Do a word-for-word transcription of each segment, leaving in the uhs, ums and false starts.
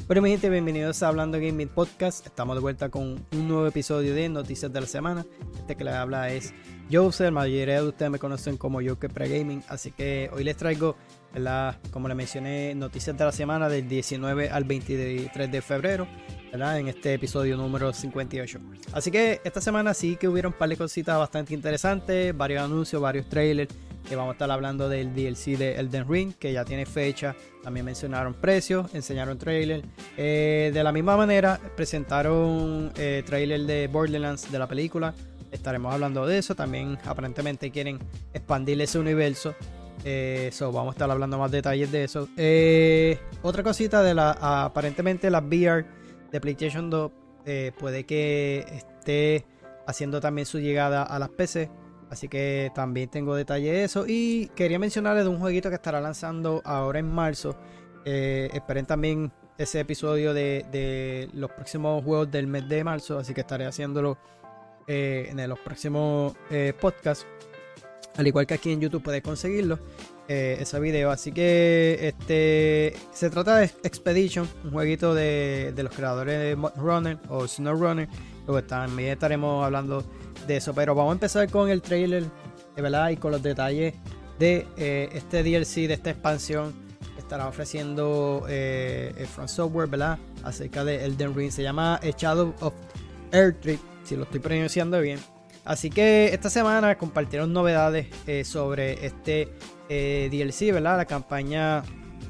Bueno, mi gente, bienvenidos a Hablando Gaming Podcast. Estamos de vuelta con un nuevo episodio de Noticias de la Semana. Este que les habla es Jose, la mayoría de ustedes me conocen como Joker Pre-Gaming. Así que hoy les traigo, ¿verdad?, como les mencioné, Noticias de la Semana del diecinueve al veintitrés de febrero, ¿verdad?, en este episodio número cincuenta y ocho. Así que esta semana sí que hubieron un par de cositas bastante interesantes, varios anuncios, varios trailers. Que vamos a estar hablando del D L C de Elden Ring, que ya tiene fecha. También mencionaron precios, enseñaron trailer. Eh, de la misma manera, presentaron eh, trailer de Borderlands, de la película. Estaremos hablando de eso. También aparentemente quieren expandir ese universo. Eh, so, vamos a estar hablando más detalles de eso. Eh, otra cosita de la, aparentemente la V R de PlayStation dos eh, puede que esté haciendo también su llegada a las P C. Así que también tengo detalle de eso. Y quería mencionarles de un jueguito que estará lanzando ahora en marzo. Eh, esperen también ese episodio de, de los próximos juegos del mes de marzo. Así que estaré haciéndolo eh, en los próximos eh, podcasts. Al igual que aquí en YouTube puedes conseguirlo. Eh, ese video. Así que este se trata de Expedition. Un jueguito de, de los creadores de Mud Runner o Snow Runner. Luego también estaremos hablando de eso, pero vamos a empezar con el trailer, ¿verdad? Y con los detalles de eh, este D L C, de esta expansión que estará ofreciendo eh, From Software, ¿verdad? Acerca de Elden Ring. Se llama Shadow of Erdtree, si lo estoy pronunciando bien. Así que esta semana compartieron novedades eh, sobre este eh, D L C, ¿verdad? La campaña,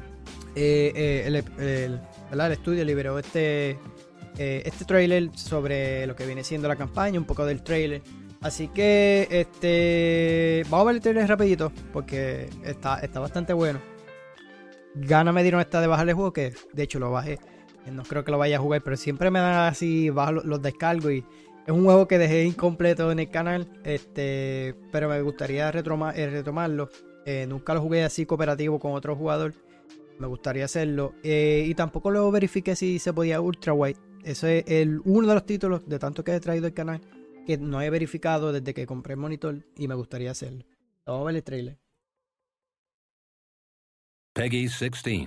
eh, eh, el, el, ¿verdad? El estudio liberó este Eh, este trailer sobre lo que viene siendo la campaña, un poco del trailer. Así que este vamos a ver el trailer rapidito porque está, está bastante bueno. Ganas me dieron esta de bajar el juego, que de hecho lo bajé. No creo que lo vaya a jugar, pero siempre me da así, bajo los, los descargos, y es un juego que dejé incompleto en el canal. Este, pero me gustaría retomar, eh, retomarlo. Eh, nunca lo jugué así cooperativo con otro jugador. Me gustaría hacerlo. Eh, y tampoco lo verifiqué si se podía ultra wide. Ese es el, uno de los títulos de tanto que he traído al canal que no he verificado desde que compré el monitor y me gustaría hacerlo. Vamos a ver el trailer. Peggy sixteen.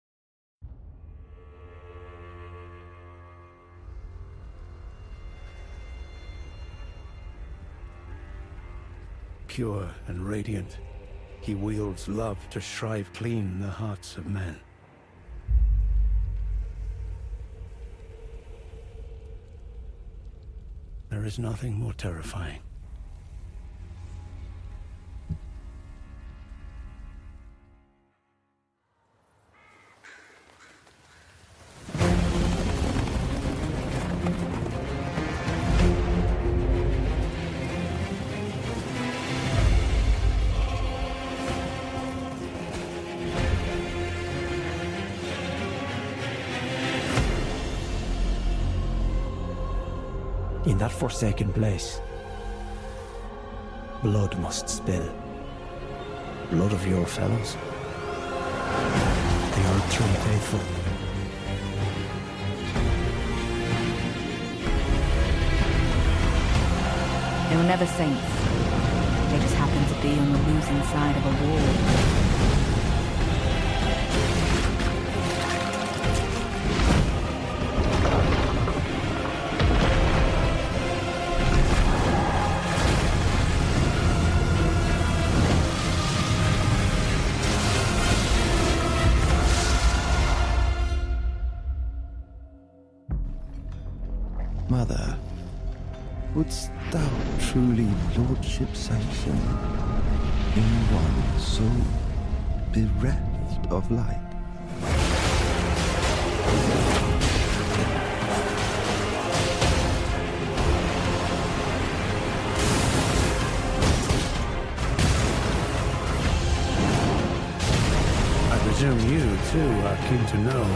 Pure and radiant, he wields love to shrive clean the hearts of men. There is nothing more terrifying. In that forsaken place, blood must spill. Blood of your fellows. The Erdtree faithful. They were never saints. They just happened to be on the losing side of a war. Mother, wouldst thou truly lordship sanction in one so bereft of light? I presume you, too, are keen to know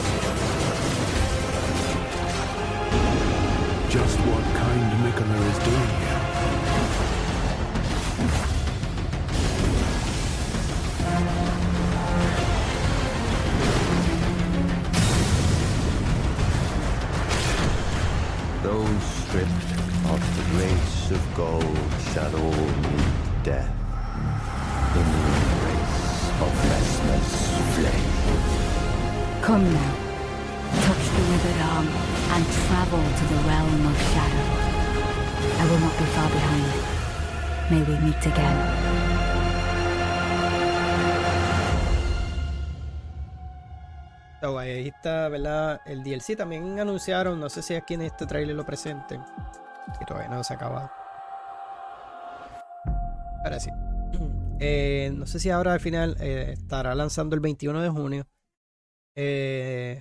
just what kind Miquella is doing here. Those stripped of the grace of gold shall all meet death in the embrace of restless flame. Come now, touch the and travel to the realm of shadow. I will not be far behind. May we meet again. So, ahí está, ¿verdad? El D L C también anunciaron, no sé si aquí en este trailer lo presenten, que todavía no se ha acabado. Ahora sí. Eh, no sé si ahora al final eh, estará lanzando el veintiuno de junio. Eh,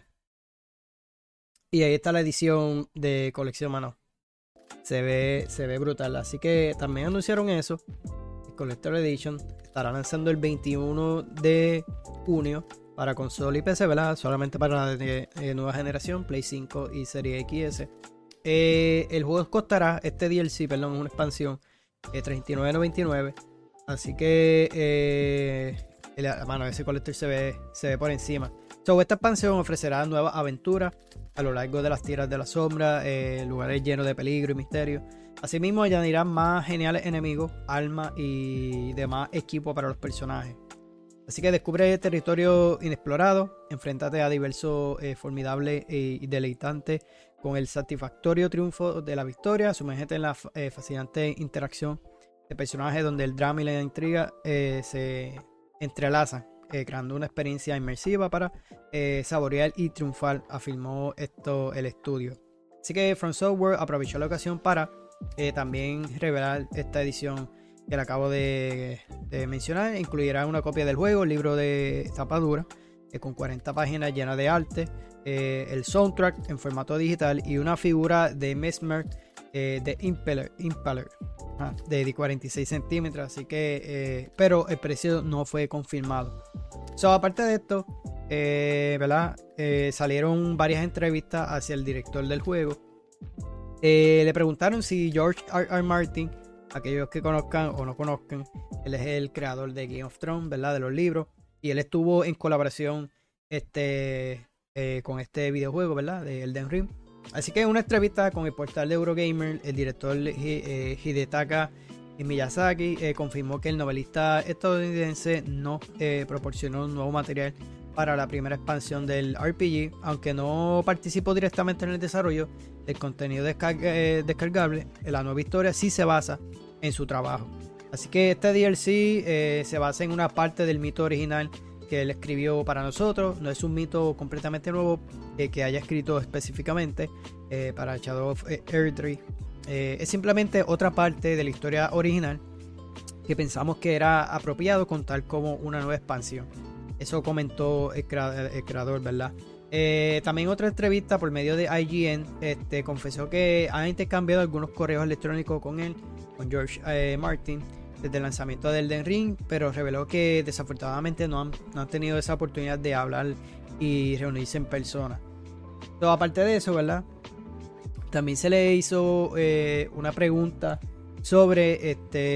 y ahí está la edición de colección, mano. Se ve, se ve brutal. Así que también anunciaron eso. El Collector Edition estará lanzando el veintiuno de junio para consola y P C, ¿verdad? Solamente para la de, de nueva generación, Play cinco y Serie X S. Eh, el juego costará, este D L C, perdón, es una expansión, eh, treinta y nueve noventa y nueve. Así que, eh, el, mano, ese Collector se ve, se ve por encima. So, esta expansión ofrecerá nuevas aventuras a lo largo de las tierras de la sombra, eh, lugares llenos de peligro y misterio. Asimismo, añadirán más geniales enemigos, armas y demás equipo para los personajes. Así que descubre territorio inexplorado, enfréntate a diversos eh, formidables y deleitantes con el satisfactorio triunfo de la victoria, sumérgete en la eh, fascinante interacción de personajes donde el drama y la intriga eh, se entrelazan, eh, creando una experiencia inmersiva para eh, saborear y triunfar, afirmó esto el estudio. Así que From Software aprovechó la ocasión para eh, también revelar esta edición que le acabo de, de mencionar. Incluirá una copia del juego, el libro de tapa dura, eh, con cuarenta páginas llenas de arte, eh, el soundtrack en formato digital y una figura de Mesmer eh, de Impaler, Impaler ah, de cuarenta y seis centímetros. Así que, eh, pero el precio no fue confirmado. So, aparte de esto, eh, ¿verdad? Eh, salieron varias entrevistas hacia el director del juego. Eh, le preguntaron si George R R. Martin, aquellos que conozcan o no conozcan, él es el creador de Game of Thrones, ¿verdad? De los libros. Y él estuvo en colaboración este, eh, con este videojuego, ¿verdad? De Elden Ring. Así que en una entrevista con el portal de Eurogamer, el director eh, Hidetaka Miyazaki eh, confirmó que el novelista estadounidense no eh, proporcionó nuevo material para la primera expansión del R P G, aunque no participó directamente en el desarrollo del contenido descarg eh, descargable. La nueva historia sí se basa en su trabajo. Así que este D L C eh, se basa en una parte del mito original que él escribió para nosotros. No es un mito completamente nuevo eh, que haya escrito específicamente eh, para Shadow of Erdtree. Eh, es simplemente otra parte de la historia original que pensamos que era apropiado contar como una nueva expansión. Eso comentó el, crea el creador, ¿verdad? Eh, también otra entrevista por medio de I G N este, confesó que ha intercambiado algunos correos electrónicos con él, con George eh, Martin, desde el lanzamiento del Elden Ring, pero reveló que desafortunadamente no han, no han tenido esa oportunidad de hablar y reunirse en persona. Pero aparte de eso, ¿verdad? También se le hizo eh, una pregunta sobre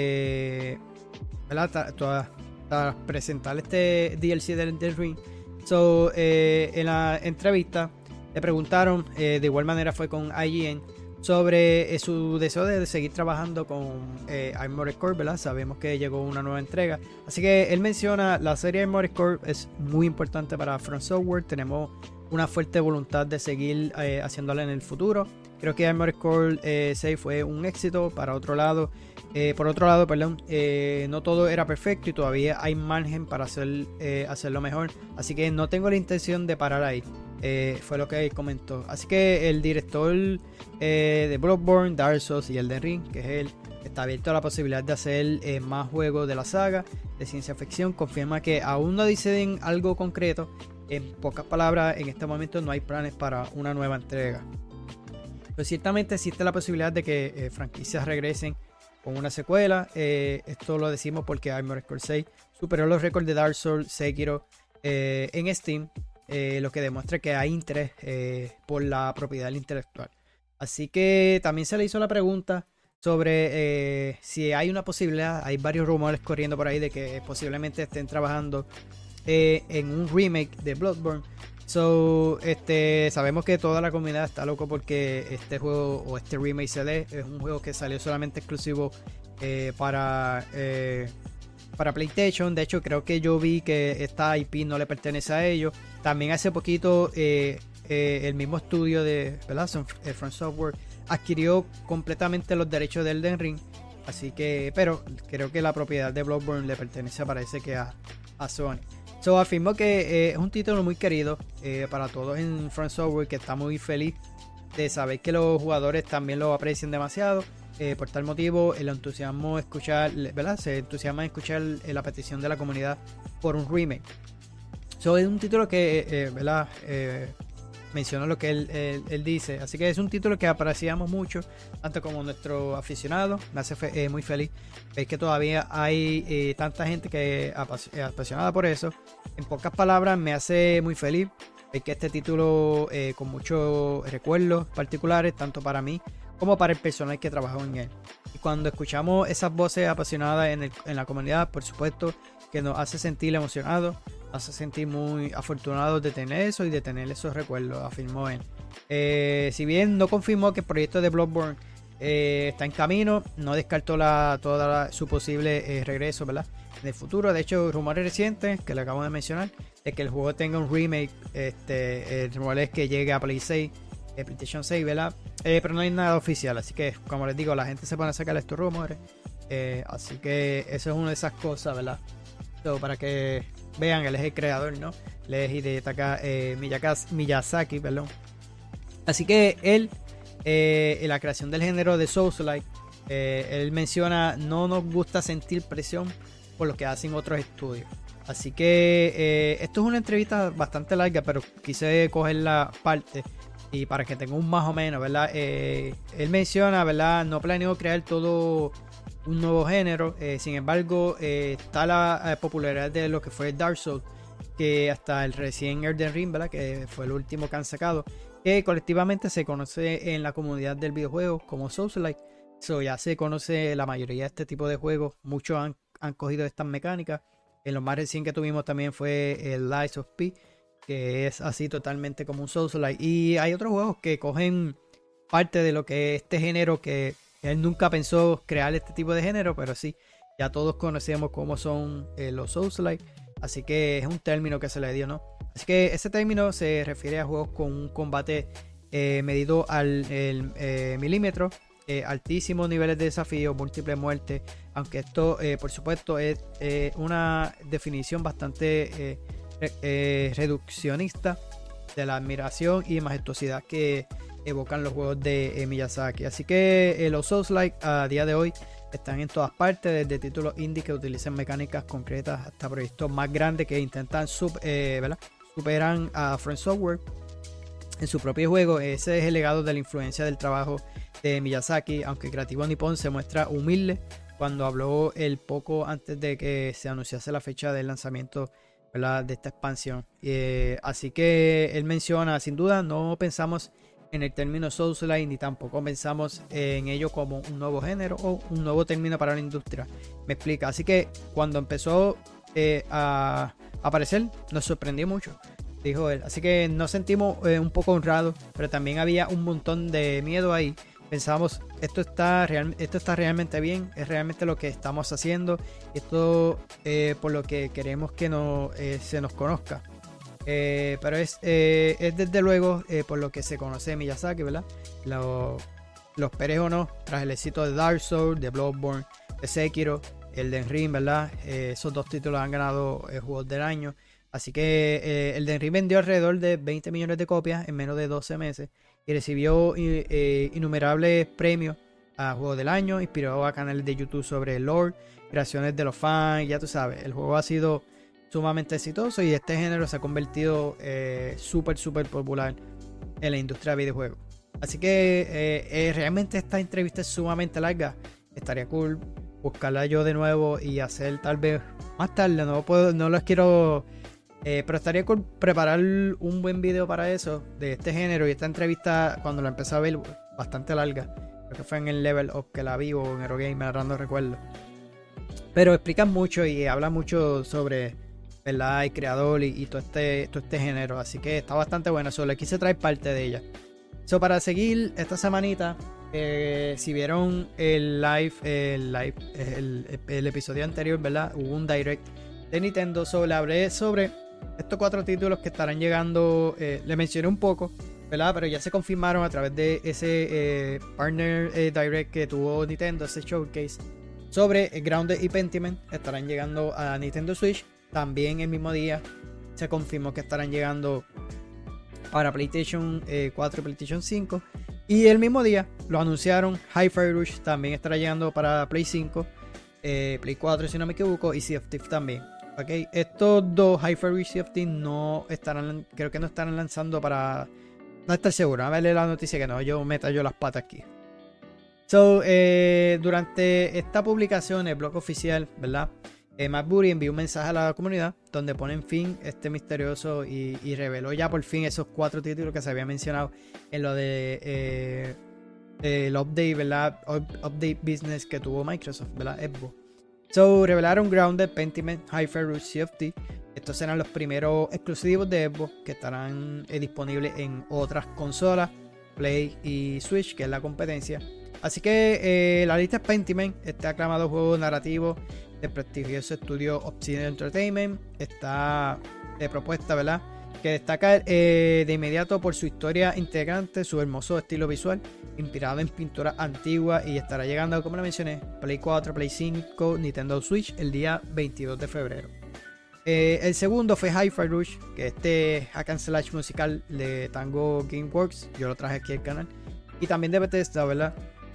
este, ¿verdad? Toda, para presentar este D L C del Elden Ring. So, eh, en la entrevista le preguntaron, eh, de igual manera fue con I G N, sobre eh, su deseo de, de seguir trabajando con eh, Armored Core, ¿verdad? Sabemos que llegó una nueva entrega. Así que él menciona, la serie Armored Core es muy importante para From Software. Tenemos una fuerte voluntad de seguir eh, haciéndola en el futuro. Creo que Armored Core eh, seis fue un éxito. Para otro lado, eh, por otro lado, perdón, eh, no todo era perfecto y todavía hay margen para hacer, eh, hacerlo mejor. Así que no tengo la intención de parar ahí. Eh, fue lo que él comentó. Así que el director eh, de Bloodborne, Dark Souls y Elden Ring, que es él, está abierto a la posibilidad de hacer eh, más juegos de la saga de ciencia ficción. Confirma que aún no dicen algo concreto. En pocas palabras, en este momento no hay planes para una nueva entrega. Pero ciertamente existe la posibilidad de que eh, franquicias regresen con una secuela. Eh, esto lo decimos porque Armored Core seis superó los récords de Dark Souls, Sekiro eh, en Steam. Eh, lo que demuestra que hay interés eh, por la propiedad intelectual. Así que también se le hizo la pregunta sobre eh, si hay una posibilidad, hay varios rumores corriendo por ahí de que posiblemente estén trabajando eh, en un remake de Bloodborne. So, este, sabemos que toda la comunidad está loco porque este juego o este remake se dé. Es un juego que salió solamente exclusivo eh, para... Eh, para PlayStation. De hecho, creo que yo vi que esta I P no le pertenece a ellos. También hace poquito eh, eh, el mismo estudio de, ¿verdad? eh, From Software adquirió completamente los derechos de Elden Ring, así que, pero creo que la propiedad de Bloodborne le pertenece, parece que a, a Sony. So, afirmo que eh, es un título muy querido eh, para todos en From Software, que está muy feliz de saber que los jugadores también lo aprecian demasiado. Eh, por tal motivo, el entusiasmo escuchar, ¿verdad? Se entusiasma en escuchar eh, la petición de la comunidad por un remake. So, es un título que, eh, ¿verdad? Eh, menciona lo que él, él, él dice. Así que es un título que apreciamos mucho, tanto como nuestro aficionado. Me hace fe, eh, muy feliz ver que todavía hay eh, tanta gente que es apasionada por eso. En pocas palabras, me hace muy feliz ver que este título eh, con muchos recuerdos particulares, tanto para mí como para el personal que trabajó en él. Y cuando escuchamos esas voces apasionadas en, el, en la comunidad, por supuesto que nos hace sentir emocionados, nos hace sentir muy afortunados de tener eso y de tener esos recuerdos, afirmó él. Eh, si bien no confirmó que el proyecto de Bloodborne eh, está en camino, no descartó la, toda la, su posible eh, regreso, ¿verdad? En el futuro. De hecho, rumores recientes que le acabo de mencionar de que el juego tenga un remake, este, el rumor es que llegue a Play seis, eh, PlayStation seis, ¿verdad? Eh, pero no hay nada oficial, así que como les digo, la gente se pone a sacar estos rumores, eh, así que eso es una de esas cosas, ¿verdad? So, para que vean, él es el creador, ¿no? Él es Hidetaka eh, Miyazaki, perdón. Así que él, eh, en la creación del género de Souls-like, eh, él menciona: no nos gusta sentir presión por lo que hacen otros estudios. Así que eh, esto es una entrevista bastante larga, pero quise coger la parte y para que tenga un más o menos, ¿verdad? Eh, él menciona, ¿verdad? No planeo crear todo un nuevo género, eh, sin embargo eh, está la eh, popularidad de lo que fue Dark Souls, que hasta el recién Elden Ring, ¿verdad? Que fue el último que han sacado, que colectivamente se conoce en la comunidad del videojuego como Souls-like. So, ya se conoce la mayoría de este tipo de juegos, muchos han, han cogido estas mecánicas. En lo más recién que tuvimos también fue el Lies of P, que es así totalmente como un Souls-like, y hay otros juegos que cogen parte de lo que es este género, que él nunca pensó crear este tipo de género, pero sí, ya todos conocemos cómo son eh, los Souls-like, así que es un término que se le dio, ¿no? Así que ese término se refiere a juegos con un combate eh, medido al el, eh, milímetro, eh, altísimos niveles de desafío, múltiples muertes, aunque esto eh, por supuesto es eh, una definición bastante eh, re, eh, reduccionista de la admiración y majestuosidad que evocan los juegos de eh, Miyazaki. Así que eh, los Souls-like a día de hoy están en todas partes, desde títulos indie que utilizan mecánicas concretas hasta proyectos más grandes que intentan sub, eh, ¿verdad? superan a From Software en su propio juego. Ese es el legado de la influencia del trabajo de Miyazaki, aunque Creativo Nippon se muestra humilde cuando habló el poco antes de que se anunciase la fecha del lanzamiento, ¿verdad? De esta expansión. Eh, así que él menciona: sin duda no pensamos en el término Souls-like ni tampoco pensamos en ello como un nuevo género o un nuevo término para la industria. Me explica. Así que cuando empezó eh, a aparecer nos sorprendió mucho, dijo él. Así que nos sentimos eh, un poco honrados, pero también había un montón de miedo ahí. Pensábamos, esto está, real, esto está realmente bien, es realmente lo que estamos haciendo, esto eh, por lo que queremos que no, eh, se nos conozca. Eh, pero es, eh, es desde luego eh, por lo que se conoce de Miyazaki, ¿verdad? Lo, los Pérez o no, tras el éxito de Dark Souls, de Bloodborne, de Sekiro, Elden Ring, ¿verdad? Eh, esos dos títulos han ganado eh, juegos del año. Así que eh, Elden Ring vendió alrededor de veinte millones de copias en menos de doce meses y recibió eh, innumerables premios a Juego del Año. Inspiró a canales de YouTube sobre el lore, creaciones de los fans. Ya tú sabes, el juego ha sido sumamente exitoso y este género se ha convertido eh, súper súper popular en la industria de videojuegos. Así que eh, eh, realmente esta entrevista es sumamente larga. Estaría cool buscarla yo de nuevo y hacer tal vez más tarde. No puedo, no los quiero, eh, pero estaría cool preparar un buen video para eso, de este género. Y esta entrevista, cuando la empecé a ver, bastante larga, creo que fue en el Level Up que la vi o en Eurogamer, ahora no recuerdo, pero explican mucho y hablan mucho sobre, ¿verdad?, el creador y, y todo este todo este género. Así que está bastante bueno. Solo le quise traer parte de ella. So, para seguir esta semanita, eh, si vieron el live, el live, el, el episodio anterior, ¿verdad? Hubo un direct de Nintendo. So, le hablé sobre estos cuatro títulos que estarán llegando, eh, le mencioné un poco, ¿verdad? Pero ya se confirmaron a través de ese eh, Partner eh, Direct que tuvo Nintendo, ese showcase, sobre Grounded y Pentiment. Estarán llegando a Nintendo Switch. También el mismo día se confirmó que estarán llegando para PlayStation eh, cuatro y PlayStation cinco. Y el mismo día lo anunciaron, Hi-Fi Rush también estará llegando para Play cinco, eh, Play cuatro si no me equivoco, y Sea of Thieves también. Okay. Estos dos, Hi-Fi Rush y Sea of Thieves, no estarán, creo que no estarán lanzando para... No estoy seguro, a verle la noticia que no, yo meta yo las patas aquí. So, eh, durante esta publicación, el blog oficial, ¿verdad? Eh, Matt Booty envió un mensaje a la comunidad donde pone en fin este misterioso y, y reveló ya por fin esos cuatro títulos que se había mencionado en lo de eh, el update, ¿verdad? Update business que tuvo Microsoft, ¿verdad? Xbox. So, revelaron Grounded, Pentiment, Hi-Fi Rush, Sea of Thieves. Estos serán los primeros exclusivos de Xbox que estarán eh, disponibles en otras consolas, Play y Switch, que es la competencia. Así que eh, la lista es Pentiment, este aclamado juego narrativo de prestigioso estudio Obsidian Entertainment. Está de propuesta, ¿verdad? Que destaca eh, de inmediato por su historia integrante, su hermoso estilo visual, inspirado en pinturas antiguas, y estará llegando, como le mencioné, Play cuatro, Play cinco, Nintendo Switch el día veintidós de febrero. Eh, el segundo fue Hi-Fi Rush, que este hack and slash musical de Tango Gameworks, yo lo traje aquí al canal, y también de Bethesda, ¿verdad?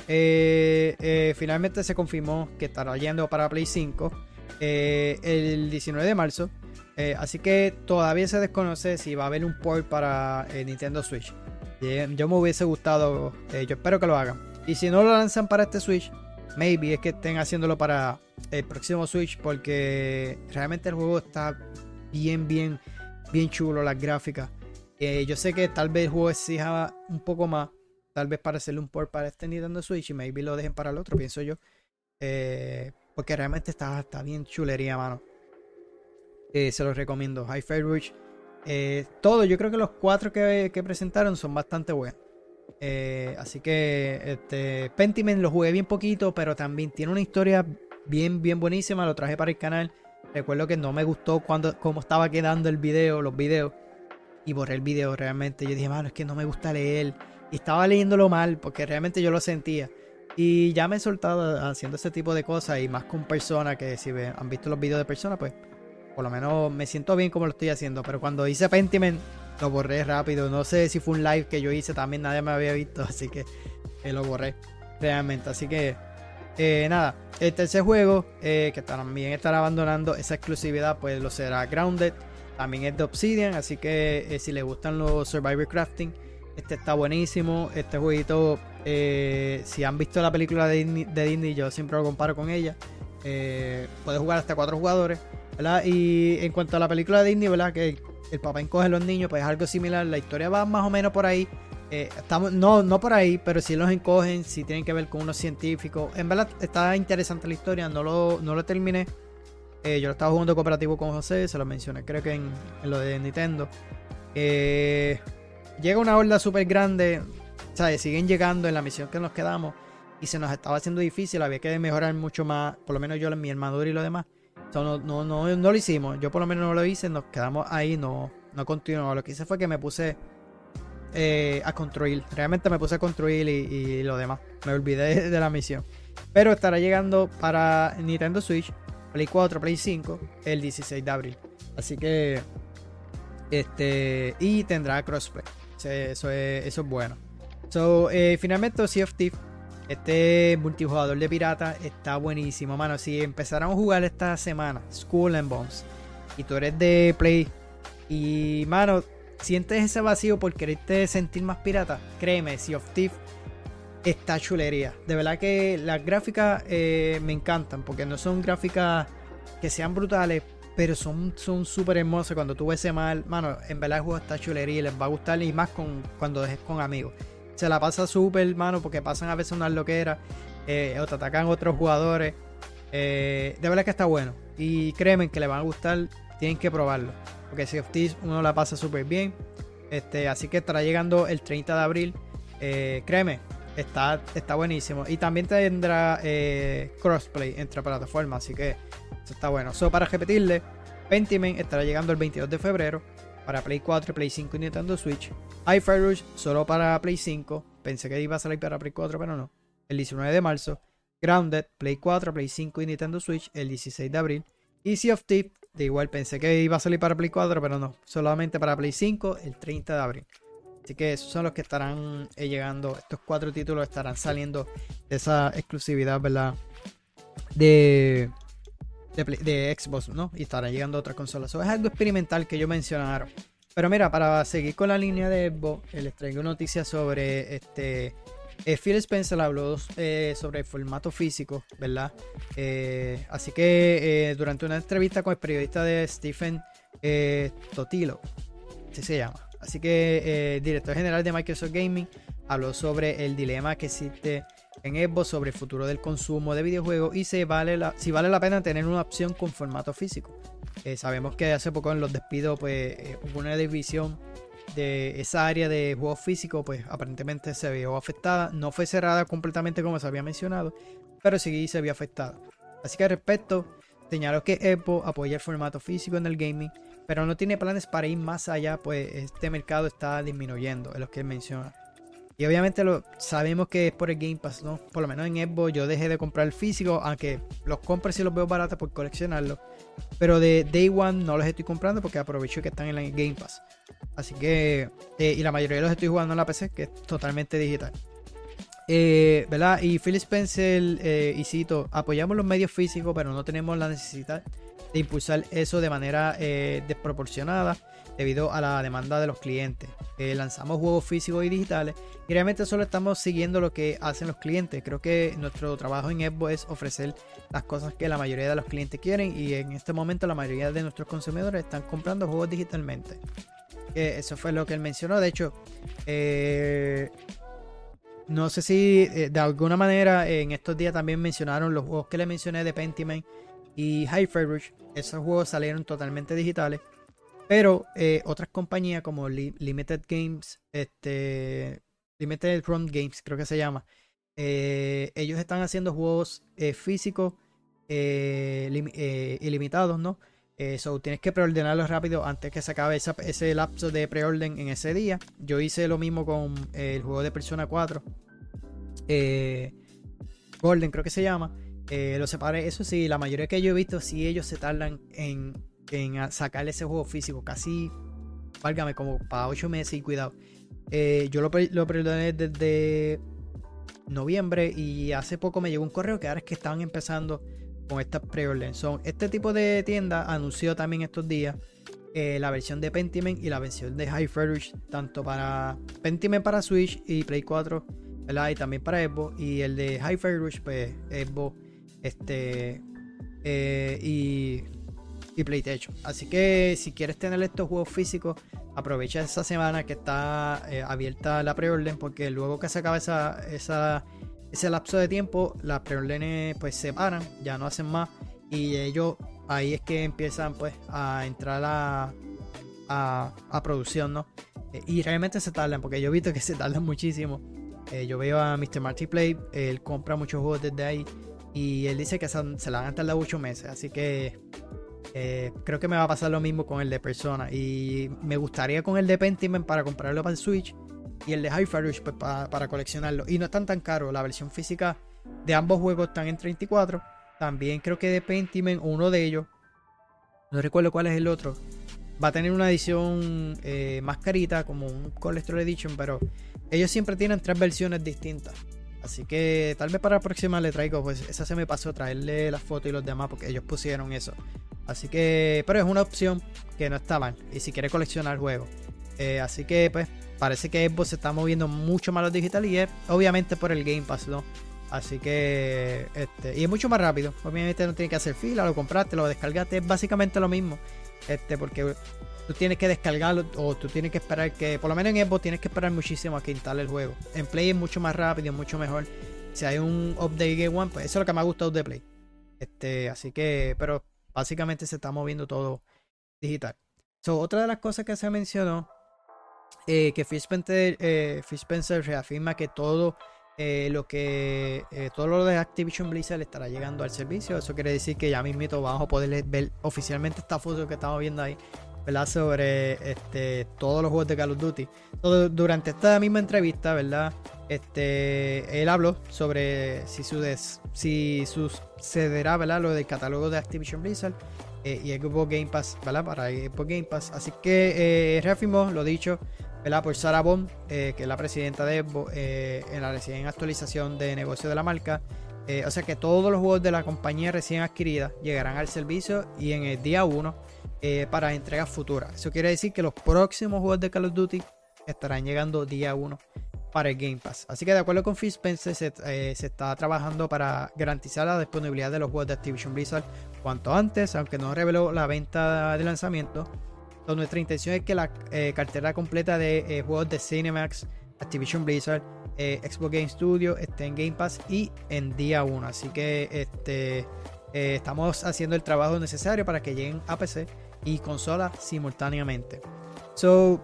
Eh, eh, finalmente se confirmó que estará yendo para Play cinco eh, el diecinueve de marzo, eh, así que todavía se desconoce si va a haber un port para eh, Nintendo Switch. eh, yo me hubiese gustado, eh, yo espero que lo hagan, y si no lo lanzan para este Switch, maybe es que estén haciéndolo para el próximo Switch, porque realmente el juego está bien bien bien chulo, las gráficas. eh, yo sé que tal vez el juego exija un poco más, tal vez para hacerle un port para este Nintendo Switch, y maybe lo dejen para el otro, pienso yo. Eh, porque realmente está, está bien chulería, mano. Eh, se los recomiendo. Hi-Fi Rush. Eh, todo, yo creo que los cuatro que, que presentaron son bastante buenos. Eh, así que este Pentiment lo jugué bien poquito, pero también tiene una historia bien, bien buenísima. Lo traje para el canal. Recuerdo que no me gustó cuando cómo estaba quedando el video, los videos. Y borré el video realmente. Yo dije, mano, es que no me gusta leer. Y estaba leyéndolo mal porque realmente yo lo sentía. Y ya me he soltado haciendo ese tipo de cosas, y más con personas que si ven, han visto los videos de personas, pues por lo menos me siento bien como lo estoy haciendo. Pero cuando hice Pentiment lo borré rápido. No sé si fue un live que yo hice, también nadie me había visto, así que eh, lo borré realmente. Así que eh, nada, el tercer juego eh, que también estará abandonando esa exclusividad, pues lo será Grounded. También es de Obsidian, así que eh, si les gustan los Survivor Crafting, este está buenísimo. Este jueguito, eh, si han visto la película de Disney, de Disney, yo siempre lo comparo con ella. Eh, puede jugar hasta cuatro jugadores, ¿verdad? Y en cuanto a la película de Disney, ¿verdad? Que el, el papá encoge a los niños, pues es algo similar. La historia va más o menos por ahí. Eh, estamos, no, no por ahí, pero si los encogen, si tienen que ver con unos científicos. En verdad está interesante la historia, no lo, no lo terminé. Eh, yo lo estaba jugando cooperativo con José, se lo mencioné, creo que en, en lo de Nintendo. Eh... Llega una horda súper grande, ¿sabes? Siguen llegando en la misión que nos quedamos, y se nos estaba haciendo difícil, había que mejorar mucho más, por lo menos yo en mi armadura y lo demás. So, no, no, no, no lo hicimos, yo por lo menos no lo hice, nos quedamos ahí, no, no continuó. Lo que hice fue que me puse eh, a construir, realmente me puse a construir y, y lo demás, me olvidé de, de la misión. Pero estará llegando para Nintendo Switch, Play cuatro, Play cinco el dieciséis de abril, así que este, y tendrá crossplay. Eso es, eso es bueno. So, eh, finalmente Sea of Thieves, este multijugador de pirata, está buenísimo, mano. Si empezaron a jugar esta semana Skull and Bones y tú eres de Play y, mano, sientes ese vacío por quererte sentir más pirata, créeme, Sea of Thieves está chulería. De verdad que las gráficas eh, me encantan, porque no son gráficas que sean brutales, pero son son súper hermosos. Cuando tú ves ese mal, mano, en verdad el juego está chulería y les va a gustar, y más con, cuando dejes con amigos. Se la pasa súper, mano, porque pasan a veces unas loqueras, eh, o te atacan otros jugadores. Eh, de verdad que está bueno. Y créeme que les van a gustar, tienen que probarlo. Porque Sea of Thieves uno la pasa súper bien. Este, así que estará llegando el treinta de abril. Eh, créeme, está, está buenísimo. Y también tendrá eh, crossplay entre plataformas, así que eso está bueno. So, para repetirle, Pentiment estará llegando el veintidós de febrero para Play cuatro, Play cinco y Nintendo Switch. Hi-Fi Rush solo para Play cinco. Pensé que iba a salir para Play cuatro, pero no. El diecinueve de marzo. Grounded, Play cuatro, Play cinco y Nintendo Switch el dieciséis de abril. Y Sea of Thieves, de igual pensé que iba a salir para Play cuatro, pero no. Solamente para Play cinco el treinta de abril. Así que esos son los que estarán eh, llegando. Estos cuatro títulos estarán saliendo de esa exclusividad, ¿verdad? De... De, de Xbox, ¿no? Y estará llegando a otras consolas. Eso es algo experimental que ellos mencionaron. Pero mira, para seguir con la línea de Xbox, les traigo noticias sobre este. Eh, Phil Spencer habló eh, sobre el formato físico, ¿verdad? Eh, así que eh, durante una entrevista con el periodista de Stephen eh, Totilo, así se llama. Así que eh, el director general de Microsoft Gaming habló sobre el dilema que existe en Xbox sobre el futuro del consumo de videojuegos y si vale la, si vale la pena tener una opción con formato físico. Eh, sabemos que hace poco en los despidos pues eh, hubo una división de esa área de juegos físicos, pues aparentemente se vio afectada. No fue cerrada completamente como se había mencionado, pero sí se vio afectada. Así que al respecto, señaló que Xbox apoya el formato físico en el gaming, pero no tiene planes para ir más allá, pues este mercado está disminuyendo, es lo que él menciona. Y obviamente lo sabemos que es por el Game Pass, ¿no? Por lo menos en Xbox yo dejé de comprar el físico, aunque los compro si los veo baratos por coleccionarlos. Pero de Day One no los estoy comprando porque aprovecho que están en el Game Pass. Así que, eh, y la mayoría de los estoy jugando en la P C, que es totalmente digital. Eh, ¿Verdad? Y Phil Spencer eh, y cito, apoyamos los medios físicos, pero no tenemos la necesidad de impulsar eso de manera eh, desproporcionada debido a la demanda de los clientes. Eh, lanzamos juegos físicos y digitales y realmente solo estamos siguiendo lo que hacen los clientes. Creo que nuestro trabajo en Xbox es ofrecer las cosas que la mayoría de los clientes quieren y en este momento la mayoría de nuestros consumidores están comprando juegos digitalmente. Eh, eso fue lo que él mencionó. De hecho, eh, no sé si eh, de alguna manera eh, en estos días también mencionaron los juegos que le mencioné de Pentiment y Hi-Fi Rush. Esos juegos salieron totalmente digitales. Pero eh, otras compañías como Li- Limited Games, este, Limited Run Games creo que se llama, eh, ellos están haciendo juegos eh, físicos eh, lim- eh, ilimitados, ¿no? Eh, so tienes que preordenarlos rápido antes que se acabe esa, ese lapso de preorden en ese día. Yo hice lo mismo con eh, el juego de Persona cuatro, eh, Golden creo que se llama. Eh, lo separé, eso sí, la mayoría que yo he visto, sí ellos se tardan en... en sacarle ese juego físico casi, válgame, como para ocho meses y cuidado. Eh, yo lo, lo perdoné desde noviembre y hace poco me llegó un correo que ahora es que estaban empezando con estas pre-order. Son este tipo de tienda anunció también estos días eh, la versión de Pentiment y la versión de Hi-Fi Rush, tanto para Pentiment para Switch y Play cuatro, ¿verdad? Y también para Xbox, y el de Hi-Fi Rush pues Xbox este eh, y y PlayStation. Así que si quieres tener estos juegos físicos, aprovecha esa semana que está eh, abierta la preorden, porque luego que se acaba esa, esa, ese lapso de tiempo, las preórdenes pues se paran, ya no hacen más, y ellos ahí es que empiezan pues a entrar a, a, a producción, ¿no? Eh, y realmente se tardan, porque yo he visto que se tardan muchísimo. Eh, yo veo a mister Marty Play, él compra muchos juegos desde ahí y él dice que se, se la van a tardar ocho meses, así que Eh, creo que me va a pasar lo mismo con el de Persona, y me gustaría con el de Pentiment para comprarlo para el Switch y el de Hi-Fi Rush pues, para, para coleccionarlo, y no están tan caros. La versión física de ambos juegos están en treinta y cuatro. También creo que de Pentiment, uno de ellos, no recuerdo cuál es el otro, va a tener una edición eh, más carita, como un Collector Edition, pero ellos siempre tienen tres versiones distintas. Así que tal vez para la próxima le traigo, pues esa se me pasó, traerle las fotos y los demás, porque ellos pusieron eso. Así que, pero es una opción que no está mal, y si quieres coleccionar juegos. Eh, así que pues parece que Xbox se está moviendo mucho más a lo digital, y es obviamente por el Game Pass, ¿no? Así que, este, y es mucho más rápido. Obviamente no tienes que hacer fila, lo compraste, lo descargaste, es básicamente lo mismo. Este, porque tú tienes que descargarlo, o tú tienes que esperar que, por lo menos en Xbox tienes que esperar muchísimo a que instale el juego. En Play es mucho más rápido, es mucho mejor. Si hay un update Game One, pues eso es lo que me ha gustado de Play. Este, así que, pero básicamente se está moviendo todo digital. So, otra de las cosas que se mencionó, eh, que Phil Spencer, eh, Phil Spencer reafirma que todo eh, lo que eh, todo lo de Activision Blizzard estará llegando al servicio. Eso quiere decir que ya mismito vamos a poder ver oficialmente esta foto que estamos viendo ahí, ¿verdad? Sobre este, todos los juegos de Call of Duty. Todo, durante esta misma entrevista, ¿verdad? Este, él habló sobre si, su des, si sucederá, ¿verdad? Lo del catálogo de Activision Blizzard eh, y Xbox Game Pass, ¿verdad? Para Xbox Game Pass. Así que eh, reafirmó lo dicho, ¿verdad? Por Sarah Bond, eh, que es la presidenta de Xbox, eh, en la recién actualización de negocio de la marca. Eh, o sea que todos los juegos de la compañía recién adquirida llegarán al servicio y en el día uno eh, para entregas futuras. Eso quiere decir que los próximos juegos de Call of Duty estarán llegando día uno para el Game Pass. Así que de acuerdo con Phil Spencer se, eh, se está trabajando para garantizar la disponibilidad de los juegos de Activision Blizzard cuanto antes, aunque no reveló la venta de lanzamiento. Entonces, nuestra intención es que la eh, cartera completa de eh, juegos de Cinemax, Activision Blizzard, eh, Xbox Game Studio esté en Game Pass y en día uno. Así que este, eh, estamos haciendo el trabajo necesario para que lleguen a P C y consola simultáneamente. So,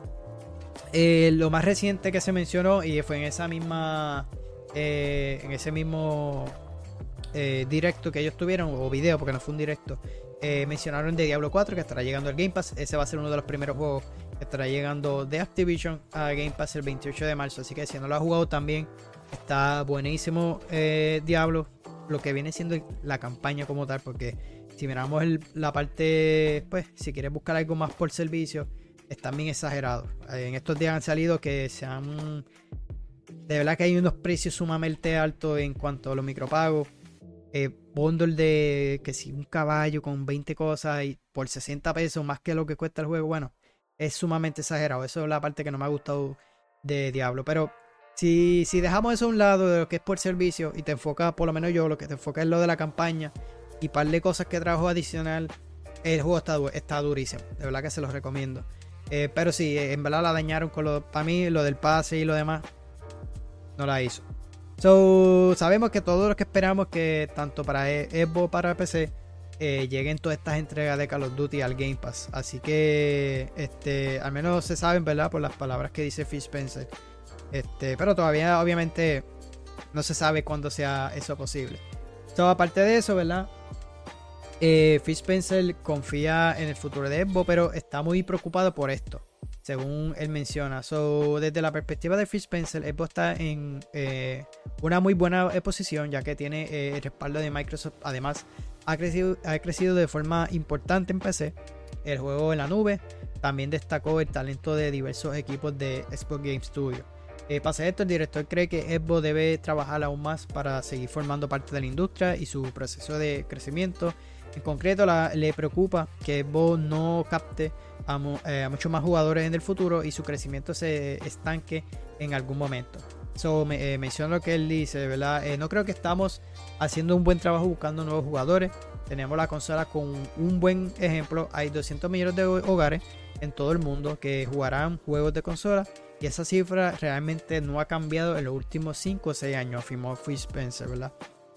Eh, lo más reciente que se mencionó y fue en esa misma eh, en ese mismo eh, directo que ellos tuvieron, o video porque no fue un directo, eh, mencionaron de Diablo cuatro que estará llegando al Game Pass. Ese va a ser uno de los primeros juegos que estará llegando de Activision a Game Pass el veintiocho de marzo, así que si no lo ha jugado también está buenísimo eh, Diablo, lo que viene siendo la campaña como tal, porque si miramos el, la parte, pues si quieres buscar algo más por servicio, están bien exagerados. En estos días han salido que se han... De verdad que hay unos precios sumamente altos en cuanto a los micropagos. Eh, bundle de que si un caballo con veinte cosas y por sesenta pesos más que lo que cuesta el juego. Bueno, es sumamente exagerado. Eso es la parte que no me ha gustado de Diablo. Pero si, si dejamos eso a un lado de lo que es por servicio y te enfocas, por lo menos yo, lo que te enfoca es lo de la campaña y par de cosas que trajo adicional, el juego está, está durísimo. De verdad que se los recomiendo. Eh, pero sí, en verdad la dañaron con lo, para mí, lo del pase y lo demás. No la hizo. So, sabemos que todo lo que esperamos que tanto para Xbox para P C eh, lleguen todas estas entregas de Call of Duty al Game Pass. Así que, este, al menos se saben, ¿verdad? Por las palabras que dice Phil Spencer. Este, pero todavía, obviamente, no se sabe cuándo sea eso posible. So, aparte de eso, ¿verdad? Eh, Phil Spencer confía en el futuro de Xbox, pero está muy preocupado por esto, según él menciona. So, desde la perspectiva de Phil Spencer, Xbox está en eh, una muy buena posición, ya que tiene eh, el respaldo de Microsoft. Además, ha crecido, ha crecido de forma importante en P C, el juego en la nube. También destacó el talento de diversos equipos de Xbox Game Studio. Eh, pase esto, el director cree que Xbox debe trabajar aún más para seguir formando parte de la industria y su proceso de crecimiento. En concreto, la, le preocupa que Xbox no capte a, eh, a muchos más jugadores en el futuro y su crecimiento se estanque en algún momento. So, me, eh, menciona lo que él dice, ¿verdad? Eh, no creo que estamos haciendo un buen trabajo buscando nuevos jugadores. Tenemos la consola con un buen ejemplo. Hay doscientos millones de hogares en todo el mundo que jugarán juegos de consola y esa cifra realmente no ha cambiado en los últimos cinco o seis años, afirmó Phil Spencer, ¿verdad?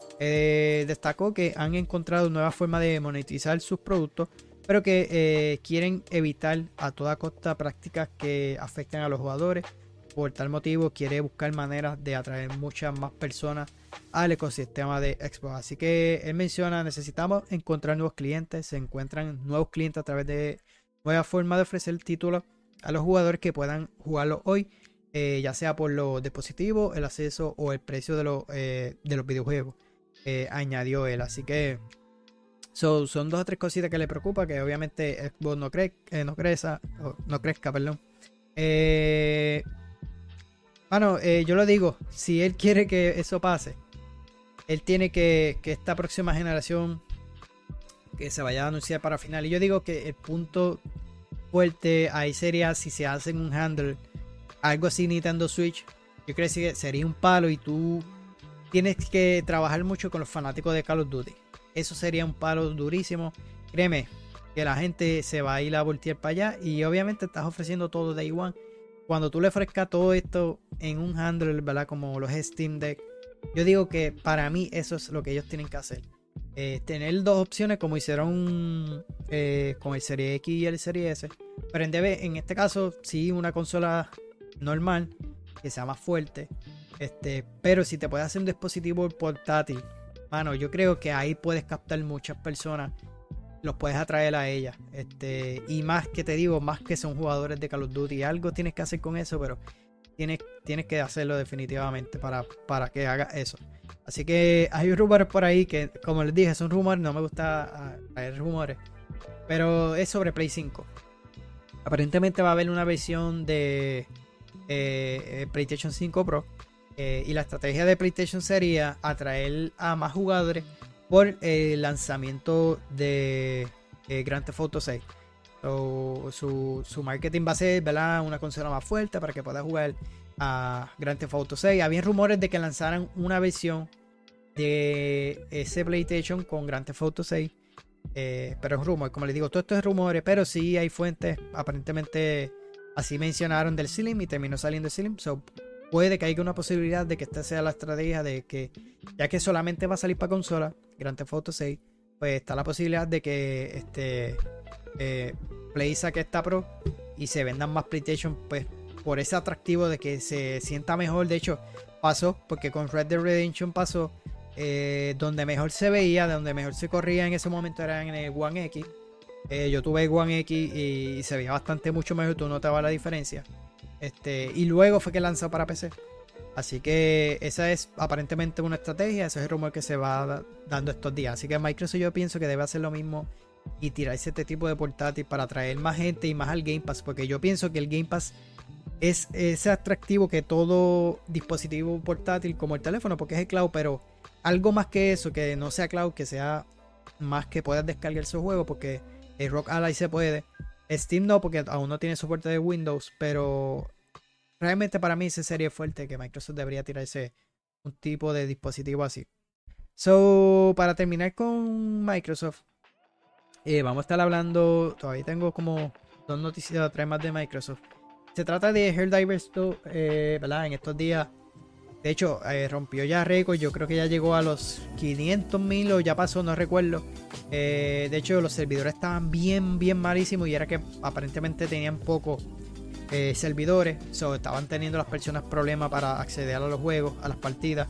Eh, destacó que han encontrado nuevas formas de monetizar sus productos, pero que eh, quieren evitar a toda costa prácticas que afecten a los jugadores. Por tal motivo quiere buscar maneras de atraer muchas más personas al ecosistema de Xbox. Así que él menciona: necesitamos encontrar nuevos clientes. Se encuentran nuevos clientes a través de nuevas formas de ofrecer títulos a los jugadores que puedan jugarlo hoy, eh, ya sea por los dispositivos, el acceso o el precio de, lo, eh, de los videojuegos. Eh, añadió él. Así que so, son dos o tres cositas que le preocupa, que obviamente Xbox no, cre eh, no, crezca, oh, no crezca, perdón. Eh, bueno, eh, yo lo digo, si él quiere que eso pase, él tiene que, que esta próxima generación que se vaya a anunciar para final. Y yo digo que el punto fuerte ahí sería si se hacen un handle, algo así Nintendo Switch. Yo creo que sería un palo y tú tienes que trabajar mucho con los fanáticos de Call of Duty. Eso sería un palo durísimo. Créeme que la gente se va a ir a voltear para allá. Y obviamente estás ofreciendo todo Day One. Cuando tú le ofrezcas todo esto en un handle, ¿verdad? Como los Steam Deck. Yo digo que para mí eso es lo que ellos tienen que hacer. Eh, tener dos opciones como hicieron eh, con el Serie X y el Serie S. Pero en, debe, en este caso sí una consola normal que sea más fuerte. Este, pero si te puedes hacer un dispositivo portátil, mano, yo creo que ahí puedes captar muchas personas, los puedes atraer a ellas. Este, y más que te digo, más que son jugadores de Call of Duty, algo tienes que hacer con eso, pero tienes, tienes que hacerlo definitivamente para, para que hagas eso. Así que hay rumores por ahí que, como les dije, son rumores, no me gusta traer rumores, pero es sobre Play cinco. Aparentemente va a haber una versión de eh, PlayStation cinco Pro, eh, y la estrategia de PlayStation sería atraer a más jugadores por el lanzamiento de eh, Grand Theft Auto seis. So, su, su marketing va a ser, ¿verdad?, una consola más fuerte para que puedas jugar a Grand Theft Auto seis. Había rumores de que lanzaran una versión de ese PlayStation con Grand Theft Auto seis, eh, pero es rumor, como les digo, todo esto es rumores, pero sí hay fuentes, aparentemente así mencionaron del Slim y terminó saliendo el Slim. So, puede que haya una posibilidad de que esta sea la estrategia, de que ya que solamente va a salir para consola Grand Theft Auto seis, pues está la posibilidad de que este eh, Play saque esta Pro y se vendan más PlayStation, pues por ese atractivo de que se sienta mejor. De hecho pasó, porque con Red Dead Redemption pasó, eh, donde mejor se veía, donde mejor se corría en ese momento era en el One X. eh, yo tuve el One X y, y se veía bastante mucho mejor, tú notabas la diferencia. Este, y luego fue que lanzó para P C. Así que esa es aparentemente una estrategia. Ese es el rumor que se va da- dando estos días. Así que Microsoft, yo pienso que debe hacer lo mismo y tirarse este tipo de portátil para atraer más gente y más al Game Pass, porque yo pienso que el Game Pass es ese atractivo que todo dispositivo portátil, como el teléfono, porque es el cloud, pero algo más que eso, que no sea cloud, que sea más que puedas descargar su juego, porque el Rock Ally se puede. Steam no, porque aún no tiene soporte de Windows, pero realmente para mí ese sería fuerte, que Microsoft debería tirarse un tipo de dispositivo así. So, para terminar con Microsoft, eh, vamos a estar hablando, todavía tengo como dos noticias, tres más de Microsoft. Se trata de Helldivers dos, eh, ¿verdad? En estos días, de hecho, eh, rompió ya récord. Yo creo que ya llegó a los quinientos mil o ya pasó, no recuerdo. Eh, de hecho, los servidores estaban bien, bien malísimos y era que aparentemente tenían pocos eh, servidores. So, estaban teniendo las personas problemas para acceder a los juegos, a las partidas.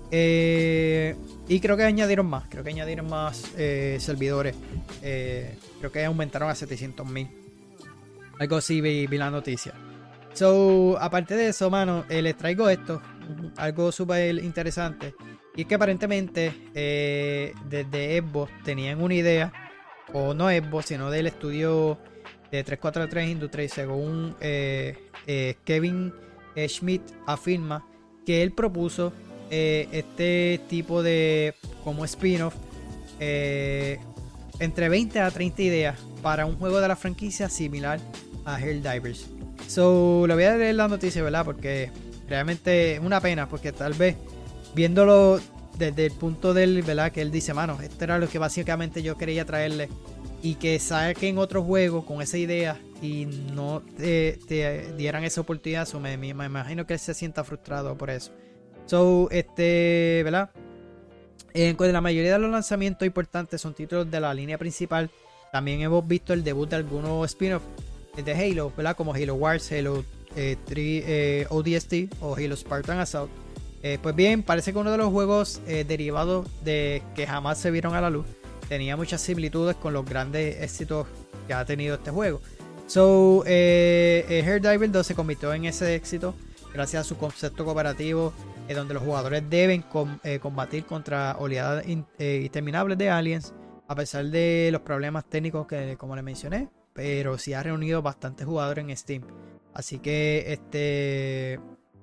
Eh, y creo que añadieron más, creo que añadieron más eh, servidores. Eh, creo que aumentaron a setecientos mil. Algo así vi, vi la noticia. So, aparte de eso, mano, eh, les traigo esto, algo súper interesante. Y es que aparentemente eh, desde Xbox tenían una idea, o no Xbox, sino del estudio de trescientos cuarenta y tres Industries, según eh, eh, Kevin eh, Schmidt afirma que él propuso eh, este tipo de como spin-off, eh, entre veinte a treinta ideas para un juego de la franquicia similar a Helldivers. So, le voy a leer la noticia, ¿verdad? Porque realmente es una pena, porque tal vez viéndolo desde el punto del, ¿verdad?, que él dice, mano, esto era lo que básicamente yo quería traerle, y que saquen otro juego con esa idea y no te, te dieran esa oportunidad. So, me, me imagino que él se sienta frustrado por eso. So, este, ¿verdad? En la mayoría de los lanzamientos importantes son títulos de la línea principal. También hemos visto el debut de algunos spin-offs de Halo, ¿verdad? Como Halo Wars, Halo eh, tres eh, O D S T o Halo Spartan Assault. Eh, pues bien, parece que uno de los juegos eh, derivados de que jamás se vieron a la luz tenía muchas similitudes con los grandes éxitos que ha tenido este juego. So, eh, eh, Helldivers dos se convirtió en ese éxito gracias a su concepto cooperativo, eh, donde los jugadores deben com- eh, combatir contra oleadas in- eh, interminables de aliens, a pesar de los problemas técnicos que, como les mencioné, pero sí ha reunido bastantes jugadores en Steam. Así que este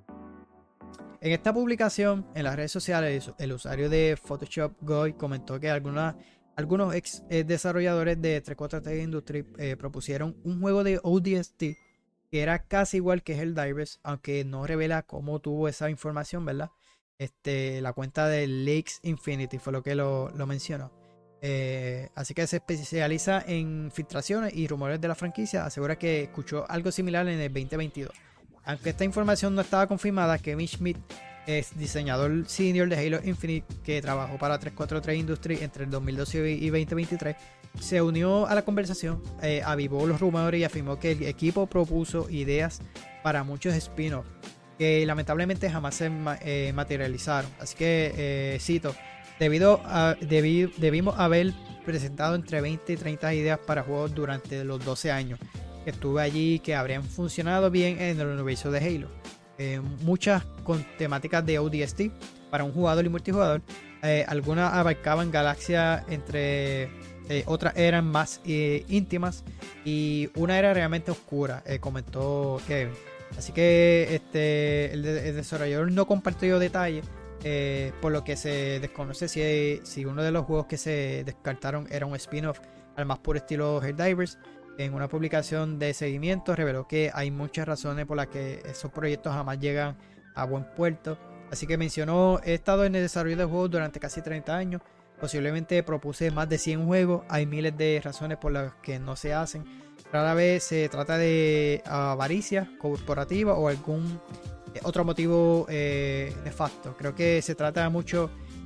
en esta publicación en las redes sociales, el usuario de Photoshop Goy comentó que alguna, algunos ex eh, desarrolladores de trescientos cuarenta y tres Industries eh, propusieron un juego de O D S T que era casi igual que Helldivers, aunque no revela cómo tuvo esa información, ¿verdad? Este, la cuenta de Lakes Infinity fue lo que lo, lo mencionó. Eh, así que se especializa en filtraciones y rumores de la franquicia. Asegura que escuchó algo similar en el veinte veintidós. Aunque esta información no estaba confirmada, Kevin Schmidt es diseñador senior de Halo Infinite que trabajó para trescientos cuarenta y tres Industries entre el dos mil doce y veinte veintitrés. Se unió a la conversación, eh, avivó los rumores y afirmó que el equipo propuso ideas para muchos spin-offs. que lamentablemente jamás se eh, materializaron. Así que eh, cito, debido a, debi, debimos haber presentado entre veinte y treinta ideas para juegos durante los doce años que estuve allí que habrían funcionado bien en el universo de Halo. Eh, muchas con temáticas de O D S T para un jugador y multijugador. Eh, algunas abarcaban galaxias, entre eh, otras eran más eh, íntimas y una era realmente oscura, eh, comentó Kevin. Así que este, el, de, el desarrollador no compartió detalles, eh, por lo que se desconoce si, si uno de los juegos que se descartaron era un spin-off al más puro estilo Helldivers. En una publicación de seguimiento reveló que hay muchas razones por las que esos proyectos jamás llegan a buen puerto. Así que mencionó, he estado en el desarrollo de juegos durante casi treinta años, posiblemente propuse más de cien juegos, hay miles de razones por las que no se hacen. Rara vez se trata de avaricia corporativa o algún otro motivo eh, nefasto. Creo que se trata mucho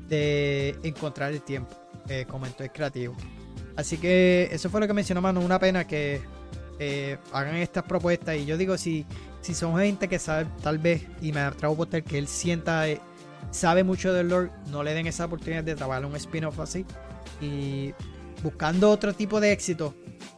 de encontrar el tiempo, eh, comentó el creativo. Así que eso fue lo que mencionó Manu. Una pena que eh, hagan estas propuestas. Y yo digo, si, si son gente que sabe, tal vez, y me atrevo a apostar que él sienta, eh, sabe mucho del lore, no le den esa oportunidad de trabajar un spin-off así. Y buscando otro tipo de éxito,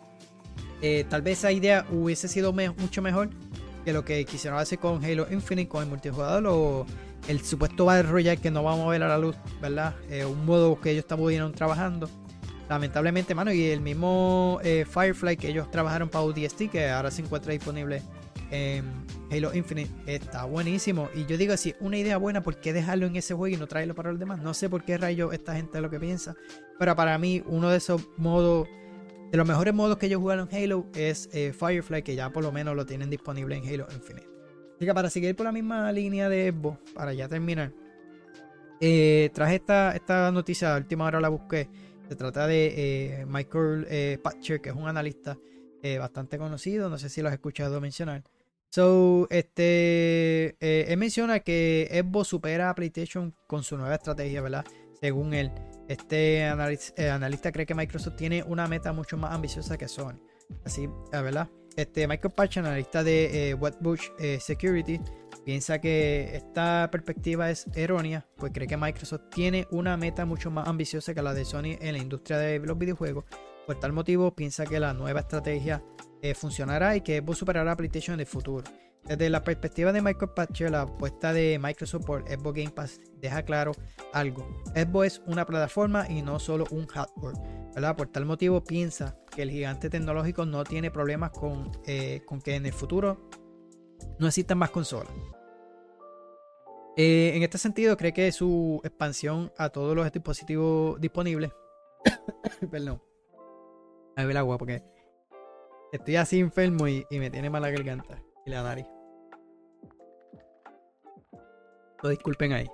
eh, tal vez esa idea hubiese sido me mucho mejor que lo que quisieron hacer con Halo Infinite, con el multijugador o el supuesto Battle Royale que no vamos a ver a la luz, ¿verdad? Eh, un modo que ellos están trabajando. Lamentablemente, mano, y el mismo eh, Firefly que ellos trabajaron para O D S T, que ahora se encuentra disponible en Halo Infinite, está buenísimo. Y yo digo, si es una idea buena, ¿por qué dejarlo en ese juego y no traerlo para los demás? No sé por qué rayos esta gente es lo que piensa, pero para mí uno de esos modos, de los mejores modos que ellos jugaron en Halo es eh, Firefly, que ya por lo menos lo tienen disponible en Halo Infinite. Así que para seguir por la misma línea de Xbox, para ya terminar, eh, traje esta, esta noticia, a última hora la busqué. Se trata de eh, Michael eh, Patcher, que es un analista eh, bastante conocido. No sé si lo has escuchado mencionar. So, este, eh, él menciona que Xbox supera a PlayStation con su nueva estrategia, ¿verdad? Según él, este analista, eh, analista cree que Microsoft tiene una meta mucho más ambiciosa que Sony. Así, ¿verdad? Este, Michael Patcher, analista de eh, Wedbush eh, Security, piensa que esta perspectiva es errónea, pues cree que Microsoft tiene una meta mucho más ambiciosa que la de Sony en la industria de los videojuegos. Por tal motivo, piensa que la nueva estrategia eh, funcionará y que Xbox superará a PlayStation en el futuro. Desde la perspectiva de Michael Patcher, la apuesta de Microsoft por Xbox Game Pass deja claro algo. Xbox es una plataforma y no solo un hardware, ¿verdad? Por tal motivo, piensa que el gigante tecnológico no tiene problemas con, eh, con que en el futuro no existan más consolas. Eh, en este sentido, cree que su expansión a todos los dispositivos disponibles. Perdón. A ver el agua porque estoy así enfermo y, y me tiene mala garganta y la nariz. No, disculpen ahí.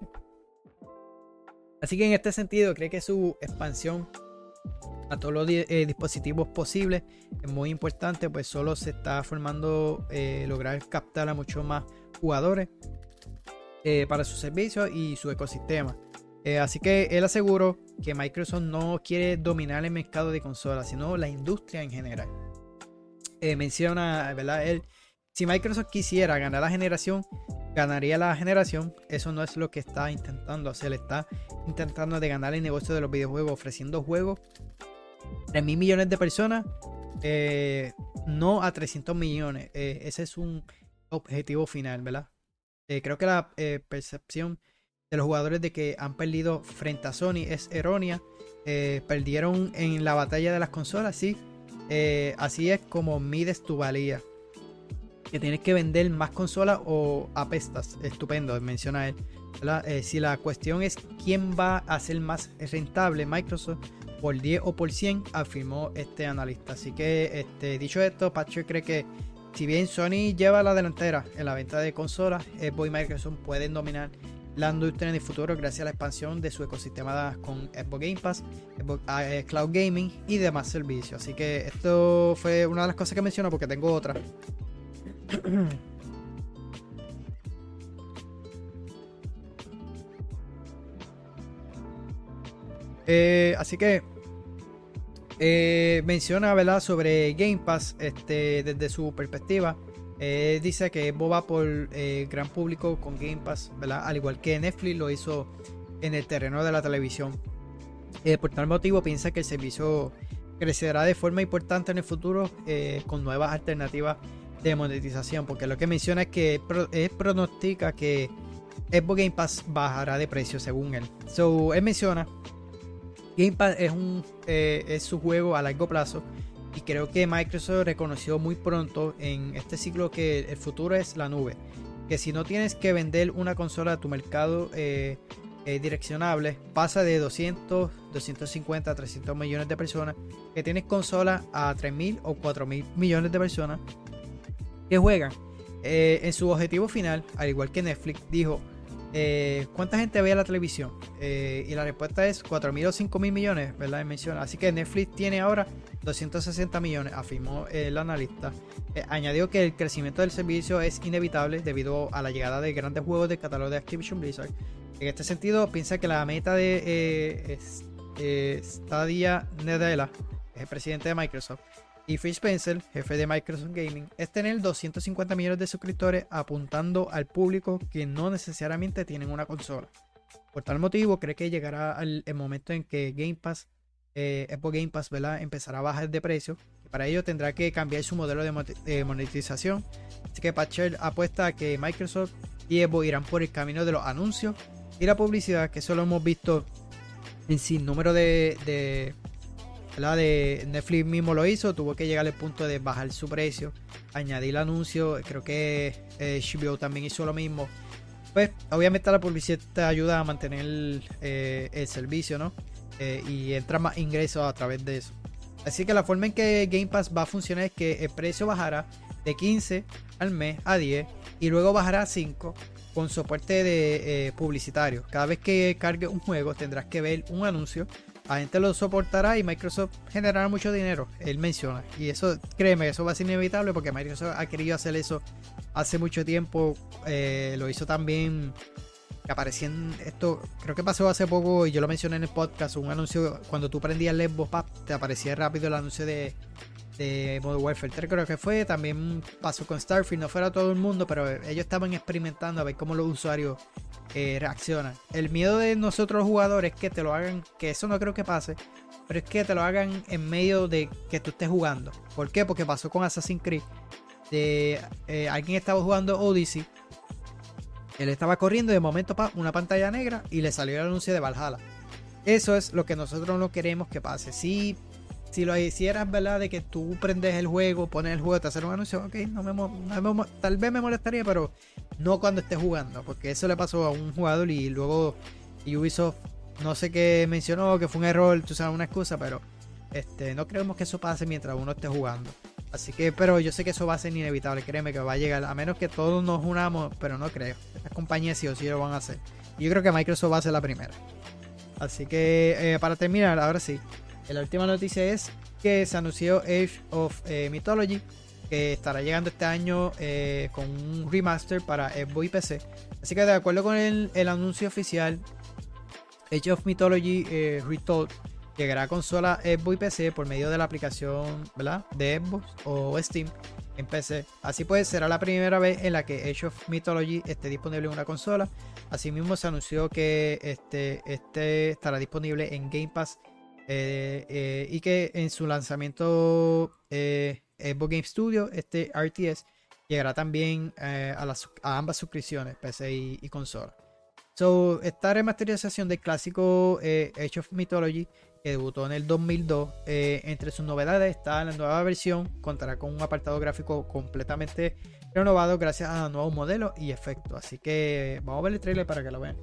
Así que en este sentido, cree que su expansión a todos los eh, dispositivos posibles es muy importante, pues solo se está formando eh, lograr captar a muchos más jugadores eh, para sus servicios y su ecosistema. Eh, así que él aseguró que Microsoft no quiere dominar el mercado de consolas, sino la industria en general. Eh, menciona, ¿verdad? Él, si Microsoft quisiera ganar la generación, ganaría la generación. Eso no es lo que está intentando hacer. Está intentando de ganar el negocio de los videojuegos, ofreciendo juegos a tres mil millones de personas, eh, no a trescientos millones. Eh, ese es un objetivo final, ¿verdad? Eh, creo que la eh, percepción de los jugadores de que han perdido frente a Sony es errónea. Eh, perdieron en la batalla de las consolas, sí. Eh, así es como mides tu valía. Que tienes que vender más consolas o apestas. Estupendo, menciona él. Eh, si la cuestión es quién va a ser más rentable, Microsoft por diez o por cien, afirmó este analista. Así que, este, dicho esto, Patcher cree que si bien Sony lleva la delantera en la venta de consolas, Xbox y Microsoft pueden dominar la industria en el futuro gracias a la expansión de su ecosistema con Xbox Game Pass, Xbox, eh, Cloud Gaming y demás servicios. Así que esto fue una de las cosas que menciono porque tengo otra. eh, así que eh, menciona, ¿verdad?, sobre Game Pass este, desde su perspectiva. Eh, dice que Xbox va por eh, gran público con Game Pass, ¿verdad? Al igual que Netflix lo hizo en el terreno de la televisión. Eh, por tal motivo piensa que el servicio crecerá de forma importante en el futuro eh, con nuevas alternativas de monetización, porque lo que menciona es que pro, él pronostica que Xbox Game Pass bajará de precio según él. So, él menciona Game Pass es, un, eh, es su juego a largo plazo, y creo que Microsoft reconoció muy pronto en este ciclo que el futuro es la nube, que si no tienes que vender una consola a tu mercado eh, eh, direccionable, pasa de doscientos, doscientos cincuenta a trescientos millones de personas, que tienes consolas a tres mil o cuatro mil millones de personas que juegan. Eh, en su objetivo final, al igual que Netflix, dijo eh, ¿cuánta gente ve la televisión? Eh, y la respuesta es cuatro mil o cinco mil millones, ¿verdad? Menciona. Así que Netflix tiene ahora doscientos sesenta millones, afirmó el analista. Eh, añadió que el crecimiento del servicio es inevitable debido a la llegada de grandes juegos del catálogo de Activision Blizzard. En este sentido, piensa que la meta de eh, es, eh, Stadia Nadella, el presidente de Microsoft, y Phil Spencer, jefe de Microsoft Gaming, es tener doscientos cincuenta millones de suscriptores apuntando al público que no necesariamente tienen una consola. Por tal motivo, cree que llegará el, el momento en que Game Pass, eh, Xbox Game Pass, ¿verdad?, empezará a bajar de precio. Y para ello tendrá que cambiar su modelo de, de monetización. Así que Patcher apuesta a que Microsoft y Xbox irán por el camino de los anuncios y la publicidad, que eso lo hemos visto en sin número de... de La de Netflix mismo lo hizo, tuvo que llegar al punto de bajar su precio, añadir anuncios. Creo que eh, H B O también hizo lo mismo. Pues obviamente la publicidad te ayuda a mantener eh, el servicio, ¿no? Eh, y entra más ingresos a través de eso. Así que la forma en que Game Pass va a funcionar es que el precio bajará de quince al mes a diez y luego bajará a cinco con soporte de eh, publicitario. Cada vez que cargue un juego tendrás que ver un anuncio. La gente lo soportará y Microsoft generará mucho dinero, él menciona. Y eso, créeme, eso va a ser inevitable porque Microsoft ha querido hacer eso hace mucho tiempo. Eh, lo hizo también, que aparecía en esto, creo que pasó hace poco y yo lo mencioné en el podcast, un anuncio cuando tú prendías el Xbox Pap, te aparecía rápido el anuncio de, de Modern Warfare tres, creo que fue. También pasó con Starfield, no fuera todo el mundo, pero ellos estaban experimentando a ver cómo los usuarios Eh, reaccionan. El miedo de nosotros los jugadores es que te lo hagan, que eso no creo que pase, pero es que te lo hagan en medio de que tú estés jugando. ¿Por qué? Porque pasó con Assassin's Creed. De, eh, alguien estaba jugando Odyssey, él estaba corriendo y de momento pa, una pantalla negra y le salió el anuncio de Valhalla. Eso es lo que nosotros no queremos que pase. Si, si lo hicieras, ¿verdad?, de que tú prendes el juego, pones el juego, te hacen un anuncio, ok, no me, no me, tal vez me molestaría, pero no cuando estés jugando, porque eso le pasó a un jugador y luego Ubisoft, no sé qué mencionó, que fue un error, tú sabes, una excusa, pero este, no creemos que eso pase mientras uno esté jugando. Así que, pero yo sé que eso va a ser inevitable, créeme que va a llegar, a menos que todos nos unamos, pero no creo. Estas compañías sí o sí lo van a hacer. Y yo creo que Microsoft va a ser la primera. Así que, eh, para terminar, ahora sí, la última noticia es que se anunció Age of eh, Mythology, que estará llegando este año eh, con un remaster para Xbox y P C. Así que de acuerdo con el, el anuncio oficial, Age of Mythology eh, Retold llegará a consola Xbox y P C por medio de la aplicación, ¿verdad?, de Xbox o Steam en P C. Así pues, será la primera vez en la que Age of Mythology esté disponible en una consola. Asimismo, se anunció que este, este estará disponible en Game Pass eh, eh, y que en su lanzamiento eh, Xbox Game Studio, este R T S, llegará también eh, a, las, a ambas suscripciones, P C y, y consola. So, esta remasterización del clásico eh, Age of Mythology, que debutó en el dos mil dos, eh, entre sus novedades está la nueva versión, contará con un apartado gráfico completamente renovado gracias a nuevos modelos y efectos. Así que vamos a ver el trailer para que lo vean.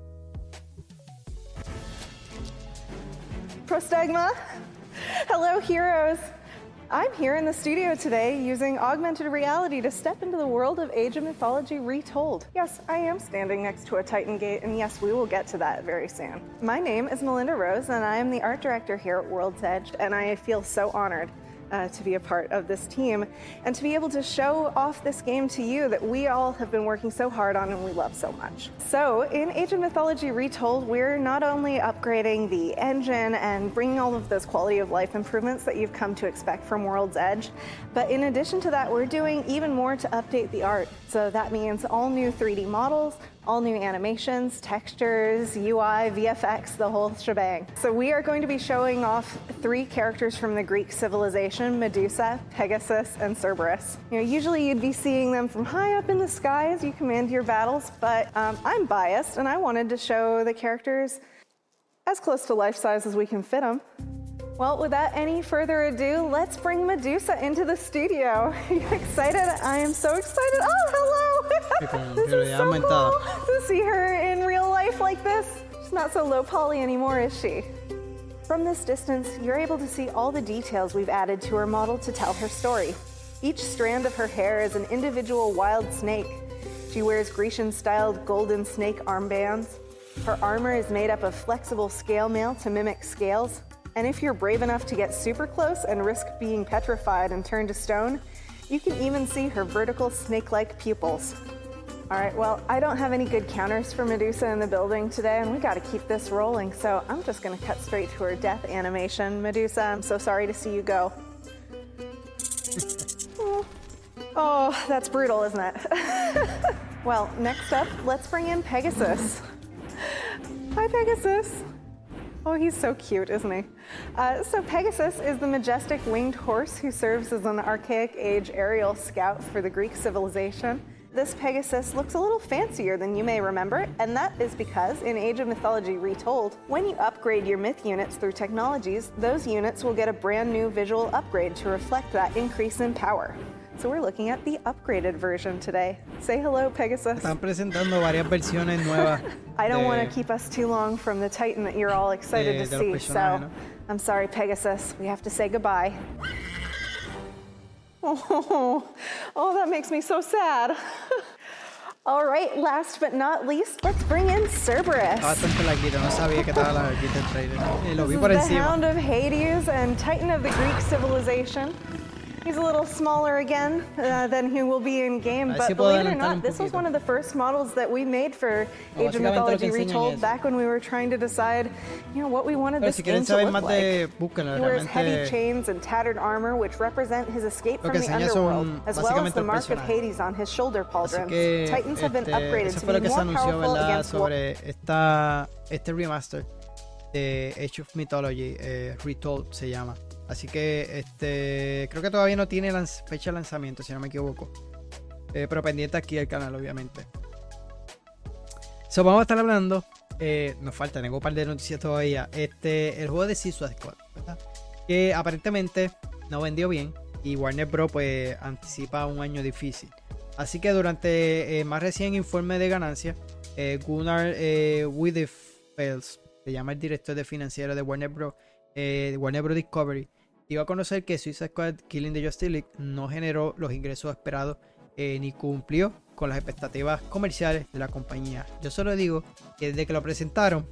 Prostegma! Hello, heroes! I'm here in the studio today using augmented reality to step into the world of Age of Mythology Retold. Yes, I am standing next to a Titan Gate, and yes, we will get to that very soon. My name is Melinda Rose, and I am the art director here at World's Edge, and I feel so honored uh, to be a part of this team and to be able to show off this game to you that we all have been working so hard on and we love so much. So in Age of Mythology Retold, we're not only upgrading the engine and bringing all of those quality of life improvements that you've come to expect from World's Edge, but in addition to that, we're doing even more to update the art. So that means all new three D models, all new animations, textures, U I, V F X, the whole shebang. So we are going to be showing off three characters from the Greek civilization, Medusa, Pegasus, and Cerberus. You know, usually you'd be seeing them from high up in the sky as you command your battles, but um, I'm biased and I wanted to show the characters as close to life size as we can fit them. Well, without any further ado, let's bring Medusa into the studio. Are you excited? I am so excited. Oh, hello! This is so cool to see her in real life like this. She's not so low poly anymore, is she? From this distance, you're able to see all the details we've added to her model to tell her story. Each strand of her hair is an individual wild snake. She wears Grecian-styled golden snake armbands. Her armor is made up of flexible scale mail to mimic scales. And if you're brave enough to get super close and risk being petrified and turned to stone, you can even see her vertical snake-like pupils. All right, well, I don't have any good counters for Medusa in the building today, and we gotta keep this rolling, so I'm just gonna cut straight to her death animation. Medusa, I'm so sorry to see you go. Oh, oh, that's brutal, isn't it? Well, next up, let's bring in Pegasus. Hi, Pegasus. Oh, he's so cute, isn't he? Uh, so Pegasus is the majestic winged horse who serves as an archaic age aerial scout for the Greek civilization. This Pegasus looks a little fancier than you may remember, and that is because in Age of Mythology Retold, when you upgrade your myth units through technologies, those units will get a brand new visual upgrade to reflect that increase in power. So we're looking at the upgraded version today. Say hello, Pegasus. Están presentando varias versiones nuevas. I don't want to keep us too long from the Titan that you're all excited de, to de see, so ¿no? I'm sorry, Pegasus. We have to say goodbye. Oh, oh, that makes me so sad. All right, last but not least, let's bring in Cerberus. Estaba bastante larguito, no sabía que estaba larguito el trailer. Eh, lo vi This por is the encima. Hound of Hades and Titan of the Greek civilization. He's a little smaller again uh, than he will be in game, but si believe it or not, this was one of the first models that we made for No, Age of Mythology lo que Retold es. back when we were trying to decide, you know, what we wanted Pero this si game quieren to saber look más like. de, búsquenlo, He wears heavy realmente chains and tattered armor, which represent his escape lo from que the enseña son underworld, as well as básicamente the el mark of personaje. Hades on his shoulder Así pauldrons. que Titans have been este, upgraded eso to fue be lo que se more anunció, powerful ¿verdad? against wolves. Sobre esta, este remaster de Age of Mythology, eh, Retold se llama. Así que este creo que todavía no tiene lanz- fecha de lanzamiento, si no me equivoco. Eh, pero pendiente aquí del canal, obviamente. So, vamos a estar hablando. Eh, nos falta, tengo un par de noticias todavía. Este, el juego de Suicide Squad, ¿verdad? Que aparentemente no vendió bien. Y Warner Bros. Pues anticipa un año difícil. Así que durante el eh, más reciente informe de ganancias, eh, Gunnar eh, Wiedefels, se llama el director de financiero de Warner Bros. Eh, de Warner Bros. Discovery, dio a conocer que Suicide Squad Killing the Justice League no generó los ingresos esperados eh, ni cumplió con las expectativas comerciales de la compañía. Yo solo digo que desde que lo presentaron,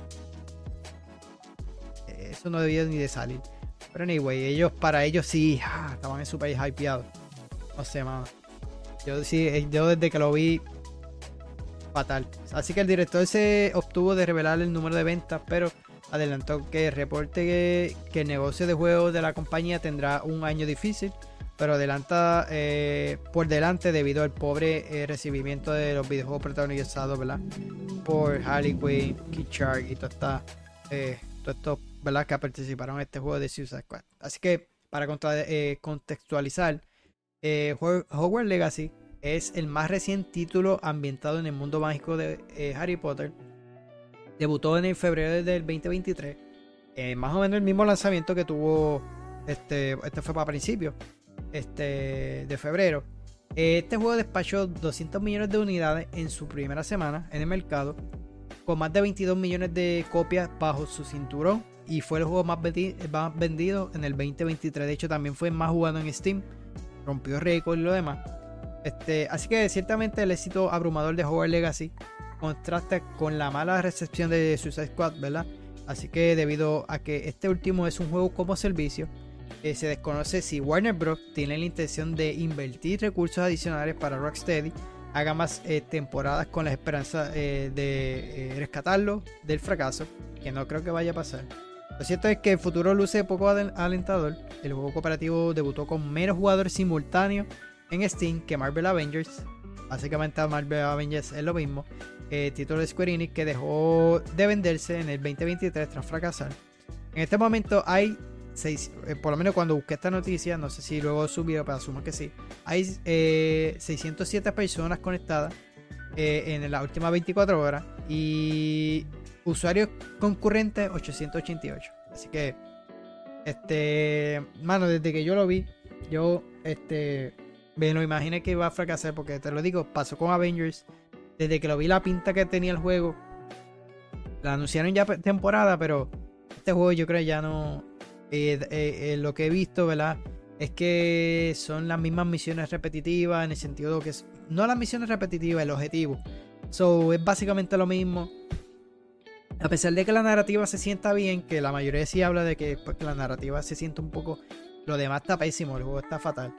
eh, eso no debió ni de salir. Pero anyway, ellos, para ellos sí, ah, estaban súper hypeados. No sé, mano. Yo sí, eh, yo desde que lo vi, fatal. Así que el director se obtuvo de revelar el número de ventas, pero adelantó que reporte que, que el negocio de juegos de la compañía tendrá un año difícil, pero adelanta eh, por delante debido al pobre eh, recibimiento de los videojuegos protagonizados, ¿verdad? Por Harley Quinn, Kid Shark y todos eh, todo estos, ¿verdad? Que participaron en este juego de Suicide Squad. Así que para contra, eh, contextualizar, eh, Hogwarts Legacy es el más reciente título ambientado en el mundo mágico de eh, Harry Potter. Debutó en el febrero del veinte veintitrés. Eh, más o menos el mismo lanzamiento que tuvo. Este, este fue para principios este, de febrero. Este juego despachó doscientos millones de unidades en su primera semana en el mercado, con más de veintidós millones de copias bajo su cinturón. Y fue el juego más, vendi- más vendido en el veinte veintitrés. De hecho, también fue más jugado en Steam. Rompió récord y lo demás. Este, así que ciertamente el éxito abrumador de Hogwarts Legacy contrasta con la mala recepción de Suicide Squad, ¿verdad? Así que debido a que este último es un juego como servicio, Eh, se desconoce si Warner Bros. Tiene la intención de invertir recursos adicionales para Rocksteady, haga más eh, temporadas con la esperanza eh, de eh, rescatarlo del fracaso, que no creo que vaya a pasar. Lo cierto es que el futuro luce poco alentador. El juego cooperativo debutó con menos jugadores simultáneos en Steam que Marvel Avengers. Básicamente Marvel Avengers es lo mismo. Eh, título de Square Enix que dejó de venderse en el veinte veintitrés tras fracasar. En este momento hay seis, eh, por lo menos cuando busqué esta noticia, no sé si luego subió, pero asumo que sí. Hay eh, seiscientas siete personas conectadas eh, en las últimas veinticuatro horas y usuarios concurrentes ochocientos ochenta y ocho. Así que, este, mano, desde que yo lo vi, yo, este, me lo imaginé que iba a fracasar porque te lo digo, pasó con Avengers. Desde que lo vi, la pinta que tenía el juego, la anunciaron ya temporada, pero este juego yo creo ya no. Eh, eh, eh, lo que he visto, ¿verdad? Es que son las mismas misiones repetitivas, en el sentido de que es, no las misiones repetitivas, el objetivo. So, es básicamente lo mismo. A pesar de que la narrativa se sienta bien, que la mayoría sí habla de que, pues, que la narrativa se siente un poco. Lo demás está pésimo, el juego está fatal.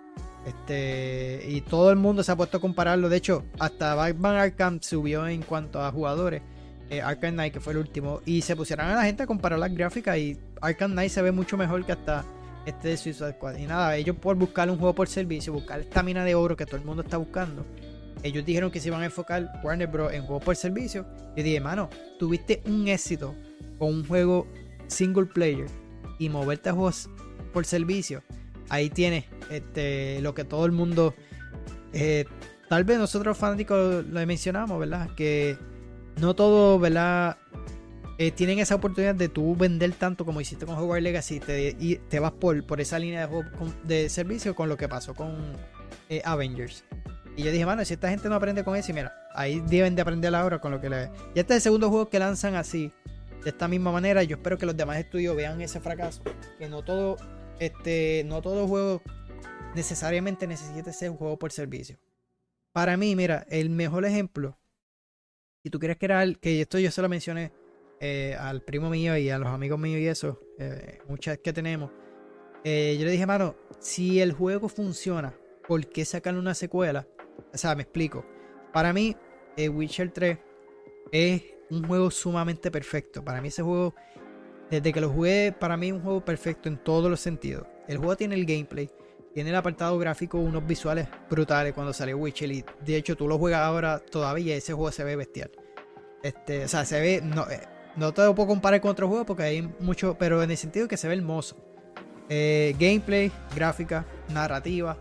Este, y todo el mundo se ha puesto a compararlo. De hecho, hasta Batman Arkham subió en cuanto a jugadores. Eh, Arkham Knight, que fue el último. Y se pusieron a la gente a comparar las gráficas. Y Arkham Knight se ve mucho mejor que hasta este de Suicide Squad. Y nada, ellos por buscar un juego por servicio, buscar esta mina de oro que todo el mundo está buscando, ellos dijeron que se iban a enfocar Warner Bros. En juegos por servicio. Y dije, mano, tuviste un éxito con un juego single player y moverte a juegos por servicio. Ahí tienes este, lo que todo el mundo, eh, tal vez nosotros fanáticos lo mencionamos, ¿verdad? Que no todos, ¿verdad? Eh, tienen esa oportunidad de tú vender tanto como hiciste con Hogwarts Legacy te, y te vas por, por esa línea de, juego de servicio con lo que pasó con eh, Avengers. Y yo dije, mano, si esta gente no aprende con eso, y mira, ahí deben de aprender ahora con lo que le... Ya este es el segundo juego que lanzan así, de esta misma manera. Yo espero que los demás estudios vean ese fracaso, que no todo... Este, no todo juego necesariamente necesita ser un juego por servicio. Para mí, mira, el mejor ejemplo, si tú quieres crear, que esto yo se lo mencioné eh, al primo mío y a los amigos míos y eso, eh, muchas que tenemos, eh, yo le dije, mano, si el juego funciona, ¿por qué sacarle una secuela? O sea, me explico. Para mí, eh, Witcher tres es un juego sumamente perfecto. Para mí ese juego... Desde que lo jugué, para mí es un juego perfecto en todos los sentidos. El juego tiene el gameplay, tiene el apartado gráfico, unos visuales brutales cuando salió Witcher. Y de hecho, tú lo juegas ahora todavía y ese juego se ve bestial. Este, o sea, se ve. No, no te lo puedo comparar con otros juegos porque hay mucho, pero en el sentido que se ve hermoso. Eh, gameplay, gráfica, narrativa.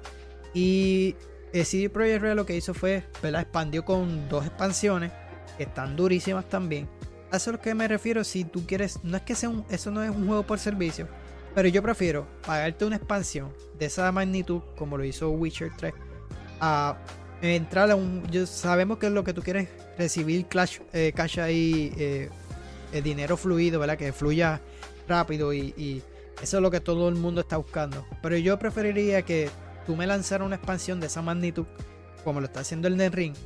Y el C D Projekt Red lo que hizo fue, ¿verdad? Expandió con dos expansiones que están durísimas también. A eso es a lo que me refiero. Si tú quieres, no es que sea un, eso no es un juego por servicio, pero yo prefiero pagarte una expansión de esa magnitud como lo hizo Witcher tres a entrar a un, yo, sabemos que es lo que tú quieres, recibir cash, eh, cash ahí, eh, eh, dinero fluido, ¿verdad? Que fluya rápido y, y eso es lo que todo el mundo está buscando. Pero yo preferiría que tú me lanzaras una expansión de esa magnitud como lo está haciendo el Elden Ring.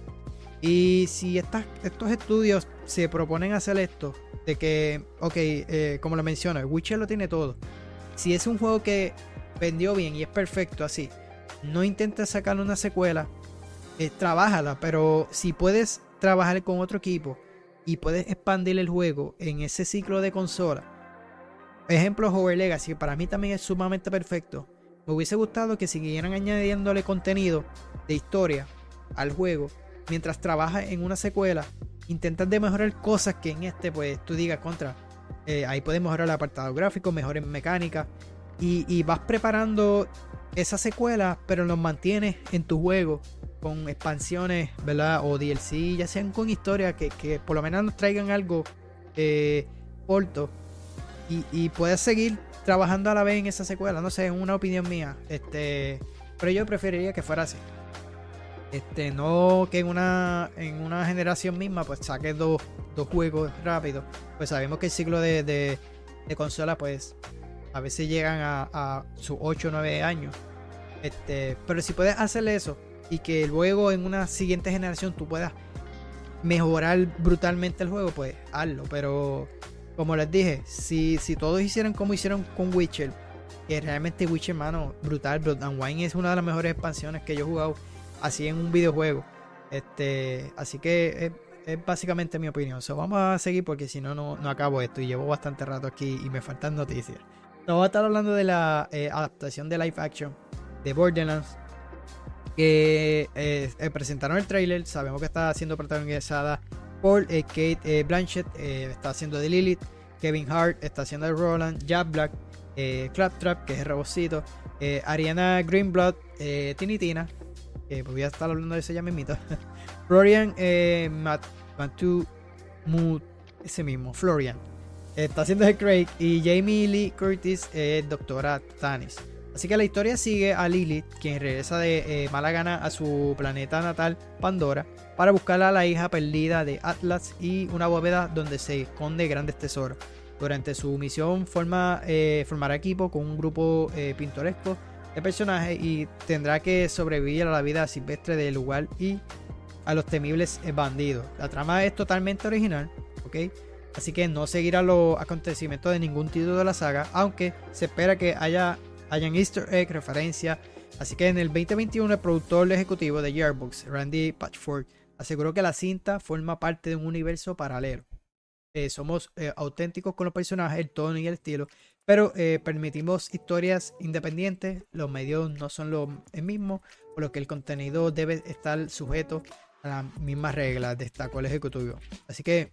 Y si estas, estos estudios se proponen hacer esto, de que, ok, eh, como lo menciono, el Witcher lo tiene todo. Si es un juego que vendió bien y es perfecto así, no intentes sacarle una secuela, eh, trabájala, pero si puedes trabajar con otro equipo y puedes expandir el juego en ese ciclo de consola. Ejemplo, Hogwarts Legacy, que para mí también es sumamente perfecto. Me hubiese gustado que siguieran añadiéndole contenido de historia al juego. Mientras trabajas en una secuela, intentas de mejorar cosas que en este, pues, tú digas contra. Eh, ahí puedes mejorar el apartado gráfico, mejores mecánicas. Y, y vas preparando esa secuela, pero los mantienes en tu juego con expansiones, ¿verdad? O D L C, ya sean con historia, que, que por lo menos nos traigan algo eh, corto. Y, y puedes seguir trabajando a la vez en esa secuela. No sé, es una opinión mía. Este, pero yo preferiría que fuera así. Este, no que en una, en una generación misma pues saques dos, dos juegos rápidos. Pues sabemos que el ciclo de, de, de consola pues a veces llegan a, a sus ocho o nueve años. Este, pero si puedes hacer eso y que luego en una siguiente generación tú puedas mejorar brutalmente el juego, pues hazlo. Pero como les dije, si, si todos hicieran como hicieron con Witcher, que realmente Witcher, mano, brutal. Blood and Wine es una de las mejores expansiones que yo he jugado así en un videojuego. Este, así que es, es básicamente mi opinión. So, vamos a seguir porque si no, no acabo esto y llevo bastante rato aquí y me faltan noticias. So, vamos a estar hablando de la eh, adaptación de live action de Borderlands. Que eh, eh, presentaron el trailer. Sabemos que está siendo protagonizada por eh, Kate eh, Blanchett, eh, está haciendo de Lilith. Kevin Hart está haciendo de Roland. Jack Black, eh, Claptrap, que es el robocito. Eh, Ariana Greenblatt, eh, Tinitina. Eh, pues voy a estar hablando de eso ya mismito. Florian eh, Mat Matu Mut, ese mismo, Florian. Eh, está haciendo de Craig. Y Jamie Lee Curtis, eh, doctora Tanis. Así que la historia sigue a Lilith, quien regresa de eh, mala gana a su planeta natal, Pandora, para buscar a la hija perdida de Atlas y una bóveda donde se esconde grandes tesoros. Durante su misión forma, eh, formará equipo con un grupo eh, pintoresco de personajes y tendrá que sobrevivir a la vida silvestre del lugar y a los temibles bandidos. La trama es totalmente original, ¿ok? Así que no seguirá los acontecimientos de ningún título de la saga, aunque se espera que haya hayan easter egg, referencia. Así que en el veinte veintiuno el productor ejecutivo de Gearbox, Randy Patchford, aseguró que la cinta forma parte de un universo paralelo. Eh, somos eh, auténticos con los personajes, el tono y el estilo, pero eh, permitimos historias independientes. Los medios no son los mismos, por lo que el contenido debe estar sujeto a las mismas reglas, destacó el ejecutivo. Así que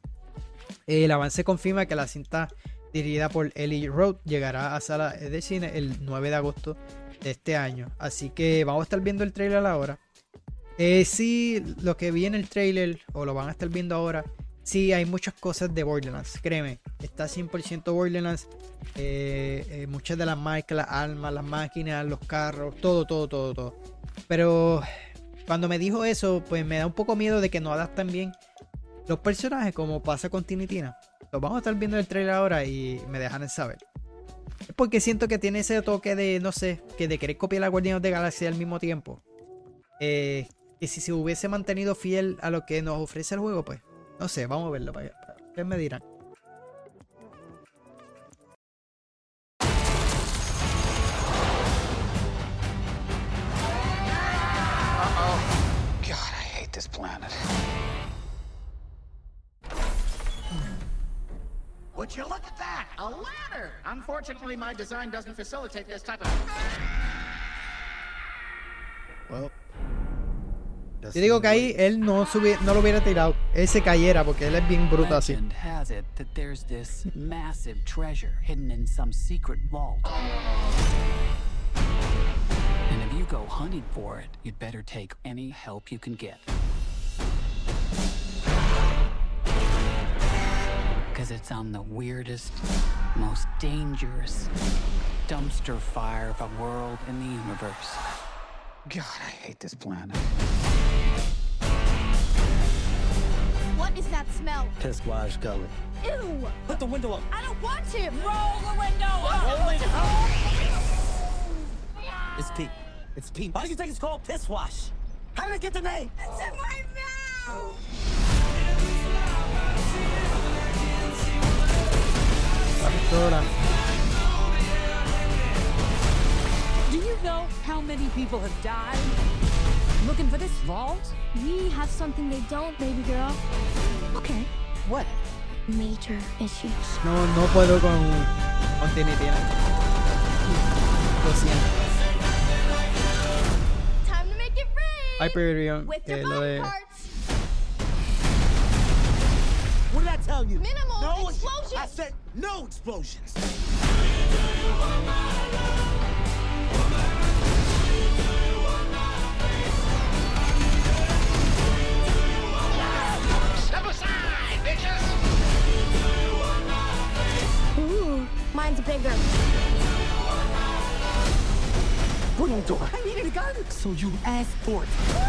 eh, el avance confirma que la cinta, dirigida por Eli Roth, llegará a sala de cine el nueve de agosto de este año. Así que vamos a estar viendo el trailer ahora. Eh, sí, lo que vi en el trailer, o lo van a estar viendo ahora, sí hay muchas cosas de Borderlands, créeme, está cien por ciento Borderlands. Eh, eh, muchas de las marcas, las armas, las máquinas, los carros, todo, todo, todo, todo. Pero cuando me dijo eso, pues me da un poco miedo de que no adapten bien los personajes, como pasa con Tinitina. Lo vamos a estar viendo el trailer ahora y me dejan saber. Es porque siento que tiene ese toque de, no sé, que de querer copiar a Guardianes de la Galaxia al mismo tiempo. Eh, que si se hubiese mantenido fiel a lo que nos ofrece el juego, pues, no sé, vamos a verlo para allá. ¿Qué me dirán? Uh-oh. God, I hate this planet. Would you look at that? A ladder! Unfortunately, my design doesn't facilitate this type of... Well, Yo digo que ahí él no, subi no lo hubiera tirado. Él se cayera porque él es bien bruto así. Legend has it that there's this massive treasure hidden in some secret vault. And if you go hunting for it, you'd better take any help you can get. Because it's on the weirdest, most dangerous dumpster fire of a world in the universe. God, I hate this planet. What is that smell? Piss wash gully. Ew! Put the window up. I don't want to! Roll the window up! Roll it up. It's Pete. It's Pete. Why do you think it's called piss wash? How did it get the name? It's in my mouth! Ahora. Do you know how many people have died looking for this vault? We have something they don't, baby girl. Okay, what? Major issues. No, no puedo con, con Tinitina. Lo siento. Time to make it rain! Hyperion, With que your es lo de... body parts. What did I tell you? Minimal no explosions. I said no explosions. Step aside, bitches! Ooh, mine's bigger. Put on door. I needed a gun. So you asked for it.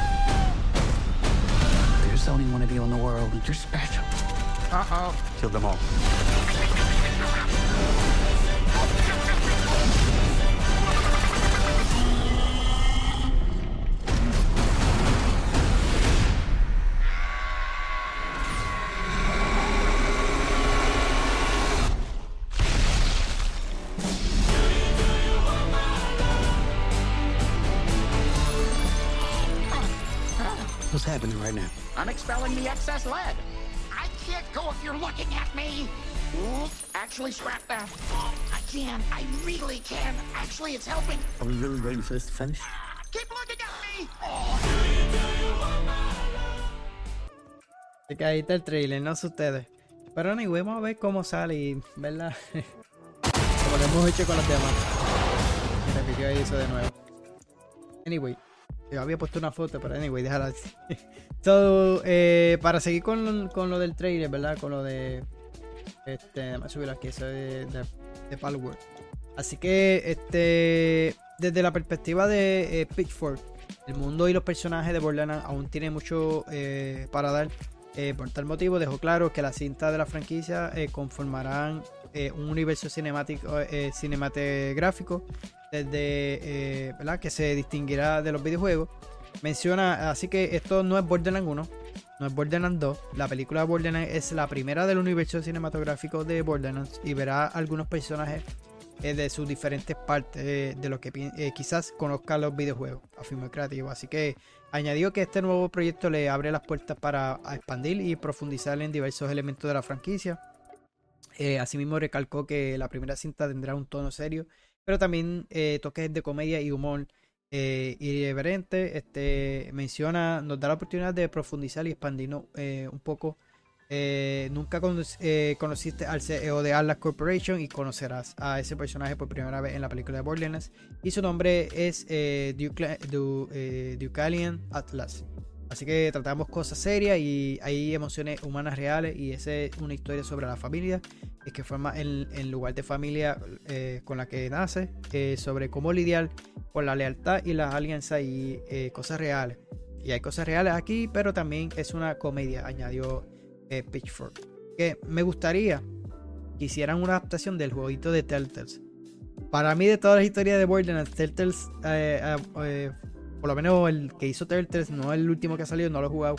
There's only one of you in the world, and you're special. Uh-oh. Kill them all. happening right now? I'm expelling the excess lead. I can't go if you're looking at me. Actually, scrap that. I can. I really can. Actually, it's helping. Are we really ready for this to finish? Keep looking at me. Así que ahí está el trailer, no sé ustedes. Pero anyway, vamos a ver cómo sale y, ¿verdad? Como lo hemos hecho con los demás. Me repitió ahí eso de nuevo. Anyway, yo había puesto una foto, pero anyway, déjala así. So, eh, para seguir con, con lo del trailer, ¿verdad? Con lo de... Este, déjame subir aquí, eso de, de, de Palworld. Así que, este... Desde la perspectiva de eh, Pitchfork, el mundo y los personajes de Borderlands aún tienen mucho eh, para dar. Eh, por tal motivo dejó claro que la cinta de la franquicia eh, conformarán eh, un universo cinemático, eh, cinematográfico desde, eh, ¿verdad? Que se distinguirá de los videojuegos. Menciona, así que esto no es Borderlands uno, no es Borderlands dos. La película Borderlands es la primera del universo cinematográfico de Borderlands y verá algunos personajes eh, de sus diferentes partes eh, de los que eh, quizás conozcan los videojuegos, afirmó el creativo. Así que añadió que este nuevo proyecto le abre las puertas para expandir y profundizar en diversos elementos de la franquicia. Eh, asimismo recalcó que la primera cinta tendrá un tono serio, pero también eh, toques de comedia y humor eh, irreverente. Este, menciona, nos da la oportunidad de profundizar y expandirnos eh, un poco. Eh, nunca cono eh, conociste al C E O de Atlas Corporation y conocerás a ese personaje por primera vez en la película de Borderlands. Y su nombre es eh, Duke, du, eh, Deucalion Atlas. Así que tratamos cosas serias y hay emociones humanas reales. Y esa es una historia sobre la familia, es que forma el, el lugar de familia eh, con la que nace, eh, sobre cómo lidiar con la lealtad y las alianzas y eh, cosas reales. Y hay cosas reales aquí, pero también es una comedia, añadió eh, Pitchfork. Que me gustaría que hicieran una adaptación del jueguito de Telltales. Para mí, de todas las historias de Borderlands, Telltales, eh, eh, eh, por lo menos el que hizo Telltales, no el último que ha salido, no lo he jugado.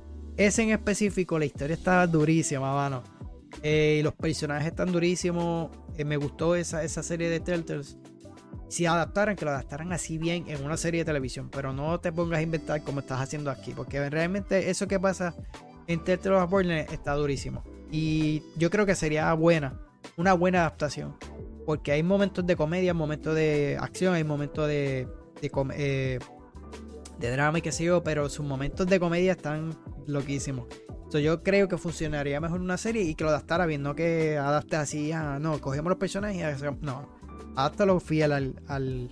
Ese en específico, la historia está durísima, mano. Eh, los personajes están durísimos. Eh, me gustó esa, esa serie de Telltales. Si adaptaran, que lo adaptaran así bien en una serie de televisión, pero no te pongas a inventar como estás haciendo aquí, porque realmente eso que pasa en Telltales of Borderlands está durísimo. Y yo creo que sería buena, una buena adaptación, porque hay momentos de comedia, momentos de acción, hay momentos de de, eh, de drama y qué sé yo, pero sus momentos de comedia están loquísimos. So, yo creo que funcionaría mejor una serie y que lo adaptara bien, no que adapte así, ah, no, cogemos los personajes y hacemos, no, adáptalo fiel al, al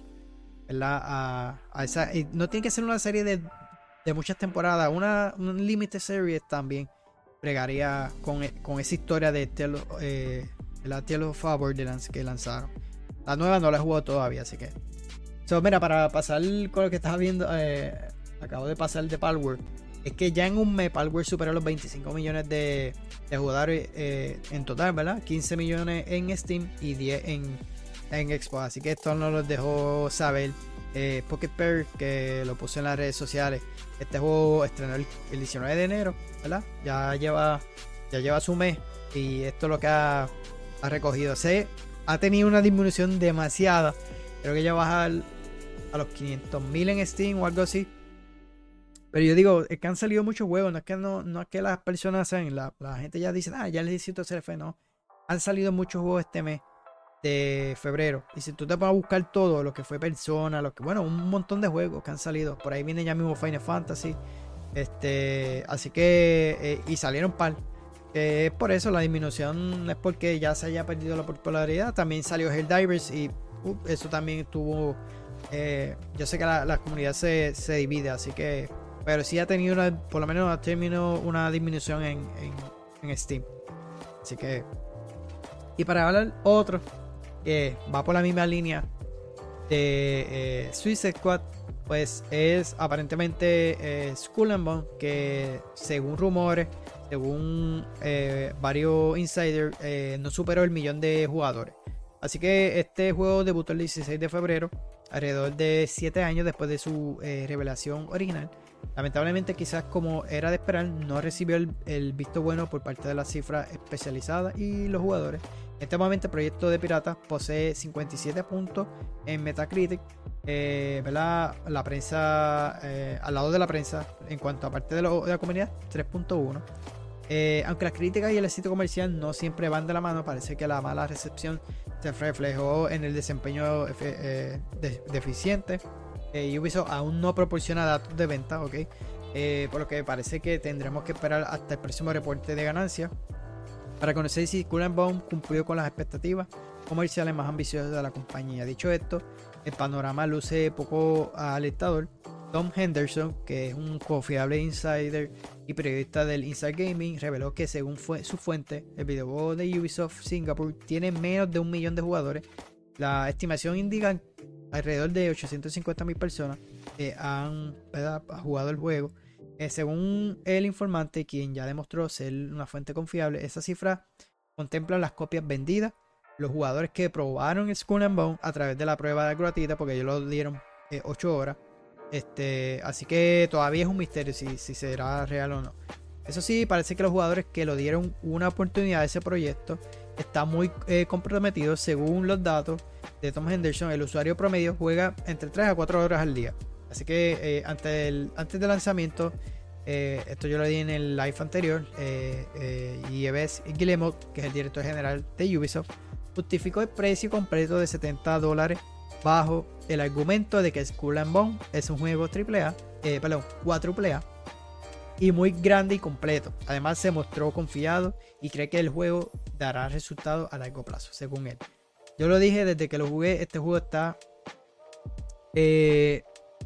a, a esa, y no tiene que ser una serie de, de muchas temporadas, una, un limited series también bregaría con, con esa historia de Tale, eh, la Tale of Borderlands que lanzaron. La nueva no la he jugado todavía, así que so, mira, para pasar con lo que estás viendo, eh, acabo de pasar de Palworld. Es que ya en un mes Palworld superó los veinticinco millones de, de jugadores eh, en total, ¿verdad? quince millones en Steam y diez en, en Xbox. Así que esto nos lo dejó saber eh, Pocket Pair, que lo puse en las redes sociales. Este juego estrenó el, el diecinueve de enero, ¿verdad? Ya lleva, ya lleva su mes y esto es lo que ha, ha recogido. Se ha tenido una disminución demasiada. Creo que ya baja al, a los quinientos mil en Steam o algo así. Pero yo digo, es que han salido muchos juegos, no es que, no, no es que las personas sean, la, la gente ya dice, ah, ya el diecisiete se le fue, no. Han salido muchos juegos este mes de febrero. Y si tú te vas a buscar todo, lo que fue Persona, lo que, bueno, un montón de juegos que han salido. Por ahí viene ya mismo Final Fantasy. Este, así que, eh, y salieron par. Que es por eso la disminución, no es porque ya se haya perdido la popularidad. También salió Helldivers y uh, eso también estuvo. Eh, yo sé que la, la comunidad se, se divide, así que. Pero sí ha tenido una, por lo menos ha tenido una disminución en, en, en Steam. Así que. Y para hablar otro que va por la misma línea de eh, Suicide Squad, pues es aparentemente eh, Skull and Bones, que según rumores, según eh, varios insiders, eh, no superó el millón de jugadores. Así que este juego debutó el dieciséis de febrero, alrededor de siete años después de su eh, revelación original. Lamentablemente, quizás como era de esperar, no recibió el, el visto bueno por parte de las cifras especializadas y los jugadores. En este momento el proyecto de Piratas posee cincuenta y siete puntos en Metacritic, eh, ¿verdad? La prensa, eh, al lado de la prensa, en cuanto a parte de, lo, de la comunidad, tres punto uno. Eh, aunque las críticas y el éxito comercial no siempre van de la mano, parece que la mala recepción se reflejó en el desempeño eh, de, deficiente. Eh, Ubisoft aún no proporciona datos de venta, ¿ok? Eh, por lo que parece que tendremos que esperar hasta el próximo reporte de ganancias para conocer si Skull and Bones cumplió con las expectativas comerciales más ambiciosas de la compañía. Dicho esto, el panorama luce poco alentador. Tom Henderson, que es un confiable insider y periodista del Inside Gaming, reveló que según fue su fuente, el videojuego de Ubisoft Singapore tiene menos de un millón de jugadores. La estimación indica alrededor de ochocientas cincuenta mil personas que han ¿verdad? jugado el juego. Eh, según el informante, quien ya demostró ser una fuente confiable, esa cifra contempla las copias vendidas, los jugadores que probaron el Skull and Bones a través de la prueba gratuita, porque ellos lo dieron eh, ocho horas. Este, así que todavía es un misterio si, si será real o no. Eso sí, parece que los jugadores que lo dieron una oportunidad a ese proyecto están muy eh, comprometidos. Según los datos de Tom Henderson, el usuario promedio juega entre tres a cuatro horas al día. Así que eh, antes, del, antes del lanzamiento, eh, esto yo lo di en el live anterior, eh, eh, Yves Guillemot, que es el director general de Ubisoft, justificó el precio completo de setenta dólares bajo el argumento de que Skull and Bones es un juego triple A, eh, perdón, cuádruple A y muy grande y completo. Además, se mostró confiado y cree que el juego dará resultados a largo plazo, según él. Yo lo dije desde que lo jugué, este juego está eh,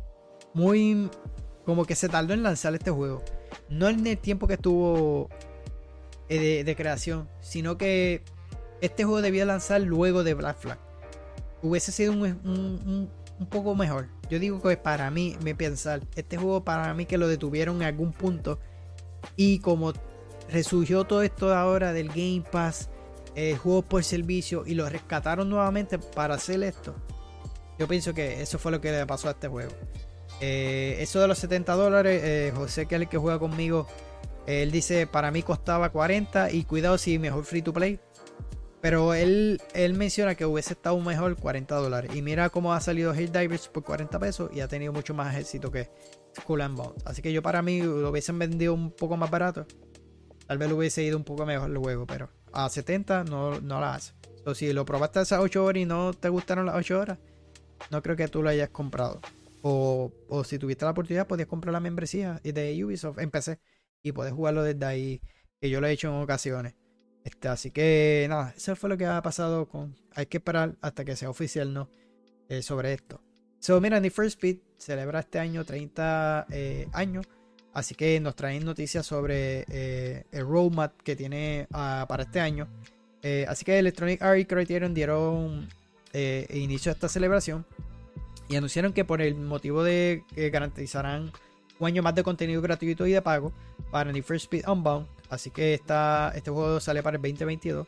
muy como que se tardó en lanzar este juego, no en el tiempo que estuvo eh, de, de creación, sino que este juego debía lanzar luego de Black Flag. Hubiese sido un, un, un, un poco mejor. Yo digo que para mí, me pensar, este juego para mí que lo detuvieron en algún punto, y como resurgió todo esto ahora del Game Pass, eh, juegos por servicio, y lo rescataron nuevamente para hacer esto, yo pienso que eso fue lo que le pasó a este juego. Eh, eso de los setenta dólares, eh, José, que es el que juega conmigo, eh, él dice para mí costaba cuarenta, y cuidado si mejor free to play. Pero él, él menciona que hubiese estado mejor cuarenta dólares. Y mira cómo ha salido Helldivers por cuarenta pesos y ha tenido mucho más éxito que Skull and Bones. Así que yo para mí lo hubiesen vendido un poco más barato. Tal vez lo hubiese ido un poco mejor el juego, pero a setenta no, no la hace. So, si lo probaste a esas ocho horas y no te gustaron las ocho horas, no creo que tú lo hayas comprado. O, o si tuviste la oportunidad, podías comprar la membresía de Ubisoft en P C y puedes jugarlo desde ahí, que yo lo he hecho en ocasiones. Este, así que nada, eso fue lo que ha pasado con... Hay que esperar hasta que sea oficial, ¿no? Eh, sobre esto. So, mira, Need for Speed celebra este año treinta eh, años. Así que nos traen noticias sobre eh, el roadmap que tiene uh, para este año. Eh, así que Electronic Arts y Criterion dieron eh, inicio a esta celebración. Y anunciaron que por el motivo de que garantizarán un año más de contenido gratuito y de pago para Need for Speed Unbound. Así que esta, este juego sale para el veinte veintidós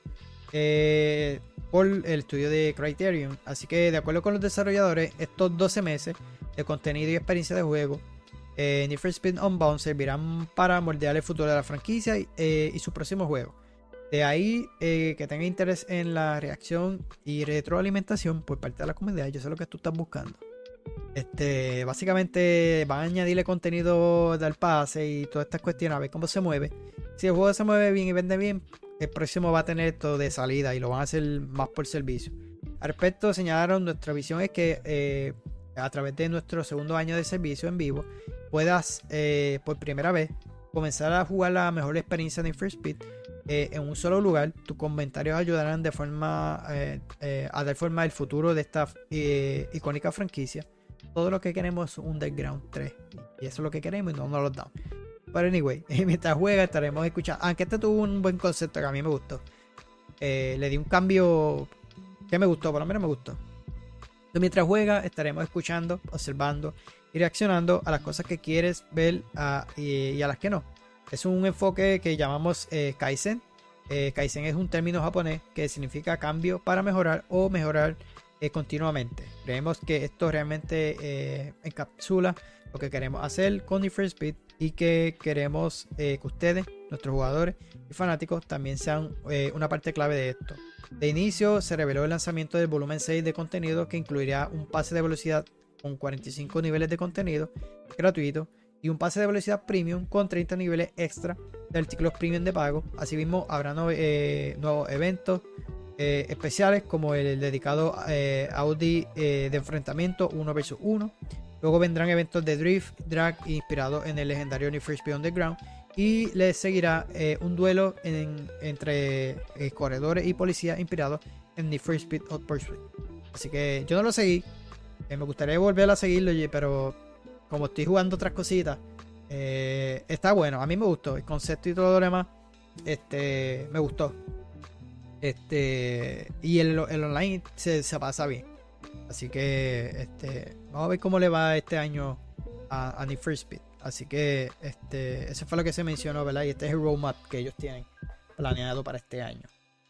eh, por el estudio de Criterion. Así que de acuerdo con los desarrolladores, estos doce meses de contenido y experiencia de juego, eh, Need for Speed Unbound servirán para moldear el futuro de la franquicia y, eh, y su próximo juego. De ahí eh, que tenga interés en la reacción y retroalimentación por parte de la comunidad. Yo sé lo que tú estás buscando. Este, básicamente van a añadirle contenido del pase y todas estas cuestiones, a ver cómo se mueve. Si el juego se mueve bien y vende bien, el próximo va a tener esto de salida y lo van a hacer más por servicio. Al respecto, señalaron, nuestra visión es que eh, a través de nuestro segundo año de servicio en vivo puedas eh, por primera vez comenzar a jugar la mejor experiencia de Need for Speed eh, en un solo lugar. Tus comentarios ayudarán de forma eh, eh, a dar forma al futuro de esta eh, icónica franquicia. Todo lo que queremos es Underground tres y eso es lo que queremos y no nos lo damos. Pero anyway, mientras juega estaremos escuchando, aunque este tuvo un buen concepto que a mí me gustó, eh, le di un cambio que me gustó, por lo menos me gustó. Entonces, mientras juega estaremos escuchando, observando y reaccionando a las cosas que quieres ver a, y, y a las que no. Es un enfoque que llamamos eh, Kaizen. eh, Kaizen es un término japonés que significa cambio para mejorar o mejorar eh, continuamente. Creemos que esto realmente eh, encapsula lo que queremos hacer con Need for Speed y que queremos eh, que ustedes, nuestros jugadores y fanáticos, también sean eh, una parte clave de esto. De inicio se reveló el lanzamiento del volumen seis de contenido, que incluirá un pase de velocidad con cuarenta y cinco niveles de contenido gratuito y un pase de velocidad premium con treinta niveles extra de artículos premium de pago. Asimismo habrá no, eh, nuevos eventos eh, especiales, como el dedicado eh, a Audi eh, de enfrentamiento uno versus uno. Luego vendrán eventos de drift, drag inspirados en el legendario Need for Speed Underground, y les seguirá eh, un duelo en, entre eh, corredores y policías inspirados en Need for Speed Hot Pursuit. Así que yo no lo seguí, eh, me gustaría volver a seguirlo, pero como estoy jugando otras cositas, eh, está bueno. A mí me gustó el concepto y todo lo demás, este, me gustó, este, y el, el online se, se pasa bien. Así que este, vamos a ver cómo le va este año a, a Need for Speed. Así que este, eso fue lo que se mencionó, ¿verdad? Y este es el roadmap que ellos tienen planeado para este año.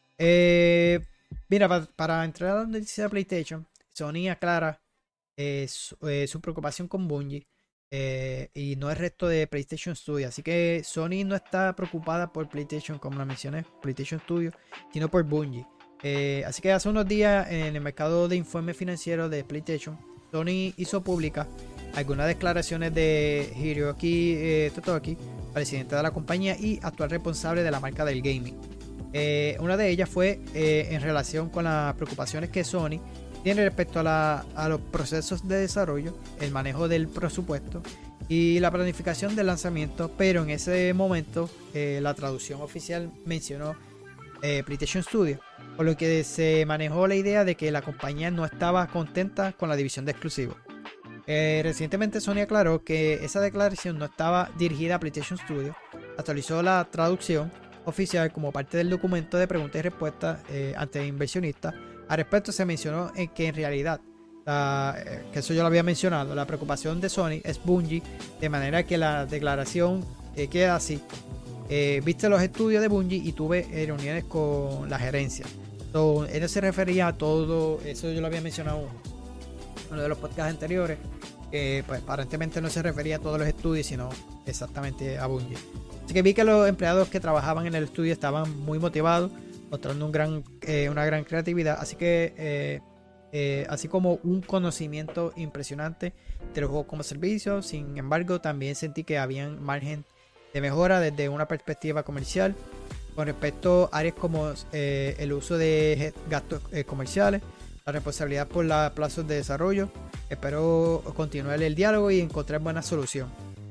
Eh, mira, para, para entrar a la noticia de PlayStation, Sony aclara eh, su, eh, su preocupación con Bungie eh, y no el resto de PlayStation Studios. Así que Sony no está preocupada por PlayStation, como la mencioné, PlayStation Studios, sino por Bungie. Eh, así que hace unos días, en el mercado de informes financieros de PlayStation, Sony hizo pública algunas declaraciones de Hiroki eh, Totoki, presidente de la compañía y actual responsable de la marca del gaming. Eh, una de ellas fue eh, en relación con las preocupaciones que Sony tiene respecto a, la, a los procesos de desarrollo, el manejo del presupuesto y la planificación del lanzamiento, pero en ese momento eh, la traducción oficial mencionó eh, PlayStation Studios, por lo que se manejó la idea de que la compañía no estaba contenta con la división de exclusivos. Eh, recientemente Sony aclaró que esa declaración no estaba dirigida a PlayStation Studios, actualizó la traducción oficial como parte del documento de preguntas y respuestas eh, ante inversionistas. Al respecto se mencionó en que en realidad, la, eh, que eso yo lo había mencionado, la preocupación de Sony es Bungie, de manera que la declaración eh, queda así. Eh, viste los estudios de Bungie y tuve eh, reuniones con la gerencia. So, él no se refería a todo, eso yo lo había mencionado en uno de los podcasts anteriores, que pues aparentemente no se refería a todos los estudios, sino exactamente a Bungie. Así que vi que los empleados que trabajaban en el estudio estaban muy motivados, mostrando un gran, eh, una gran creatividad, así que eh, eh, así como un conocimiento impresionante de los juegos como servicio. Sin embargo, también sentí que había margen de mejora desde una perspectiva comercial con respecto a áreas como eh, el uso de gastos eh, comerciales, la responsabilidad por los plazos de desarrollo. Espero continuar el diálogo y encontrar buena solución.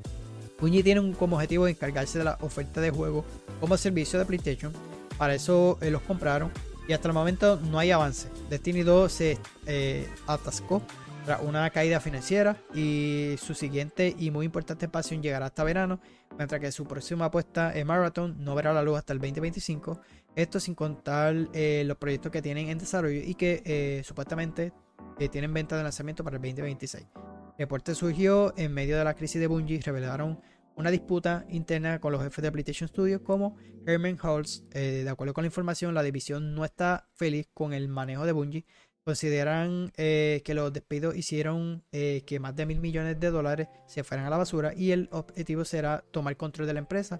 Bungie tiene un, como objetivo encargarse de la oferta de juegos como servicio de PlayStation. Para eso eh, los compraron y hasta el momento no hay avance. Destiny dos se eh, atascó tras una caída financiera y su siguiente y muy importante expansión llegará hasta verano, mientras que su próxima apuesta en Marathon no verá la luz hasta el veinte veinticinco. Esto sin contar eh, los proyectos que tienen en desarrollo y que eh, supuestamente eh, tienen venta de lanzamiento para el veinte veintiséis. El reporte surgió en medio de la crisis de Bungie. Revelaron una disputa interna con los jefes de PlayStation Studios como Herman Hulse. Eh, de acuerdo con la información, la división no está feliz con el manejo de Bungie. Consideran eh, que los despidos hicieron eh, que más de mil millones de dólares se fueran a la basura y el objetivo será tomar control de la empresa,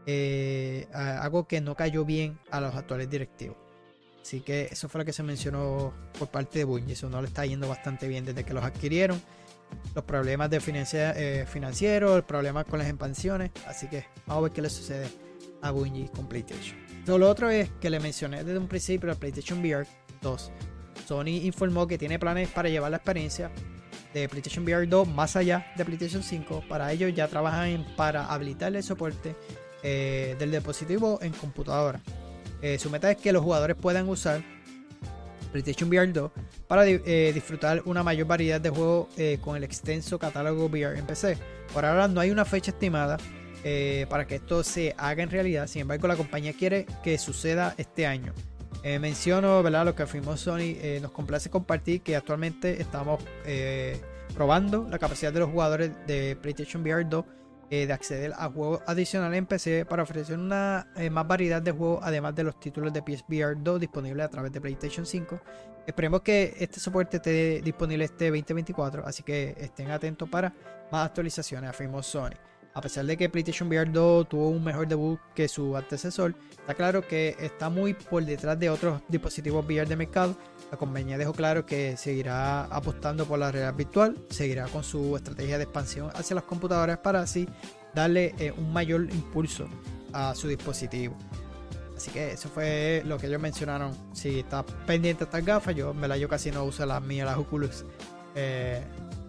eh, algo que no cayó bien a los actuales directivos. Así que eso fue lo que se mencionó por parte de Bungie. Eso no le está yendo bastante bien desde que los adquirieron. Los problemas de financia, eh, financieros, el problema con las expansiones. Así que vamos a ver qué le sucede a Bungie con PlayStation. So, lo otro es que le mencioné desde un principio el PlayStation V R dos. Sony informó que tiene planes para llevar la experiencia de PlayStation V R dos más allá de PlayStation cinco. Para ello ya trabajan para habilitar el soporte eh, del dispositivo en computadora. Eh, su meta es que los jugadores puedan usar PlayStation V R dos para eh, disfrutar una mayor variedad de juegos eh, con el extenso catálogo V R en P C. Por ahora no hay una fecha estimada eh, para que esto se haga en realidad. Sin embargo, la compañía quiere que suceda este año. Eh, menciono, ¿verdad?, lo que afirmó Sony. Eh, nos complace compartir que actualmente estamos eh, probando la capacidad de los jugadores de PlayStation V R dos eh, de acceder a juegos adicionales en P C para ofrecer una eh, más variedad de juegos, además de los títulos de P S V R dos disponibles a través de PlayStation cinco. Esperemos que este soporte esté disponible este veinte veinticuatro, así que estén atentos para más actualizaciones, afirmó Sony. A pesar de que PlayStation V R dos tuvo un mejor debut que su antecesor, está claro que está muy por detrás de otros dispositivos V R de mercado. La compañía dejó claro que seguirá apostando por la realidad virtual, seguirá con su estrategia de expansión hacia las computadoras para así darle eh, un mayor impulso a su dispositivo. Así que eso fue lo que ellos mencionaron. Si estás pendiente de estas gafas, yo, en verdad, yo casi no uso las mías, las Oculus. Eh,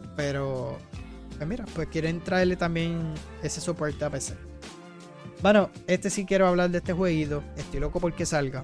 pero, pues mira, pues quieren traerle también ese soporte a P C. Bueno, este sí quiero hablar de este jueguito. Estoy loco porque salga.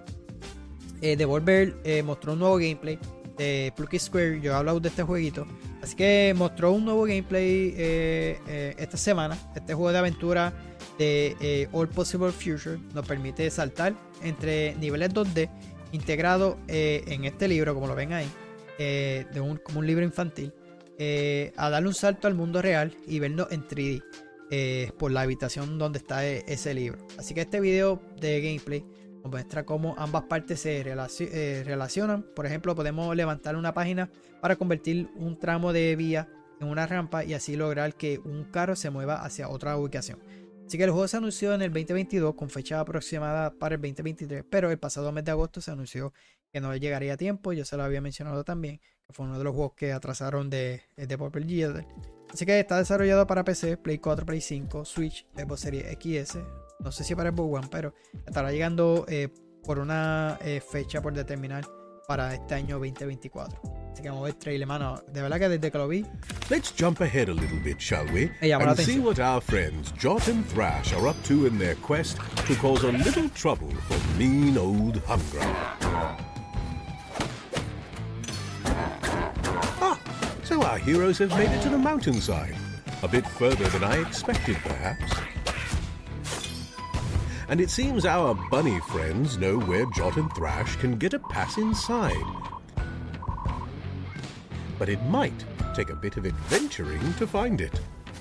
Eh, Devolver eh, mostró un nuevo gameplay de Plucky Square. Yo he hablado de este jueguito. Así que mostró un nuevo gameplay eh, eh, esta semana. Este juego de aventura de eh, All Possible Future nos permite saltar entre niveles dos D integrado eh, en este libro, como lo ven ahí, eh, de un, como un libro infantil, eh, a darle un salto al mundo real y vernos en tres D eh, por la habitación donde está eh, ese libro. Así que este video de gameplay nos muestra cómo ambas partes se relacion- eh, relacionan. Por ejemplo, podemos levantar una página para convertir un tramo de vía en una rampa y así lograr que un carro se mueva hacia otra ubicación. Así que el juego se anunció en el veinte veintidós con fecha aproximada para el veinte veintitrés, pero el pasado mes de agosto se anunció que no llegaría a tiempo. Yo se lo había mencionado también, que fue uno de los juegos que atrasaron de, de Popper Gear. Así que está desarrollado para P C, Play cuatro, Play cinco, Switch, Xbox Series X S. No sé si para Xbox One, pero estará llegando eh, por una eh, fecha por determinar para este año veinte veinticuatro. Así que vamos a ver el trailer, mano. De verdad que desde que lo vi. Let's jump ahead a little bit, shall we? And and see what our friends Jot and Thrash are up to in their quest to cause a little trouble for mean old Humgrum. Ah, so our heroes have made it to the mountainside. A bit further than I expected, perhaps. And it seems our bunny friends know where Jot and Thrash can get a pass inside. But it might take a bit of adventuring to find it.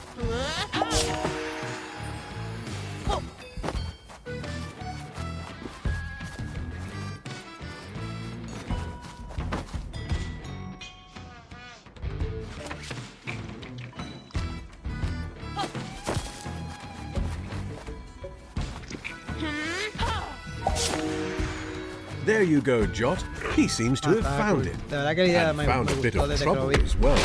There you go, Jot. He seems to have found it. And found a bit of trouble as well.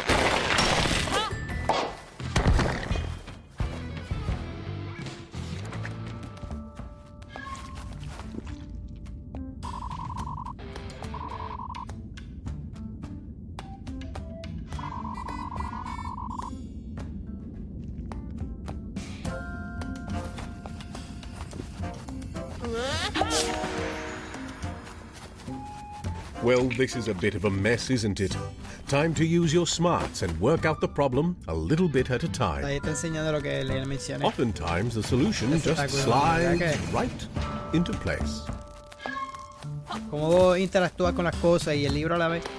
Well, this is a bit of a mess, isn't it? Time to use your smarts and work out the problem a little bit at a time. Ahí está enseñando lo que le mencioné. Oftentimes, the solution just slides right into place. Cómo vos interactúas con las cosas y el libro a la vez.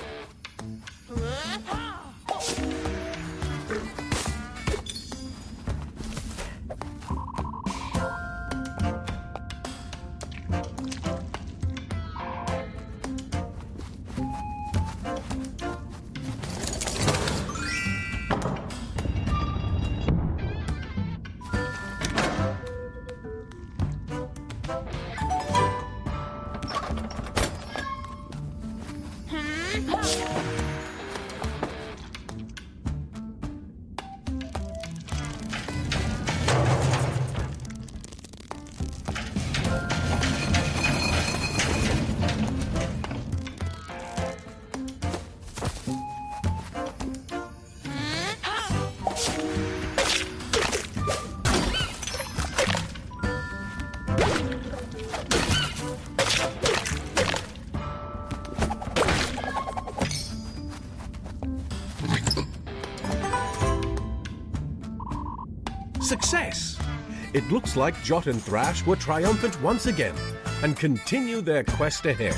Success! It looks like Jot and Thrash were triumphant once again and continue their quest ahead.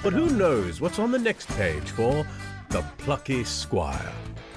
But who knows what's on the next page for The Plucky Squire.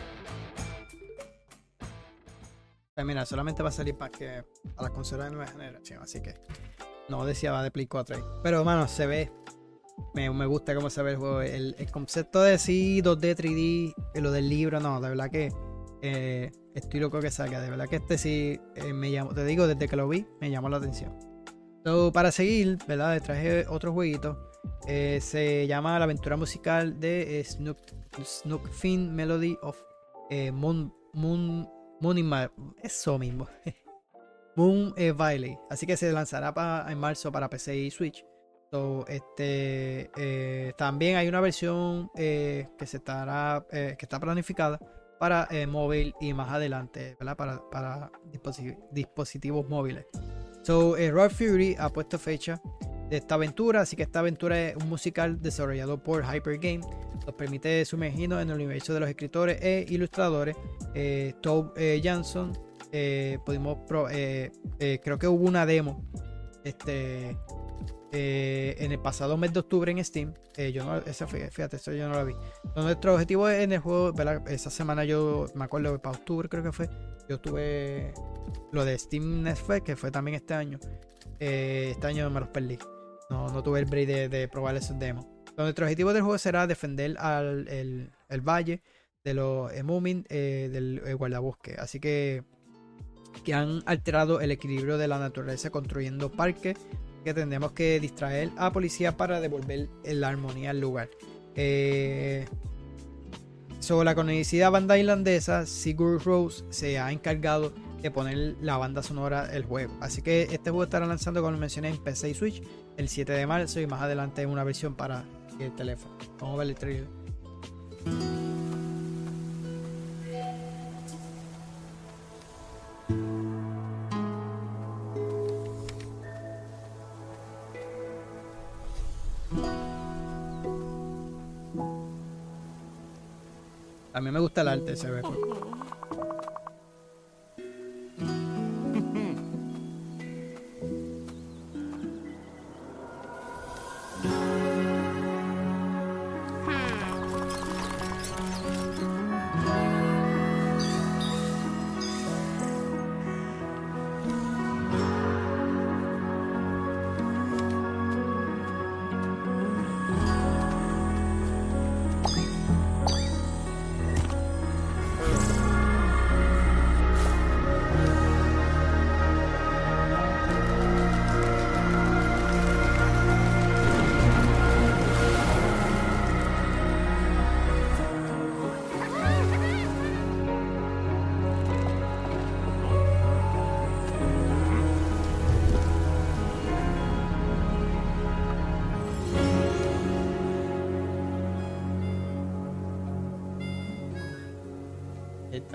Pues mira, solamente va a salir para que a las consolas de nueva generación, así que no deseaba de Play cuatro ahí. Pero mano, se ve, me, me gusta cómo se ve el juego. El, el concepto de sí, dos D, tres D, lo del libro, no, de verdad que eh, estoy loco que salga. De verdad que este sí eh, me llamó, te digo, desde que lo vi, me llamó la atención. So, para seguir, ¿verdad? Traje otro jueguito. Eh, se llama La aventura musical de eh, Snook, Snook Fin Melody of eh, Moon Moon Moon in Ma- eso mismo Moon eh, Valley. Así que se lanzará pa, en marzo para P C y Switch. So, este eh, también hay una versión eh, que se estará eh, que está planificada para eh, móvil y más adelante, ¿verdad? Para, para disposi- dispositivos móviles. So, eh, Rob Fury ha puesto fecha de esta aventura, así que esta aventura es un musical desarrollado por Hyper Game. Nos permite sumergirnos en el universo de los escritores e ilustradores eh, Tove eh, Jansson. Eh, pudimos pro, eh, eh, creo que hubo una demo este eh, en el pasado mes de octubre en Steam. Eh, yo no, esa fue, fíjate, eso yo no la vi. Entonces, nuestro objetivo en el juego, ¿verdad? Esa semana yo me acuerdo para octubre creo que fue. Yo tuve lo de Steam Next Fest, que fue también este año. Eh, este año me los perdí. No, no tuve el break de, de probar esos demos. Entonces, nuestro objetivo del juego será defender al el, el valle de los eh, Moomin eh, del eh, guardabosque. Así que, que han alterado el equilibrio de la naturaleza construyendo parques que tendremos que distraer a policía para devolver la armonía al lugar. Eh, sobre la conocida banda irlandesa Sigur Rós se ha encargado de poner la banda sonora del juego. Así que este juego estará lanzando, como mencioné, en P C y Switch el siete de marzo y más adelante en una versión para el teléfono. Vamos a ver el trailer. A mí me gusta el arte, se ve. Está.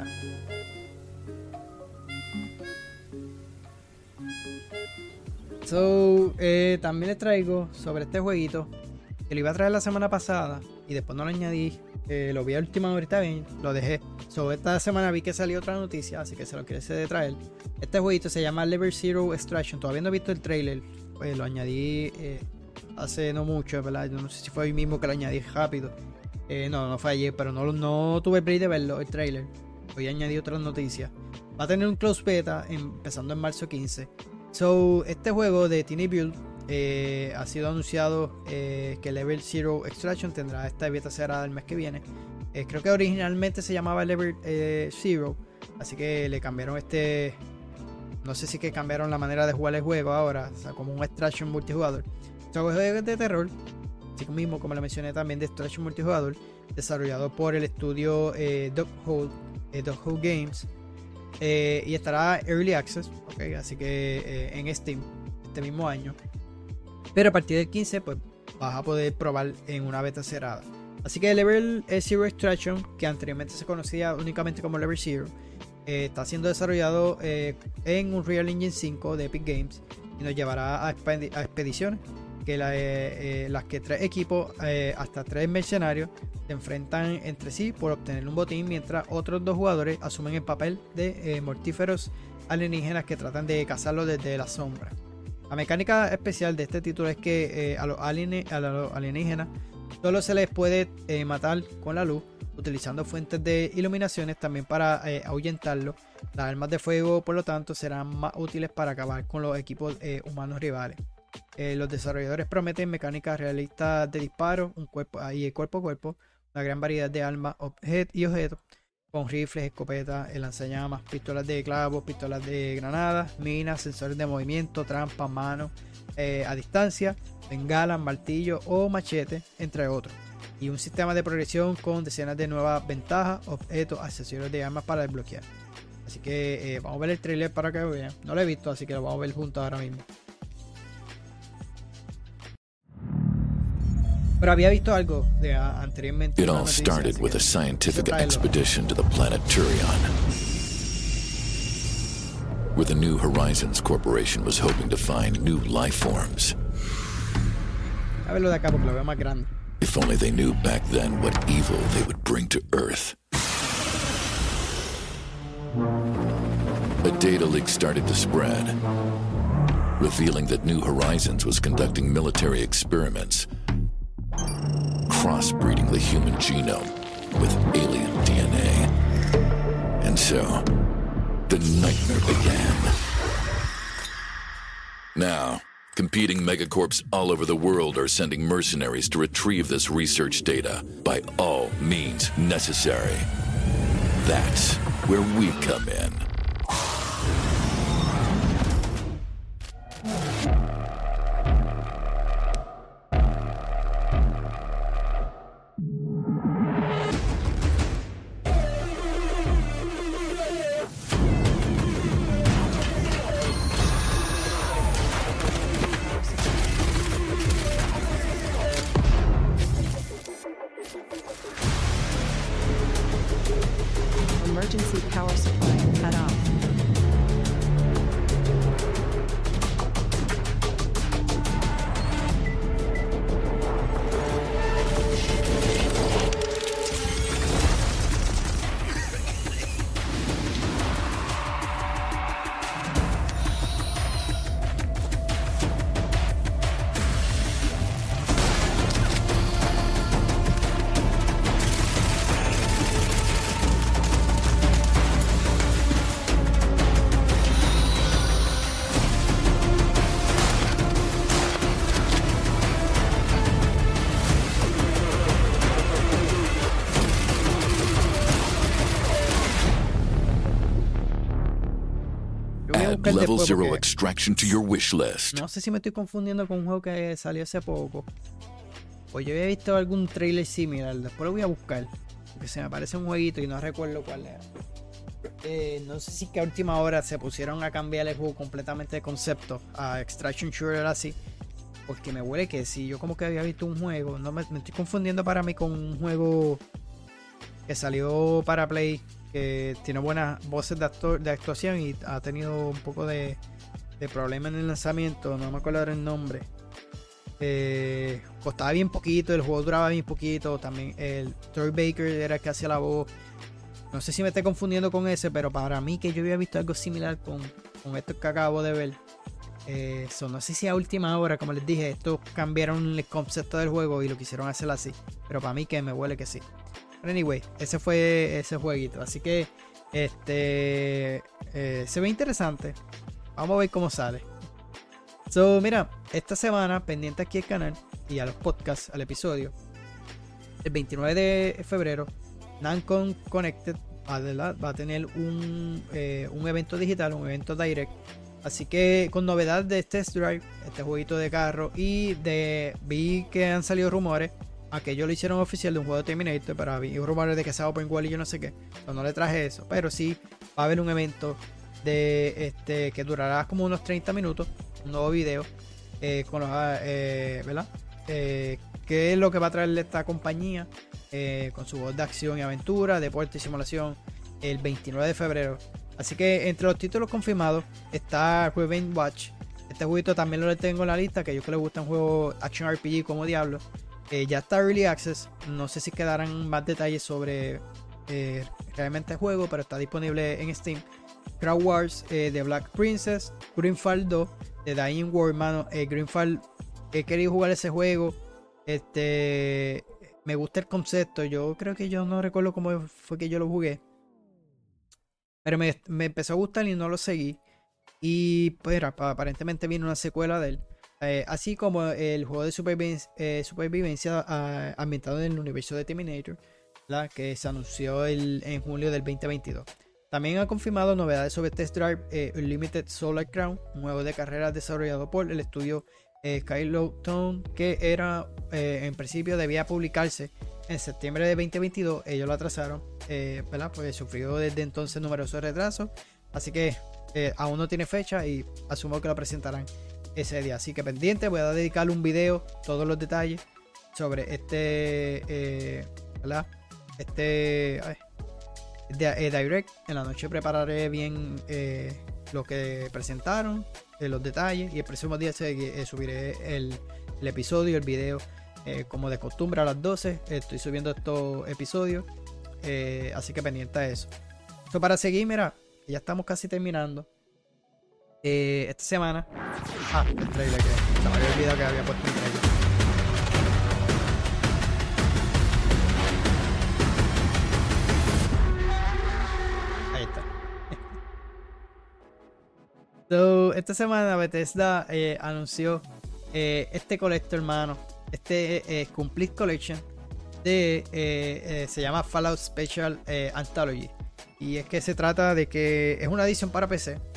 So, eh, también les traigo sobre este jueguito que lo iba a traer la semana pasada y después no lo añadí. Eh, lo vi a última hora, está bien, lo dejé. So, esta semana vi que salió otra noticia, así que se lo quise traer. Este jueguito se llama Level Zero Extraction. Todavía no he visto el trailer, pues lo añadí eh, hace no mucho, ¿verdad? Yo no sé si fue hoy mismo que lo añadí rápido. Eh, no, no fue ayer, pero no, no tuve el break de verlo, el trailer. Hoy añadí otras noticias. Va a tener un close beta empezando en marzo quince. So, este juego de Tiny Build eh, ha sido anunciado eh, que Level Zero Extraction tendrá esta beta cerrada el mes que viene. Eh, creo que originalmente se llamaba Level eh, Zero, así que le cambiaron este. No sé si que cambiaron la manera de jugar el juego ahora, o sea, como un Extraction multijugador. Este juego es de terror, así mismo como lo mencioné también, de Extraction multijugador, desarrollado por el estudio eh, Dog Hole, eh, Dog Hole Games. Eh, y estará Early Access, okay, así que eh, en Steam este mismo año. Pero a partir del quince, pues vas a poder probar en una beta cerrada. Así que Level Zero Extraction, que anteriormente se conocía únicamente como Level Zero, eh, está siendo desarrollado eh, en Unreal Engine cinco de Epic Games y nos llevará a, expedi- a expediciones que la, eh, eh, las que tres equipos, eh, hasta tres mercenarios, se enfrentan entre sí por obtener un botín, mientras otros dos jugadores asumen el papel de eh, mortíferos alienígenas que tratan de cazarlos desde la sombra. La mecánica especial de este título es que eh, a, los alien, a los alienígenas solo se les puede eh, matar con la luz, utilizando fuentes de iluminaciones también para eh, ahuyentarlos. Las armas de fuego, por lo tanto, serán más útiles para acabar con los equipos eh, humanos rivales. Eh, los desarrolladores prometen mecánicas realistas de disparo, un cuerpo, y cuerpo a cuerpo, una gran variedad de armas objet y objetos, con rifles, escopetas, lanzallamas, pistolas de clavos, pistolas de granadas, minas, sensores de movimiento, trampas, manos eh, a distancia, bengalas, martillos o machetes, entre otros. Y un sistema de progresión con decenas de nuevas ventajas, objetos, accesorios de armas para desbloquear. Así que eh, vamos a ver el trailer para que vean. No lo he visto, así que lo vamos a ver juntos ahora mismo. Pero había visto algo de uh, anteriormente. It all started with a scientific expedition to the planet Turion, where the New Horizons Corporation was hoping to find new life forms. A verlo de acá porque lo veo más grande. If only they knew back then what evil they would bring to Earth. A data leak started to spread, revealing that New Horizons was conducting military experiments, crossbreeding the human genome with alien D N A. And so, the nightmare began. Now, competing megacorps all over the world are sending mercenaries to retrieve this research data by all means necessary. That's where we come in. Emergency power supply cut off. Add level zero extraction to your wish list. No sé si me estoy confundiendo con un juego que salió hace poco. Pues yo había visto algún trailer similar. Después lo voy a buscar, porque se me parece un jueguito y no recuerdo cuál era. Eh, no sé si que a última hora se pusieron a cambiar el juego completamente de concepto a Extraction Shooter así, porque me huele que si yo como que había visto un juego, no me, me estoy confundiendo para mí con un juego que salió para Play, que tiene buenas voces de, actor, de actuación y ha tenido un poco de, de problema en el lanzamiento. No me acuerdo ahora el nombre. Eh, costaba bien poquito, el juego duraba bien poquito. También el Troy Baker era el que hacía la voz. No sé si me estoy confundiendo con ese, pero para mí que yo había visto algo similar con, con esto que acabo de ver. Eh, so, no sé si a última hora, como les dije, estos cambiaron el concepto del juego y lo quisieron hacer así. Pero para mí que me huele que sí. Pero anyway, ese fue ese jueguito. Así que este eh, se ve interesante. Vamos a ver cómo sale. So, mira, esta semana, pendiente aquí al canal y a los podcasts, al episodio, el veintinueve de febrero, Namco Connected va, va a tener un, eh, un evento digital, un evento direct. Así que con novedad de Test Drive, este jueguito de carro, y de vi que han salido rumores, aunque ellos lo hicieron oficial, de un juego de Terminator, pero vi rumores de que sea Open World y yo no sé qué. Pero no le traje eso, pero sí va a haber un evento de este que durará como unos treinta minutos, un nuevo video eh, con los eh, ¿verdad? Eh, que es lo que va a traerle esta compañía eh, con su voz de acción y aventura, deporte y simulación el veintinueve de febrero. Así que entre los títulos confirmados está Revenge Watch. Este jueguito también lo tengo en la lista, que a ellos que les gusta un juego action R P G como diablo. Eh, ya está Early Access. No sé si quedarán más detalles sobre eh, realmente el juego, pero está disponible en Steam. Crowd Wars eh, de Black Princess, Grimfall dos The Dying World, mano. Eh, Greenfall, he querido jugar ese juego. Este, me gusta el concepto. Yo creo que yo no recuerdo cómo fue que yo lo jugué. Pero me, me empezó a gustar y no lo seguí. Y pues aparentemente viene una secuela de él. Eh, así como el juego de supervivencia, eh, supervivencia uh, ambientado en el universo de Terminator, ¿verdad? Que se anunció el, en julio del veinte veintidós. También ha confirmado novedades sobre Test Drive eh, Unlimited Solar Crown, un juego de carreras desarrollado por el estudio eh, Skylow Tone, que era eh, en principio debía publicarse en septiembre de veinte veintidós. Ellos lo atrasaron, eh, ¿verdad? Porque sufrió desde entonces numerosos retrasos, así que eh, aún no tiene fecha y asumo que lo presentarán ese día. Así que pendiente, voy a dedicarle un video, todos los detalles sobre este, eh, ¿verdad? Este ay, de, eh, Direct. En la noche prepararé bien eh, lo que presentaron, eh, los detalles, y el próximo día se, eh, subiré el, el episodio, el video, eh, como de costumbre a las doce. Estoy subiendo estos episodios, eh, así que pendiente a eso. Esto para seguir, mira, ya estamos casi terminando. Eh, esta semana, ah, el trailer que se me había olvidado que había puesto un trailer. Ahí está. So, esta semana Bethesda eh, anunció eh, este colector, hermano, este eh, Complete Collection de eh, eh, se llama Fallout Special eh, Anthology, y es que se trata de que es una edición para P C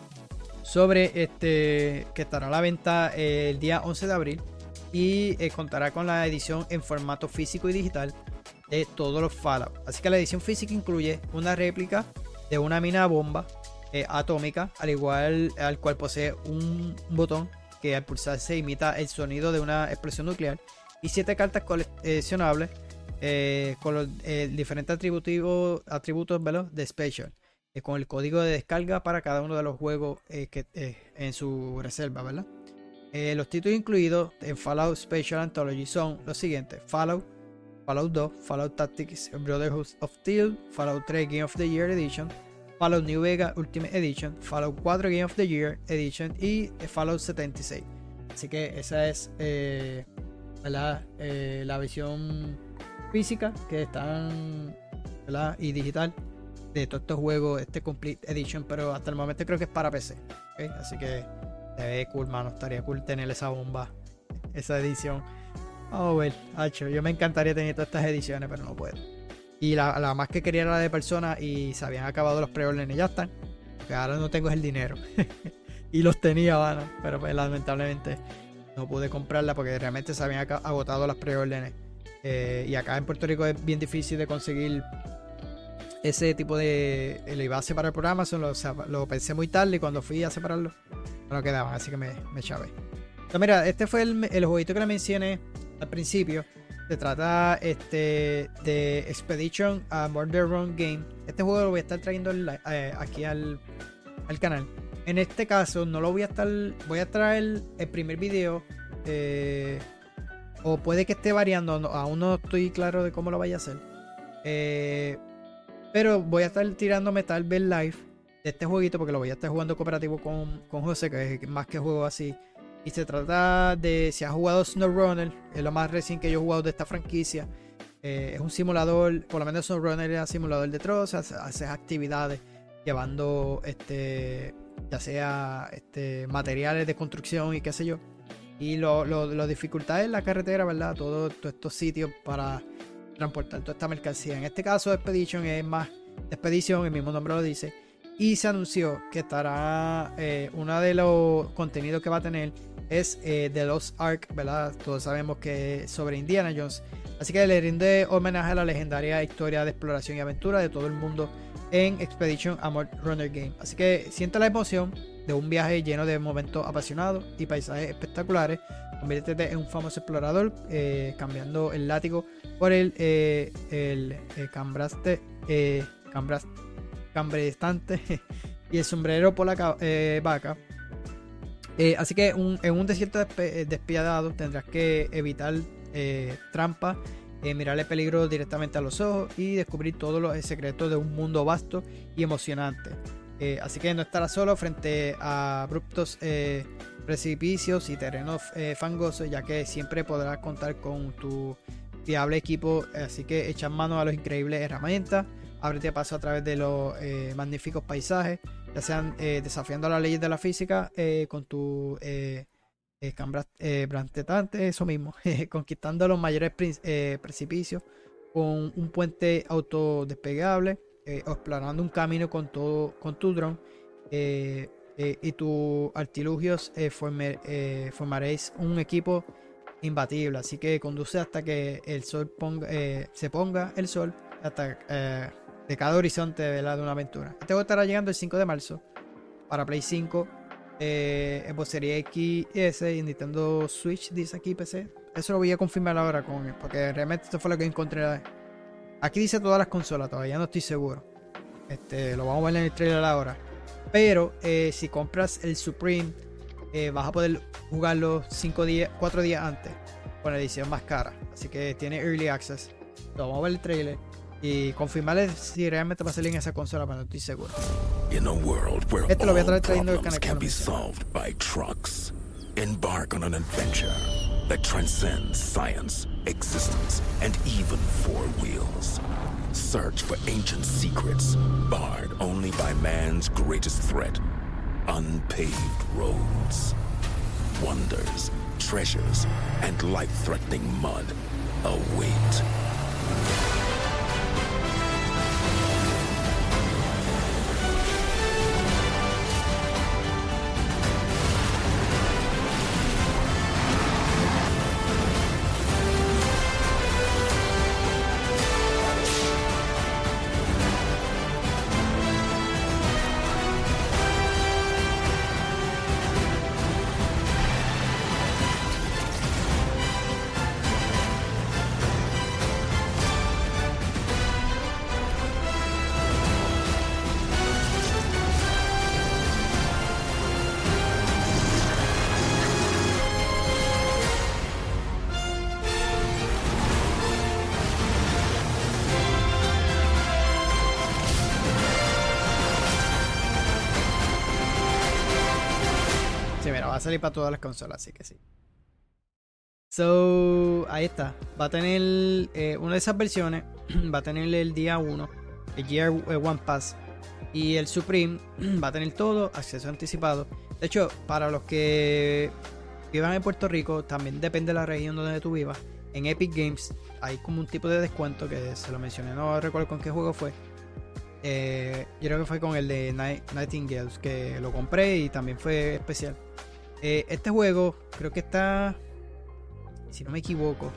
sobre este que estará a la venta eh, el día once de abril, y eh, contará con la edición en formato físico y digital de todos los Fallout. Así que la edición física incluye una réplica de una mina bomba eh, atómica, al igual al cual posee un botón que al pulsarse imita el sonido de una explosión nuclear, y siete cartas coleccionables eh, con los eh, diferentes atributivos, atributos ¿verdad? de Special, eh, con el código de descarga para cada uno de los juegos eh, que eh, en su reserva, ¿verdad? Eh, los títulos incluidos en Fallout Special Anthology son los siguientes: Fallout, Fallout dos, Fallout Tactics Brotherhood of Steel, Fallout tres Game of the Year Edition, Fallout New Vegas Ultimate Edition, Fallout cuatro Game of the Year Edition y Fallout setenta y seis. Así que esa es eh, ¿verdad? Eh, la versión física que están, ¿verdad? Y digital de todos estos juegos, este Complete Edition, pero hasta el momento creo que es para P C, ¿okay? Así que se ve cool, mano. Estaría cool tener esa bomba, esa edición. Oh, well, hacho, yo me encantaría tener todas estas ediciones, pero no puedo. Y la, la más que quería era la de Persona, y se habían acabado los pre-orders y ya están. Porque ahora no tengo el dinero. Y los tenía, mano, pero pues lamentablemente no pude comprarla porque realmente se habían agotado las pre-orders. Eh, y acá en Puerto Rico es bien difícil de conseguir ese tipo de... Lo iba a separar el programa, lo, o sea, lo pensé muy tarde, y cuando fui a separarlo no quedaban, así que me, me chavé. Entonces mira, este fue el, el jueguito que le mencioné al principio. Se trata este, de Expedition a Murder Run Game. Este juego lo voy a estar trayendo el, eh, aquí al, al canal. En este caso no lo voy a estar... Voy a traer el primer video, eh, o puede que esté variando, no, aún no estoy claro de cómo lo vaya a hacer. Eh, pero voy a estar tirándome tal vez live de este jueguito, porque lo voy a estar jugando cooperativo con, con José, que es más que juego así. Y se trata de, si has jugado SnowRunner, es lo más recién que yo he jugado de esta franquicia. Eh, es un simulador, por lo menos SnowRunner es un simulador de trozos, haces actividades llevando este, ya sea este, materiales de construcción y qué sé yo. Y lo, lo, lo dificultad es la carretera, ¿verdad? Todos todo estos sitios para transportar toda esta mercancía. En este caso, Expedition es más expedición, el mismo nombre lo dice. Y se anunció que estará, eh, uno de los contenidos que va a tener es eh, The Lost Ark, ¿verdad? Todos sabemos que es sobre Indiana Jones. Así que le rinde homenaje a la legendaria historia de exploración y aventura de todo el mundo en Expedition a Murder Runner Game. Así que siente la emoción de un viaje lleno de momentos apasionados y paisajes espectaculares. Conviértete en un famoso explorador, eh, cambiando el látigo por el, eh, el eh, cambraste, eh, cambraste, cambrestante y el sombrero por la eh, vaca. Eh, así que un, en un desierto despe despiadado tendrás que evitar eh, trampas, eh, mirarle peligro directamente a los ojos y descubrir todos los secretos de un mundo vasto y emocionante. Eh, así que no estarás solo frente a abruptos eh, precipicios y terrenos eh, fangosos, ya que siempre podrás contar con tu fiable equipo, así que echas mano a las increíbles herramientas, ábrete paso a través de los eh, magníficos paisajes, ya sean eh, desafiando las leyes de la física eh, con tu eh, eh, cambras eh, brantetante, eso mismo, conquistando los mayores eh, precipicios con un puente autodespegable, eh, explorando un camino con, todo, con tu dron eh, eh, y tus artilugios, eh, forme, eh, formaréis un equipo imbatible, así que conduce hasta que el sol ponga, eh, se ponga el sol, hasta eh, de cada horizonte de, la, de una aventura. Este juego estará llegando el cinco de marzo para Play cinco, eh, Xbox Series X y S y Nintendo Switch, dice aquí P C. Eso lo voy a confirmar ahora con, porque realmente esto fue lo que encontré. Aquí dice todas las consolas, todavía no estoy seguro. Este, lo vamos a ver en el trailer ahora. Pero eh, si compras el Supreme, eh, vas a poder jugarlo cinco días, cuatro días antes con la edición más cara. Así que tiene Early Access. Lo vamos a ver el trailer y confirmarle si realmente va a salir en esa consola, pero no estoy seguro. In a world where este lo voy a traer all trayendo el problems canal. can be solved by trucks, embark on an adventure that transcends science, existence, and even four wheels. Search for ancient secrets, barred only by man's greatest threat, unpaved roads. Wonders, treasures, and life-threatening mud await. Sí, mira, va a salir para todas las consolas, así que sí. So, ahí está. Va a tener eh, una de esas versiones. Va a tener el día uno, el Year One Pass. Y el Supreme va a tener todo, acceso anticipado. De hecho, para los que vivan en Puerto Rico, también depende de la región donde tú vivas. En Epic Games hay como un tipo de descuento que se lo mencioné, no recuerdo con qué juego fue. Eh, yo creo que fue con el de Night Nightingales, que lo compré y también fue especial. Eh, este juego creo que está, si no me equivoco,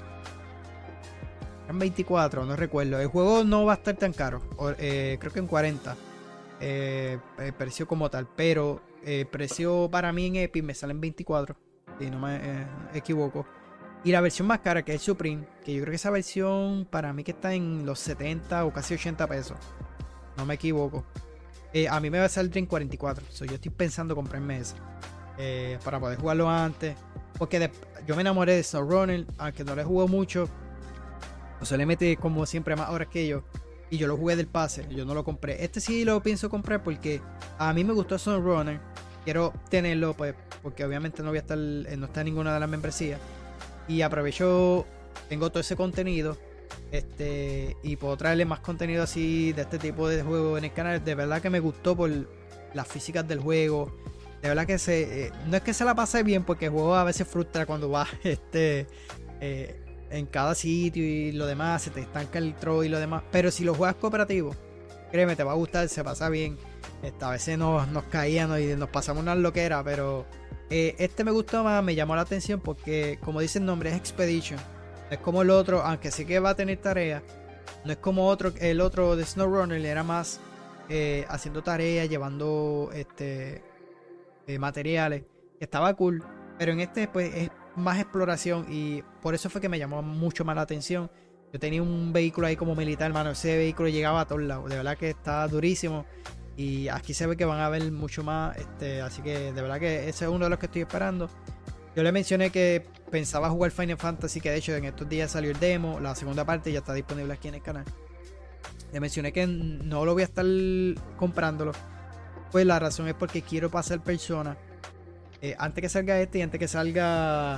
en veinticuatro, no recuerdo. El juego no va a estar tan caro, o, eh, creo que en cuarenta eh, el precio como tal, pero el eh, precio para mí en Epic me sale en veinticuatro, si no me eh, equivoco. Y la versión más cara, que es Supreme, que yo creo que esa versión para mí que está en los setenta o casi ochenta pesos, no me equivoco, eh, a mí me va a salir en cuarenta y cuatro. So, yo estoy pensando comprarme ese eh, para poder jugarlo antes, porque de, yo me enamoré de SnowRunner, aunque no le jugó mucho. O sea, le metí como siempre más horas que yo, y yo lo jugué del pase, yo no lo compré. Este sí lo pienso comprar porque a mí me gustó SnowRunner, quiero tenerlo pues, porque obviamente no voy a estar, no está en ninguna de las membresías, y aprovecho, tengo todo ese contenido. Este, y puedo traerle más contenido así de este tipo de juego en el canal. De verdad que me gustó por las físicas del juego. De verdad que se, eh, no es que se la pase bien, porque el juego a veces frustra cuando vas este, eh, en cada sitio y lo demás, se te estanca el throw y lo demás. Pero si lo juegas cooperativo, créeme, te va a gustar, se pasa bien. Este, a veces nos, nos caíamos y nos pasamos una loquera, pero eh, este me gustó más, me llamó la atención porque, como dice el nombre, es Expedition. Es como el otro, aunque sí que va a tener tareas, no es como otro, el otro de SnowRunner, era más eh, haciendo tareas, llevando este eh, materiales, que estaba cool, pero en este pues es más exploración y por eso fue que me llamó mucho más la atención. Yo tenía un vehículo ahí como militar, hermano, ese vehículo llegaba a todos lados, de verdad que está durísimo y aquí se ve que van a ver mucho más, este, así que de verdad que ese es uno de los que estoy esperando. Yo le mencioné que pensaba jugar Final Fantasy, que de hecho en estos días salió el demo, la segunda parte ya está disponible aquí en el canal. Le mencioné que no lo voy a estar comprándolo, pues la razón es porque quiero pasar Persona eh, antes que salga este y antes que salga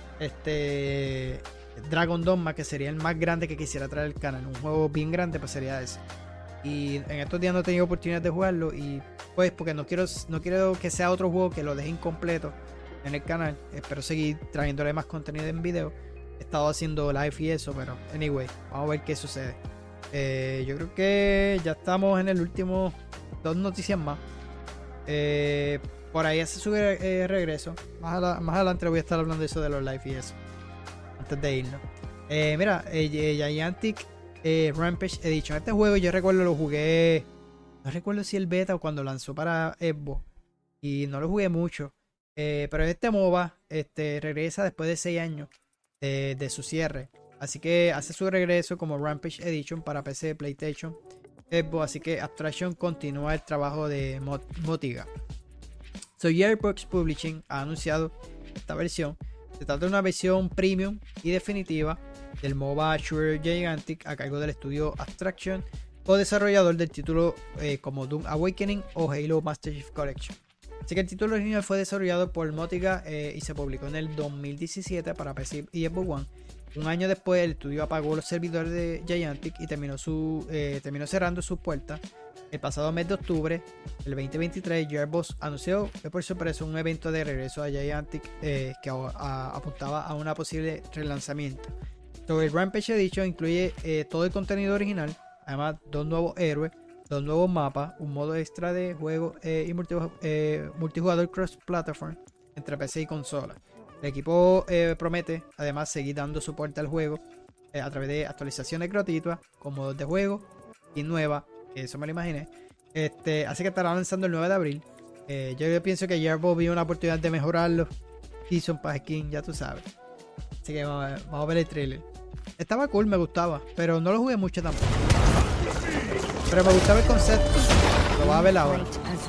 este Dragon Dogma, que sería el más grande que quisiera traer el canal, un juego bien grande, pues sería ese. Y en estos días no he tenido oportunidad de jugarlo, y pues porque no quiero, no quiero que sea otro juego que lo deje incompleto en el canal. Espero seguir trayéndole más contenido en video. He estado haciendo live y eso, pero anyway, vamos a ver qué sucede. Eh, yo creo que ya estamos en el último, dos noticias más. Eh, por ahí se sube eh, regreso. Más, a la, más adelante voy a estar hablando de eso de los live y eso, antes de irnos. Eh, mira, eh, Gigantic eh, Rampage Edition. Este juego yo recuerdo lo jugué, no recuerdo si el beta o cuando lanzó para Xbox, y no lo jugué mucho. Eh, pero este MOBA este, regresa después de seis años de, de su cierre. Así que hace su regreso como Rampage Edition para P C, PlayStation, Xbox. Así que Abstraction continúa el trabajo de Mot Motiga. So, Gearbox Publishing ha anunciado esta versión. Se trata de una versión premium y definitiva del MOBA Shooter Gigantic a cargo del estudio Abstraction, o desarrollador del título eh, como Doom Awakening o Halo Master Chief Collection. Así que el título original fue desarrollado por Motiga eh, y se publicó en el dos mil diecisiete para P C y Xbox One. Un año después el estudio apagó los servidores de Gigantic y terminó, su, eh, terminó cerrando sus puertas. El pasado mes de octubre del veinte veintitrés, Gearbox anunció que por sorpresa un evento de regreso a Gigantic eh, que a, a, apuntaba a una posible relanzamiento. Sobre el Rampage Edition incluye eh, todo el contenido original, además dos nuevos héroes, dos nuevos mapas, un modo extra de juego eh, y multi, eh, multijugador cross-platform entre P C y consola. El equipo eh, promete además seguir dando soporte al juego eh, a través de actualizaciones gratuitas con modos de juego y nuevas, que eso me lo imaginé. Este, así que estará lanzando el nueve de abril. Eh, yo, yo pienso que Gearbox vio una oportunidad de mejorarlo. Season Pass Skin, ya tú sabes. Así que vamos a, ver, vamos a ver el trailer. Estaba cool, me gustaba, pero no lo jugué mucho tampoco. Pero me gustaba el concepto. Lo vas a ver ahora.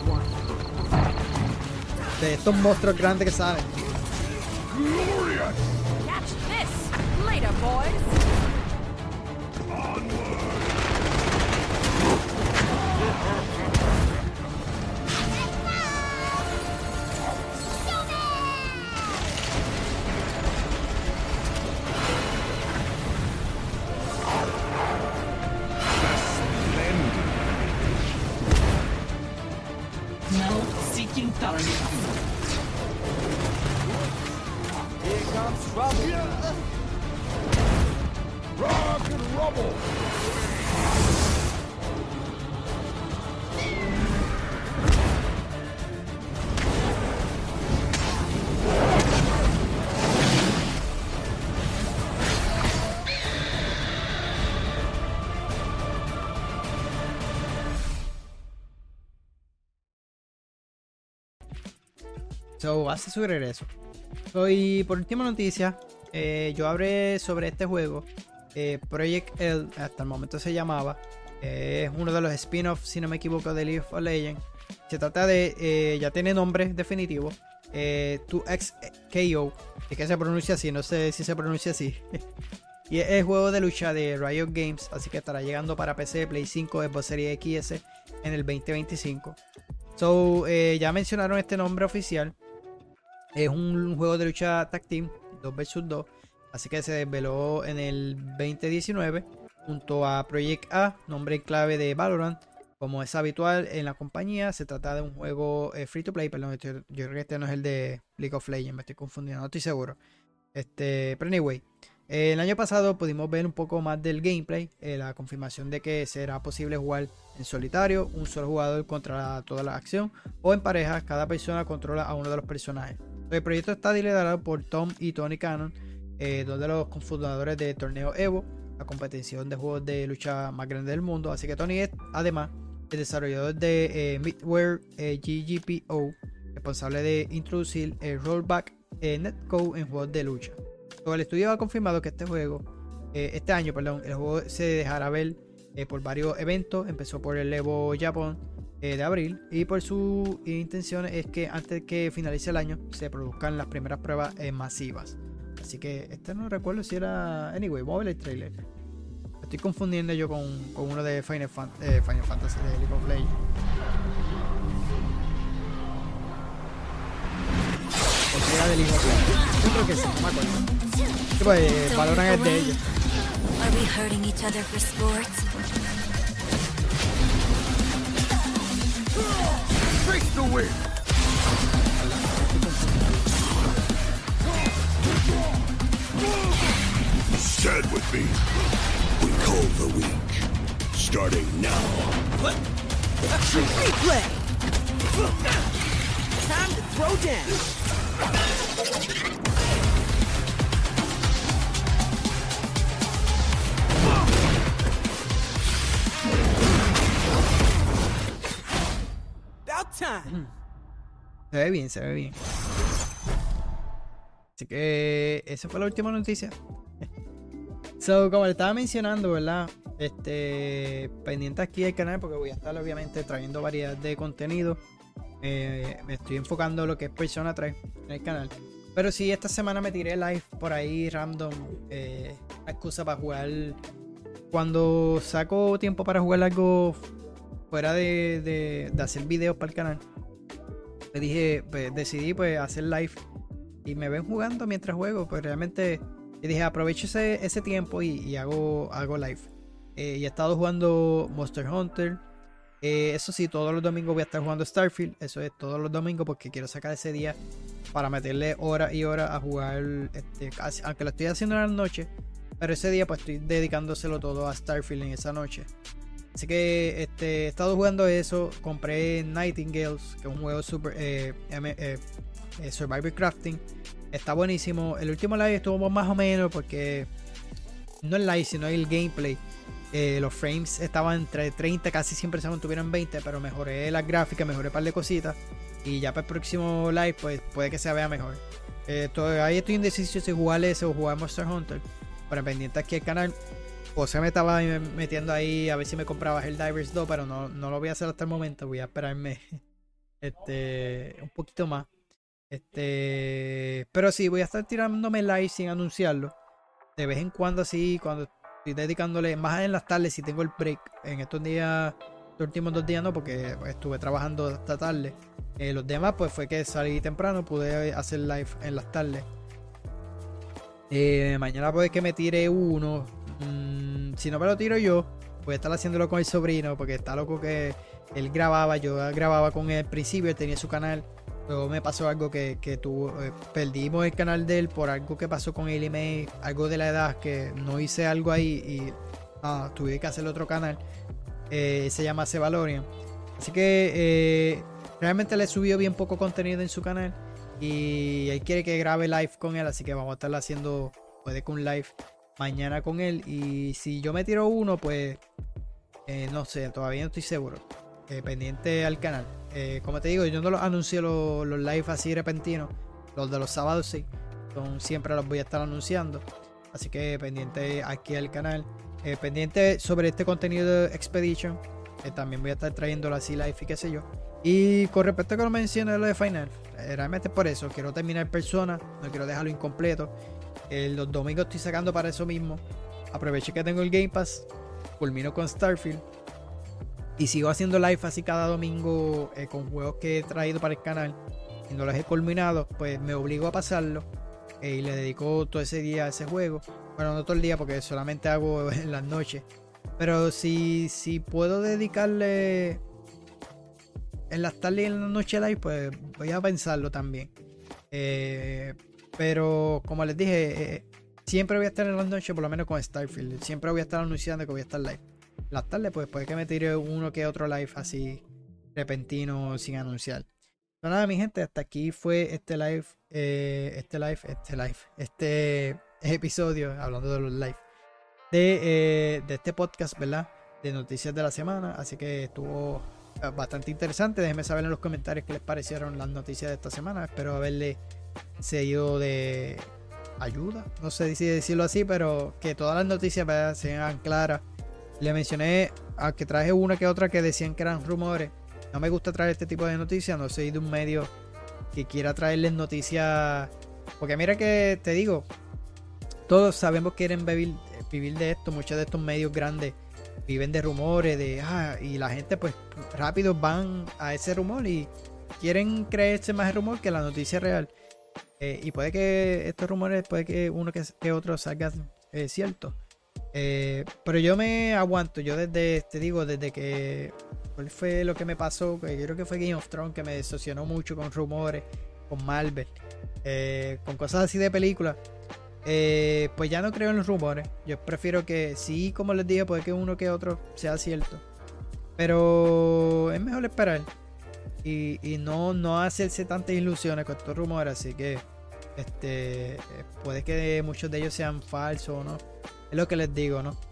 De estos monstruos grandes que salen. Catch this later, boys. No seeking thunder. Here comes trouble. Rock and rubble. So, hace su regreso. So, y por última noticia, eh, yo hablé sobre este juego, eh, Project L, hasta el momento se llamaba. Eh, es uno de los spin-offs, si no me equivoco, de League of Legends. Se trata de, eh, ya tiene nombre definitivo, eh, dos X K O, es que se pronuncia así, no sé si se pronuncia así. Y es el juego de lucha de Riot Games, así que estará llegando para P C, Play cinco, Xbox Series X S en el veinte veinticinco. So, eh, ya mencionaron este nombre oficial. Es un juego de lucha tag team, dos versus dos, así que se desveló en el veinte diecinueve junto a Project A, nombre clave de Valorant. Como es habitual en la compañía, se trata de un juego eh, free to play, perdón, yo, yo creo que este no es el de League of Legends, me estoy confundiendo, no estoy seguro. Este, pero anyway, eh, el año pasado pudimos ver un poco más del gameplay, eh, la confirmación de que será posible jugar en solitario, un solo jugador contra toda la acción, o en pareja, cada persona controla a uno de los personajes. El proyecto está liderado por Tom y Tony Cannon, eh, dos de los cofundadores de Torneo Evo, la competición de juegos de lucha más grande del mundo. Así que Tony es además el desarrollador de eh, Midware eh, G G P O, responsable de introducir el rollback eh, netcode en juegos de lucha. So, el estudio ha confirmado que este juego, eh, este año, perdón, el juego se dejará ver eh, por varios eventos. Empezó por el Evo Japón eh, de abril, y por sus intenciones es que antes de que finalice el año se produzcan las primeras pruebas eh, masivas. Así que este no recuerdo si era. Anyway, vamos a ver el trailer. Me estoy confundiendo yo con, con uno de Final, Fan, eh, Final Fantasy de League of Legends. Yo creo que sí, no me acuerdo. Sí, pues Valorant es de ellos. Are we hurting each other for sports? Face the wind. Stand with me. We call the weak. Starting now. Replay! Time to throw down. About time. Se ve bien, se ve bien. Así que esa fue la última noticia. So, como le estaba mencionando, ¿verdad? Este, pendiente aquí del canal porque voy a estar obviamente trayendo variedad de contenido. Eh, me estoy enfocando en lo que es Persona tres en el canal. Pero sí, esta semana me tiré live por ahí random. Eh, excusa para jugar. Cuando saco tiempo para jugar algo fuera de, de, de hacer videos para el canal, me dije, pues decidí pues hacer live. Y me ven jugando mientras juego. Pues realmente y dije, aprovecho ese, ese tiempo y, y hago, hago live. Eh, y he estado jugando Monster Hunter. Eh, eso sí, todos los domingos voy a estar jugando Starfield. Eso es todos los domingos porque quiero sacar ese día para meterle horas y horas a jugar. Este, casi, aunque lo estoy haciendo en la noche, pero ese día pues estoy dedicándoselo todo a Starfield en esa noche. Así que este, he estado jugando eso. Compré Nightingales, que es un juego super, eh, eh, eh, Survivor Crafting. Está buenísimo. El último live estuvo más o menos porque no el live, sino el gameplay. Eh, los frames estaban entre treinta, casi siempre se mantuvieron veinte, pero mejoré las gráficas, mejoré un par de cositas. Y ya para el próximo live, pues puede que se vea mejor. Eh, todavía estoy indeciso si jugar ese o jugar Monster Hunter. Pero pendiente aquí el canal. José me estaba metiendo ahí a ver si me compraba Helldivers dos, pero no, no lo voy a hacer hasta el momento. Voy a esperarme este, un poquito más. Este, pero sí, voy a estar tirándome live sin anunciarlo. De vez en cuando así, cuando estoy dedicándole, más en las tardes si tengo el break. En estos días, los últimos dos días no, porque estuve trabajando hasta tarde. Eh, los demás pues fue que salí temprano, pude hacer live en las tardes. Eh, mañana puede que me tire uno. Mm, si no me lo tiro yo, voy a estar haciéndolo con el sobrino, porque está loco que él grababa, yo grababa con él al principio, él tenía su canal. Luego me pasó algo que, que tuvo, eh, perdimos el canal de él por algo que pasó con él y May, algo de la edad, que no hice algo ahí y ah, tuve que hacer otro canal. Eh, se llama Cebalorian. Así que eh, realmente le subió bien poco contenido en su canal y él quiere que grabe live con él, así que vamos a estar haciendo, puede que un live mañana con él. Y si yo me tiro uno, pues eh, no sé, todavía no estoy seguro. Eh, pendiente al canal. Eh, como te digo, yo no los anuncio los, los live así repentinos. Los de los sábados sí. Son, siempre los voy a estar anunciando. Así que pendiente aquí al canal. Eh, pendiente sobre este contenido de Expedition. Eh, también voy a estar trayéndolo así live y qué sé yo. Y con respecto a que lo mencioné lo de Final, eh, realmente es por eso. Quiero terminar Persona. No quiero dejarlo incompleto. Eh, los domingos estoy sacando para eso mismo. Aproveché que tengo el Game Pass. Culmino con Starfield. Y sigo haciendo live así cada domingo eh, con juegos que he traído para el canal y no los he culminado, pues me obligo a pasarlo eh, y le dedico todo ese día a ese juego. Bueno, no todo el día porque solamente hago en las noches, pero si, si puedo dedicarle en las tardes y en la noche live, pues voy a pensarlo también. Eh, pero como les dije, eh, siempre voy a estar en las noches, por lo menos con Starfield. Siempre voy a estar anunciando que voy a estar live. Las tardes, pues puede que me tire uno que otro live así repentino sin anunciar. Pero nada, mi gente, hasta aquí fue este live, eh, este live, este live, este episodio, hablando de los live, de, eh, de este podcast, ¿verdad? De noticias de la semana. Así que estuvo bastante interesante. Déjenme saber en los comentarios qué les parecieron las noticias de esta semana. Espero haberle seguido de ayuda, no sé si decirlo así, pero que todas las noticias, ¿verdad?, sean claras. Le mencioné a que traje una que otra que decían que eran rumores. No me gusta traer este tipo de noticias. No soy de un medio que quiera traerles noticias. Porque mira que te digo, todos sabemos que quieren vivir, vivir de esto. Muchos de estos medios grandes viven de rumores. de ah, Y la gente pues rápido van a ese rumor y quieren creerse más el rumor que la noticia real. Eh, y puede que estos rumores, puede que uno que, que otro salgan eh, cierto. Eh, pero yo me aguanto. Yo desde, te digo, desde que... ¿Cuál fue lo que me pasó? Que yo creo que fue Game of Thrones, que me decepcionó mucho con rumores, con Marvel, eh, con cosas así de películas. Eh, pues ya no creo en los rumores. Yo prefiero que sí, como les dije, puede que uno que otro sea cierto. Pero es mejor esperar. Y, y no, no hacerse tantas ilusiones con estos rumores. Así que este puede que muchos de ellos sean falsos o no. Es lo que les digo, ¿no?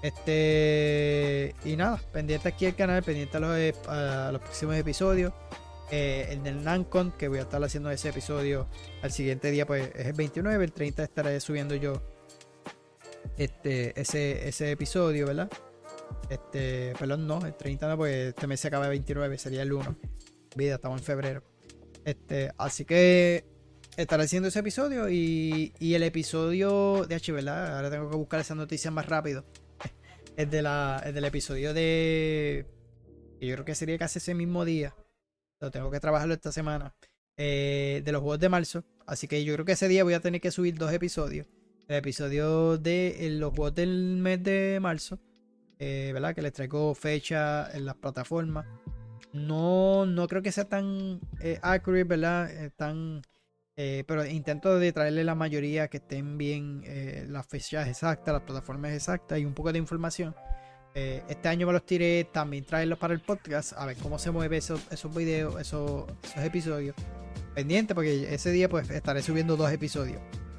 Este y nada, pendiente aquí al canal, pendiente a los, a los próximos episodios. Eh, el del Nancon, que voy a estar haciendo ese episodio al siguiente día, pues es el veintinueve. El treinta estaré subiendo yo este ese, ese episodio, ¿verdad? Este, perdón, no, el treinta no, pues este mes se acaba el veintinueve, sería el uno. Vida, estamos en febrero. Este, así que estaré haciendo ese episodio y, y el episodio de H, ¿verdad? Ahora tengo que buscar esas noticias más rápido. Es de la, es del episodio de... que yo creo que sería casi ese mismo día. Lo tengo que trabajarlo esta semana. Eh, de los juegos de marzo. Así que yo creo que ese día voy a tener que subir dos episodios. El episodio de los juegos del mes de marzo. Eh, ¿verdad? Que les traigo fecha en las plataformas. No, no creo que sea tan eh, accurate, ¿verdad? Eh, tan, eh, pero intento de traerle la mayoría que estén bien eh, las fechas exactas, las plataformas exactas y un poco de información. Eh, este año me los tiré, también traerlos para el podcast, a ver cómo se mueve esos, esos videos, esos, esos episodios. Pendiente, porque ese día pues estaré subiendo dos episodios.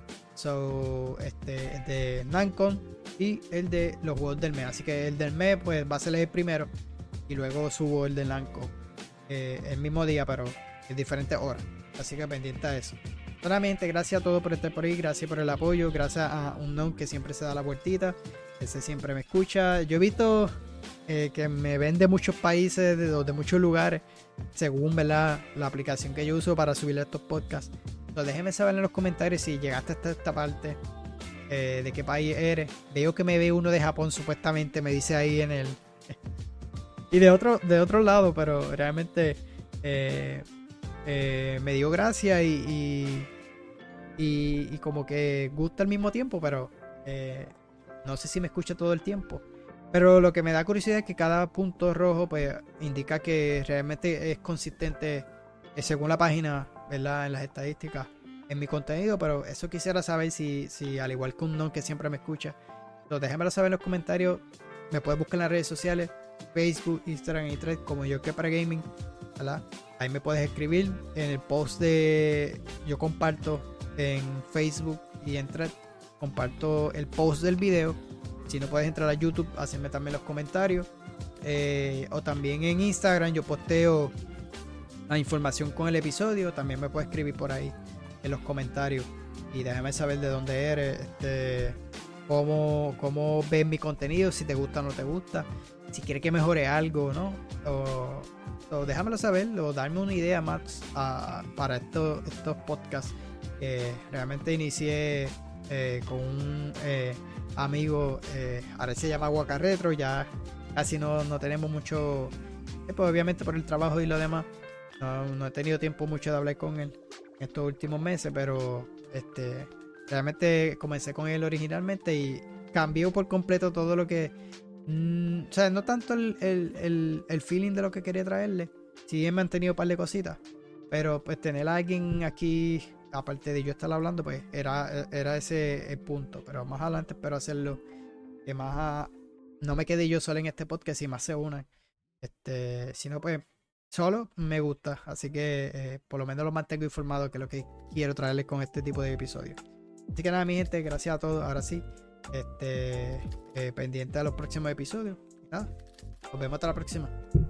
So, este, el de Nancon y el de los juegos del mes. Así que el del mes pues va a ser el primero. Y luego subo el de Nancon eh, el mismo día, pero en diferentes horas. Así que pendiente a eso. Solamente gracias a todos por estar por ahí. Gracias por el apoyo. Gracias a Unknown, que siempre se da la vueltita. Ese siempre me escucha. Yo he visto eh, que me ven de muchos países, de, de muchos lugares, según, ¿verdad?, la aplicación que yo uso para subir estos podcasts. Entonces déjenme saber en los comentarios si llegaste hasta esta parte, eh, de qué país eres. Veo que me ve uno de Japón, supuestamente, me dice ahí en el... y de otro, de otro lado, pero realmente eh, eh, me dio gracia y, y, y, y como que gusta al mismo tiempo, pero eh, no sé si me escucha todo el tiempo. Pero lo que me da curiosidad es que cada punto rojo pues indica que realmente es consistente eh, según la página, ¿verdad?, en las estadísticas, en mi contenido. Pero eso quisiera saber si, si al igual que un non que siempre me escucha. Entonces déjenmelo saber en los comentarios. Me puedes buscar en las redes sociales, Facebook, Instagram y Threads como Yo Que Pre Gaming, ¿verdad? Ahí me puedes escribir en el post de... Yo comparto en Facebook y en Threads, comparto el post del video. Si no puedes entrar a YouTube, hacerme también los comentarios. Eh, o también en Instagram yo posteo la información con el episodio. También me puedes escribir por ahí en los comentarios. Y déjame saber de dónde eres, este, cómo, cómo ves mi contenido, si te gusta o no te gusta, si quieres que mejore algo, ¿no? O, o déjamelo saber, o darme una idea más uh, para esto, estos podcasts. Eh, realmente inicié eh, con un eh, amigo, eh, ahora se llama Waka Retro, ya casi no, no tenemos mucho, eh, pues obviamente por el trabajo y lo demás, no, no he tenido tiempo mucho de hablar con él en estos últimos meses, pero este realmente comencé con él originalmente y cambió por completo todo lo que mmm, o sea, no tanto el, el, el, el feeling de lo que quería traerle, sí he mantenido un par de cositas, pero pues tener a alguien aquí aparte de yo estar hablando, pues era, era ese el punto. Pero más adelante espero hacerlo, que más a, no me quede yo solo en este podcast y más se unan. Este, si no, pues solo me gusta, así que eh, por lo menos lo mantengo informado, que es lo que quiero traerles con este tipo de episodios. Así que nada, mi gente, gracias a todos. Ahora sí, este, eh, pendiente a los próximos episodios. Nada, nos vemos hasta la próxima.